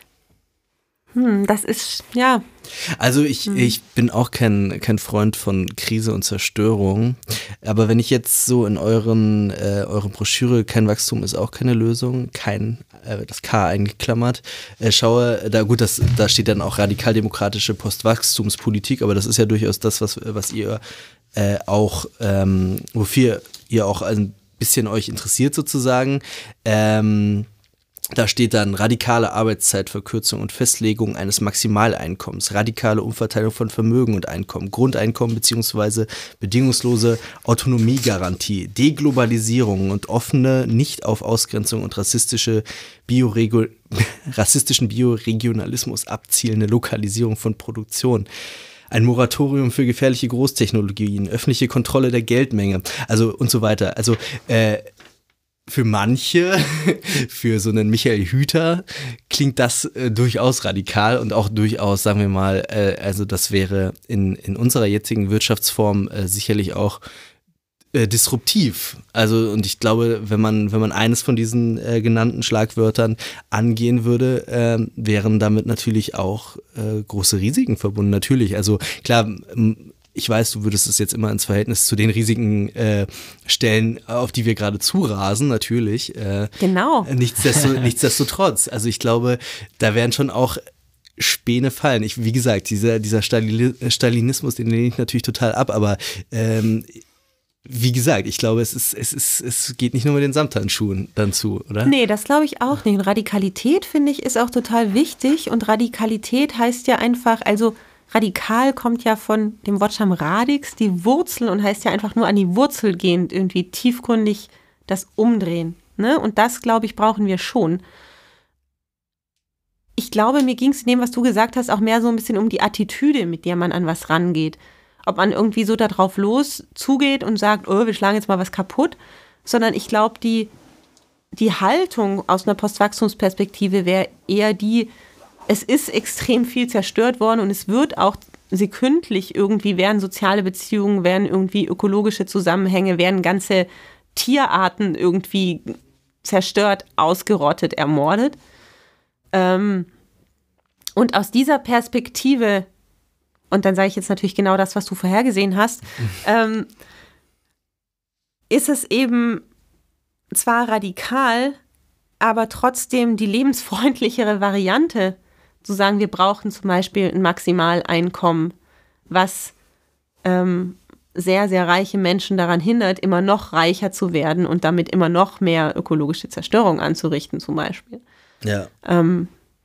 hm, das ist, ja. Also ich, hm. ich bin auch kein, kein Freund von Krise und Zerstörung, aber wenn ich jetzt so in euren, äh, eure Broschüre, kein Wachstum ist auch keine Lösung, kein, äh, das K eingeklammert, äh, schaue, da gut, das, da steht dann auch radikaldemokratische Postwachstumspolitik, aber das ist ja durchaus das, was, was ihr äh, auch, ähm, wofür ihr auch ein bisschen euch interessiert sozusagen, ähm, da steht dann radikale Arbeitszeitverkürzung und Festlegung eines Maximaleinkommens, radikale Umverteilung von Vermögen und Einkommen, Grundeinkommen bzw. bedingungslose Autonomiegarantie, Deglobalisierung und offene, nicht auf Ausgrenzung und rassistische Bioregu- rassistischen Bioregionalismus abzielende Lokalisierung von Produktion. Ein Moratorium für gefährliche Großtechnologien, öffentliche Kontrolle der Geldmenge, also und so weiter. Also äh, für manche, für so einen Michael Hüter, klingt das äh, durchaus radikal und auch durchaus, sagen wir mal, äh, also das wäre in, in unserer jetzigen Wirtschaftsform äh, sicherlich auch äh, disruptiv. Also und ich glaube, wenn man, wenn man eines von diesen äh, genannten Schlagwörtern angehen würde, äh, wären damit natürlich auch äh, große Risiken verbunden. Natürlich, also klar, m- ich weiß, du würdest es jetzt immer ins Verhältnis zu den Risiken äh, stellen, auf die wir gerade zurasen, natürlich. Äh, Genau. Nichtsdesto, nichtsdestotrotz. Also ich glaube, da werden schon auch Späne fallen. Ich, wie gesagt, dieser, dieser Stalin, Stalinismus, den lehne ich natürlich total ab, aber ähm, wie gesagt, ich glaube, es ist, es ist, es geht nicht nur mit den Samthandschuhen dann zu, oder? Nee, das glaube ich auch nicht. Und Radikalität, finde ich, ist auch total wichtig. Und Radikalität heißt ja einfach, also radikal kommt ja von dem Wortstamm radix, die Wurzel, und heißt ja einfach nur an die Wurzel gehend, irgendwie tiefgründig das Umdrehen. Ne? Und das, glaube ich, brauchen wir schon. Ich glaube, mir ging es in dem, was du gesagt hast, auch mehr so ein bisschen um die Attitüde, mit der man an was rangeht. Ob man irgendwie so da drauf los zugeht und sagt, oh, wir schlagen jetzt mal was kaputt, sondern ich glaube, die, die Haltung aus einer Postwachstumsperspektive wäre eher die, es ist extrem viel zerstört worden und es wird auch sekündlich irgendwie, werden soziale Beziehungen, werden irgendwie ökologische Zusammenhänge, werden ganze Tierarten irgendwie zerstört, ausgerottet, ermordet. Ähm, und aus dieser Perspektive, und dann sage ich jetzt natürlich genau das, was du vorhergesehen hast, ähm, ist es eben zwar radikal, aber trotzdem die lebensfreundlichere Variante, zu sagen, wir brauchen zum Beispiel ein Maximaleinkommen, was ähm, sehr, sehr reiche Menschen daran hindert, immer noch reicher zu werden und damit immer noch mehr ökologische Zerstörung anzurichten zum Beispiel. Ja. Ähm,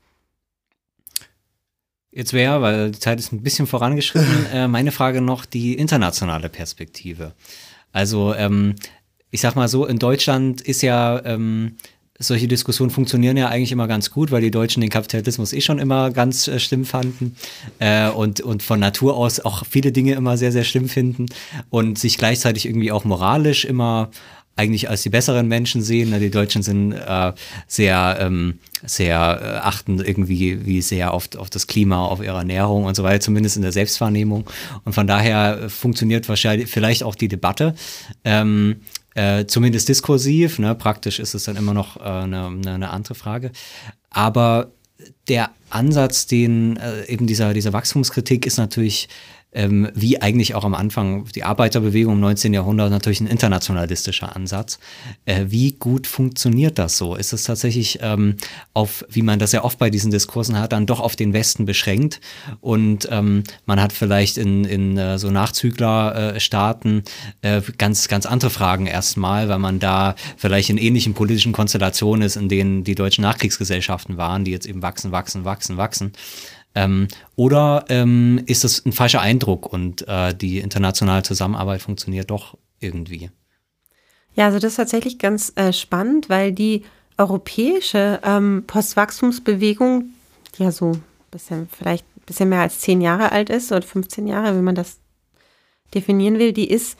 Jetzt wäre, weil die Zeit ist ein bisschen vorangeschritten, äh, meine Frage noch die internationale Perspektive. Also ähm, ich sag mal so, in Deutschland ist ja, ähm, solche Diskussionen funktionieren ja eigentlich immer ganz gut, weil die Deutschen den Kapitalismus eh schon immer ganz äh, schlimm fanden äh, und, und von Natur aus auch viele Dinge immer sehr, sehr schlimm finden und sich gleichzeitig irgendwie auch moralisch immer eigentlich als die besseren Menschen sehen. Die Deutschen sind äh, sehr, ähm, sehr äh, achten irgendwie wie sehr auf, auf das Klima, auf ihre Ernährung und so weiter, zumindest in der Selbstwahrnehmung. Und von daher funktioniert wahrscheinlich vielleicht auch die Debatte, ähm, äh, zumindest diskursiv. Ne? Praktisch ist es dann immer noch äh, eine, eine andere Frage. Aber der Ansatz, den äh, eben dieser, dieser Wachstumskritik ist natürlich Ähm, wie eigentlich auch am Anfang die Arbeiterbewegung im neunzehnten Jahrhundert natürlich ein internationalistischer Ansatz. Äh, wie gut funktioniert das so? Ist es tatsächlich ähm, auf, wie man das ja oft bei diesen Diskursen hat, dann doch auf den Westen beschränkt und ähm, man hat vielleicht in, in äh, so Nachzüglerstaaten äh, ganz, ganz andere Fragen erstmal, weil man da vielleicht in ähnlichen politischen Konstellationen ist, in denen die deutschen Nachkriegsgesellschaften waren, die jetzt eben wachsen, wachsen, wachsen, wachsen. Ähm, oder ähm, ist das ein falscher Eindruck und äh, die internationale Zusammenarbeit funktioniert doch irgendwie? Ja, also das ist tatsächlich ganz äh, spannend, weil die europäische ähm, Postwachstumsbewegung, die ja so ein bisschen, vielleicht ein bisschen mehr als zehn Jahre alt ist oder fünfzehn Jahre, wenn man das definieren will, die ist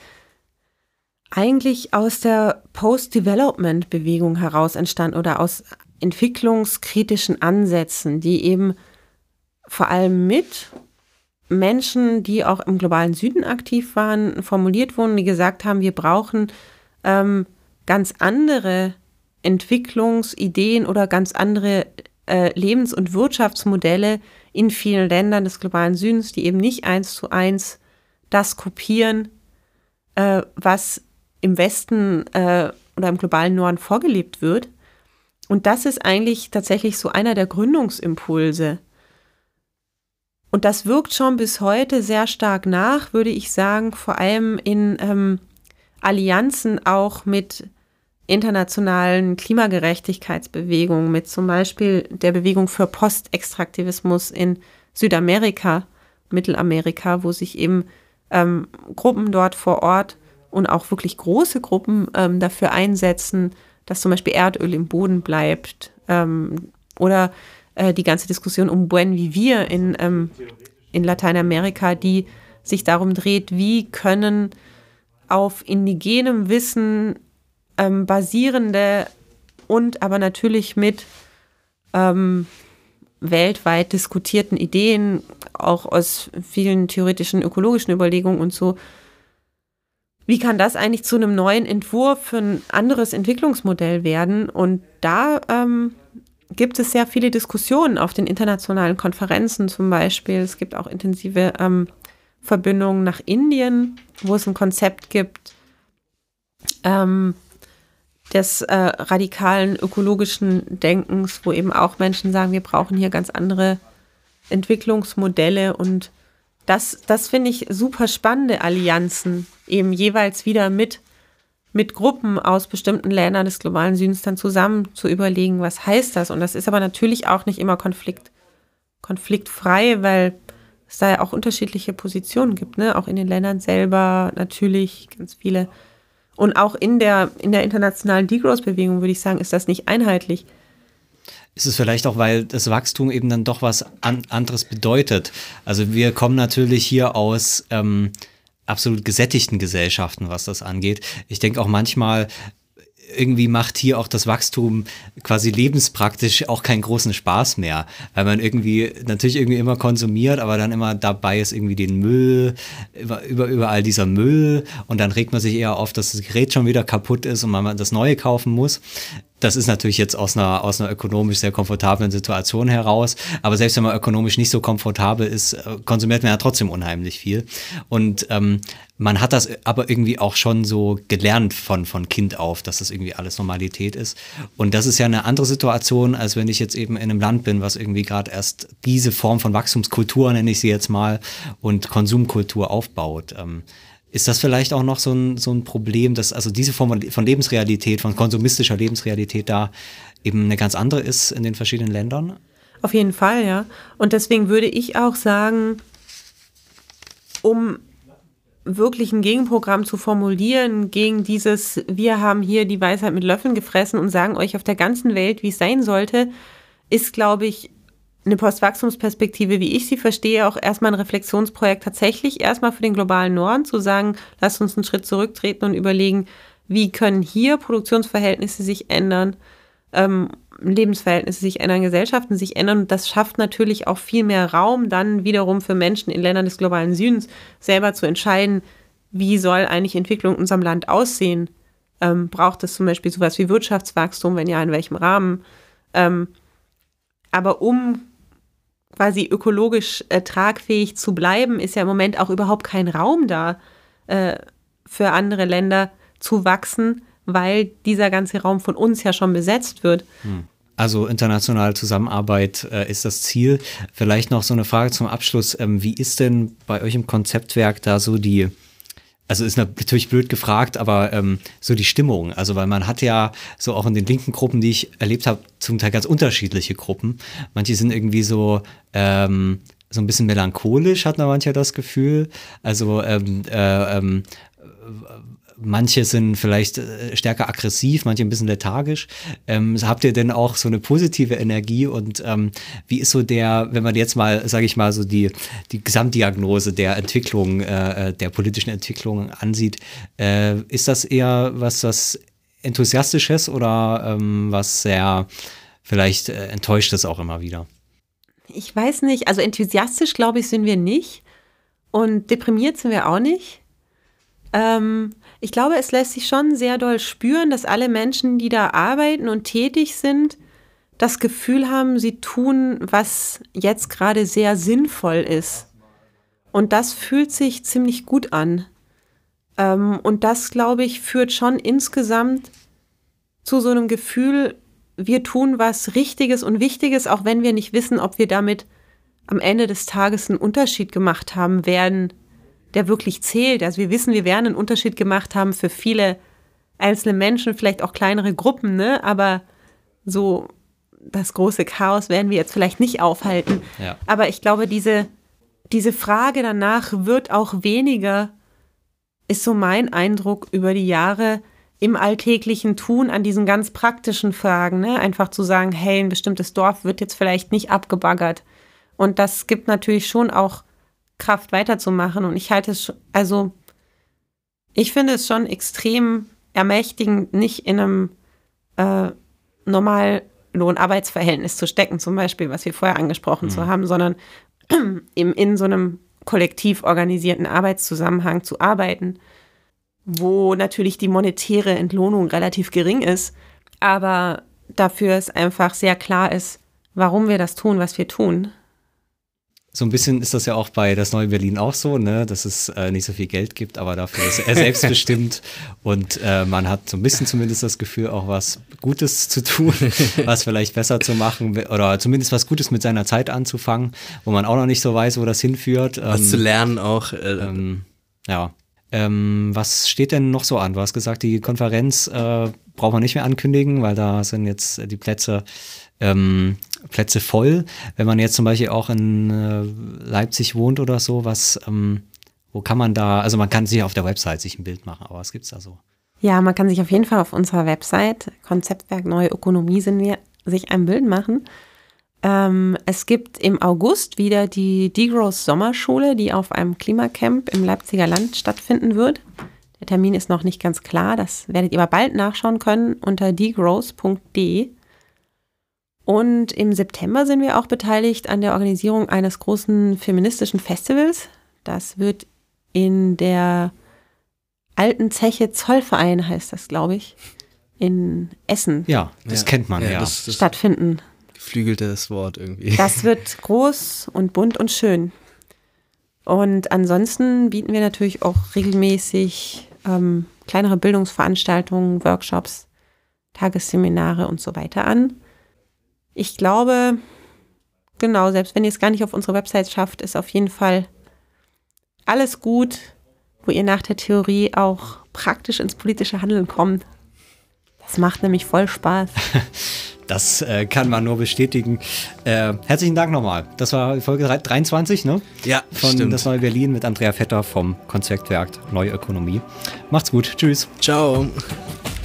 eigentlich aus der Post-Development-Bewegung heraus entstanden oder aus entwicklungskritischen Ansätzen, die eben vor allem mit Menschen, die auch im globalen Süden aktiv waren, formuliert wurden, die gesagt haben, wir brauchen ähm, ganz andere Entwicklungsideen oder ganz andere äh, Lebens- und Wirtschaftsmodelle in vielen Ländern des globalen Südens, die eben nicht eins zu eins das kopieren, äh, was im Westen äh, oder im globalen Norden vorgelebt wird. Und das ist eigentlich tatsächlich so einer der Gründungsimpulse. Und das wirkt schon bis heute sehr stark nach, würde ich sagen, vor allem in ähm, Allianzen auch mit internationalen Klimagerechtigkeitsbewegungen, mit zum Beispiel der Bewegung für Postextraktivismus in Südamerika, Mittelamerika, wo sich eben ähm, Gruppen dort vor Ort und auch wirklich große Gruppen ähm, dafür einsetzen, dass zum Beispiel Erdöl im Boden bleibt ähm, oder die ganze Diskussion um Buen Vivir in, ähm, in Lateinamerika, die sich darum dreht, wie können auf indigenem Wissen ähm, basierende und aber natürlich mit ähm, weltweit diskutierten Ideen, auch aus vielen theoretischen ökologischen Überlegungen und so, wie kann das eigentlich zu einem neuen Entwurf für ein anderes Entwicklungsmodell werden? Und da ähm, gibt es sehr viele Diskussionen auf den internationalen Konferenzen zum Beispiel. Es gibt auch intensive ähm, Verbindungen nach Indien, wo es ein Konzept gibt ähm, des äh, radikalen ökologischen Denkens, wo eben auch Menschen sagen, wir brauchen hier ganz andere Entwicklungsmodelle. Und das, das finde ich super spannende Allianzen, eben jeweils wieder mit mit Gruppen aus bestimmten Ländern des globalen Südens dann zusammen zu überlegen, was heißt das? Und das ist aber natürlich auch nicht immer Konflikt, konfliktfrei, weil es da ja auch unterschiedliche Positionen gibt, ne? Auch in den Ländern selber natürlich ganz viele. Und auch in der, in der internationalen Degrowth-Bewegung, würde ich sagen, ist das nicht einheitlich. Ist es vielleicht auch, weil das Wachstum eben dann doch was an, anderes bedeutet? Also wir kommen natürlich hier aus ähm, absolut gesättigten Gesellschaften, was das angeht. Ich denke auch manchmal, irgendwie macht hier auch das Wachstum quasi lebenspraktisch auch keinen großen Spaß mehr, weil man irgendwie natürlich irgendwie immer konsumiert, aber dann immer dabei ist irgendwie den Müll, über, über, überall dieser Müll und dann regt man sich eher auf, dass das Gerät schon wieder kaputt ist und man das Neue kaufen muss. Das ist natürlich jetzt aus einer, aus einer ökonomisch sehr komfortablen Situation heraus, aber selbst wenn man ökonomisch nicht so komfortabel ist, konsumiert man ja trotzdem unheimlich viel. Und ähm, man hat das aber irgendwie auch schon so gelernt von, von Kind auf, dass das irgendwie alles Normalität ist. Und das ist ja eine andere Situation, als wenn ich jetzt eben in einem Land bin, was irgendwie gerade erst diese Form von Wachstumskultur, nenne ich sie jetzt mal, und Konsumkultur aufbaut. Ähm, Ist das vielleicht auch noch so ein, so ein Problem, dass also diese Form von Lebensrealität, von konsumistischer Lebensrealität da eben eine ganz andere ist in den verschiedenen Ländern? Auf jeden Fall, ja. Und deswegen würde ich auch sagen, um wirklich ein Gegenprogramm zu formulieren gegen dieses, wir haben hier die Weisheit mit Löffeln gefressen und sagen euch auf der ganzen Welt, wie es sein sollte, ist, glaube ich, eine Postwachstumsperspektive, wie ich sie verstehe, auch erstmal ein Reflexionsprojekt tatsächlich erstmal für den globalen Norden, zu sagen, lasst uns einen Schritt zurücktreten und überlegen, wie können hier Produktionsverhältnisse sich ändern, ähm, Lebensverhältnisse sich ändern, Gesellschaften sich ändern. Und das schafft natürlich auch viel mehr Raum, dann wiederum für Menschen in Ländern des globalen Südens selber zu entscheiden, wie soll eigentlich Entwicklung in unserem Land aussehen. Ähm, braucht es zum Beispiel sowas wie Wirtschaftswachstum, wenn ja, in welchem Rahmen? Ähm, aber um quasi ökologisch äh, tragfähig zu bleiben, ist ja im Moment auch überhaupt kein Raum da, äh, für andere Länder zu wachsen, weil dieser ganze Raum von uns ja schon besetzt wird. Also internationale Zusammenarbeit äh, ist das Ziel. Vielleicht noch so eine Frage zum Abschluss. Ähm, wie ist denn bei euch im Konzeptwerk da so die, also ist natürlich blöd gefragt, aber ähm, so die Stimmung. Also weil man hat ja so auch in den linken Gruppen, die ich erlebt habe, zum Teil ganz unterschiedliche Gruppen. Manche sind irgendwie so ähm, so ein bisschen melancholisch, hat man manchmal das Gefühl. Also ähm, äh, ähm, manche sind vielleicht stärker aggressiv, manche ein bisschen lethargisch. Ähm, habt ihr denn auch so eine positive Energie und ähm, wie ist so der, wenn man jetzt mal, sage ich mal, so die, die Gesamtdiagnose der Entwicklung, äh, der politischen Entwicklung ansieht, äh, ist das eher was, was Enthusiastisches oder ähm, was sehr vielleicht äh, Enttäuschtes auch immer wieder? Ich weiß nicht, also enthusiastisch, glaube ich, sind wir nicht und deprimiert sind wir auch nicht. Ähm, ich glaube, es lässt sich schon sehr doll spüren, dass alle Menschen, die da arbeiten und tätig sind, das Gefühl haben, sie tun, was jetzt gerade sehr sinnvoll ist. Und das fühlt sich ziemlich gut an. Ähm, und das, glaube ich, führt schon insgesamt zu so einem Gefühl, wir tun was Richtiges und Wichtiges, auch wenn wir nicht wissen, ob wir damit am Ende des Tages einen Unterschied gemacht haben werden, der wirklich zählt. Also wir wissen, wir werden einen Unterschied gemacht haben für viele einzelne Menschen, vielleicht auch kleinere Gruppen, ne? Aber so das große Chaos werden wir jetzt vielleicht nicht aufhalten. Ja. Aber ich glaube, diese, diese Frage danach wird auch weniger, ist so mein Eindruck über die Jahre im alltäglichen Tun an diesen ganz praktischen Fragen, ne? Einfach zu sagen, hey, ein bestimmtes Dorf wird jetzt vielleicht nicht abgebaggert. Und das gibt natürlich schon auch Kraft weiterzumachen. Und ich halte es, also ich finde es schon extrem ermächtigend, nicht in einem äh, Normallohnarbeitsverhältnis zu stecken, zum Beispiel, was wir vorher angesprochen mhm. zu haben, sondern eben in so einem kollektiv organisierten Arbeitszusammenhang zu arbeiten, wo natürlich die monetäre Entlohnung relativ gering ist, aber dafür es einfach sehr klar ist, warum wir das tun, was wir tun. So ein bisschen ist das ja auch bei das Neue Berlin auch so, ne, dass es äh, nicht so viel Geld gibt, aber dafür ist er selbstbestimmt und äh, man hat so ein bisschen zumindest das Gefühl, auch was Gutes zu tun, was vielleicht besser zu machen oder zumindest was Gutes mit seiner Zeit anzufangen, wo man auch noch nicht so weiß, wo das hinführt. Was ähm, zu lernen auch. Äh, ähm, ja. Ähm, was steht denn noch so an? Du hast gesagt, die Konferenz äh, braucht man nicht mehr ankündigen, weil da sind jetzt die Plätze, ähm, Plätze voll. Wenn man jetzt zum Beispiel auch in äh, Leipzig wohnt oder so, was, ähm, wo kann man da, also man kann sich auf der Website sich ein Bild machen, aber was gibt's da so? Ja, man kann sich auf jeden Fall auf unserer Website Konzeptwerk Neue Ökonomie sind wir, sich ein Bild machen. Ähm, es gibt im August wieder die Degrowth Sommerschule, die auf einem Klimacamp im Leipziger Land stattfinden wird. Der Termin ist noch nicht ganz klar, das werdet ihr aber bald nachschauen können unter degrowth punkt de. Und im September sind wir auch beteiligt an der Organisierung eines großen feministischen Festivals. Das wird in der alten Zeche Zollverein, heißt das, glaube ich, in Essen Ja, das Ja. kennt man, ja. Das, das stattfinden. geflügeltes Wort irgendwie. Das wird groß und bunt und schön. Und ansonsten bieten wir natürlich auch regelmäßig ähm, kleinere Bildungsveranstaltungen, Workshops, Tagesseminare und so weiter an. Ich glaube, genau, selbst wenn ihr es gar nicht auf unsere Website schafft, ist auf jeden Fall alles gut, wo ihr nach der Theorie auch praktisch ins politische Handeln kommt. Das macht nämlich voll Spaß. Das äh, kann man nur bestätigen. Äh, herzlichen Dank nochmal. Das war Folge dreiundzwanzig, ne? Ja, Von stimmt. Das Neue Berlin mit Andrea Vetter vom Konzeptwerk Neue Ökonomie. Macht's gut. Tschüss. Ciao.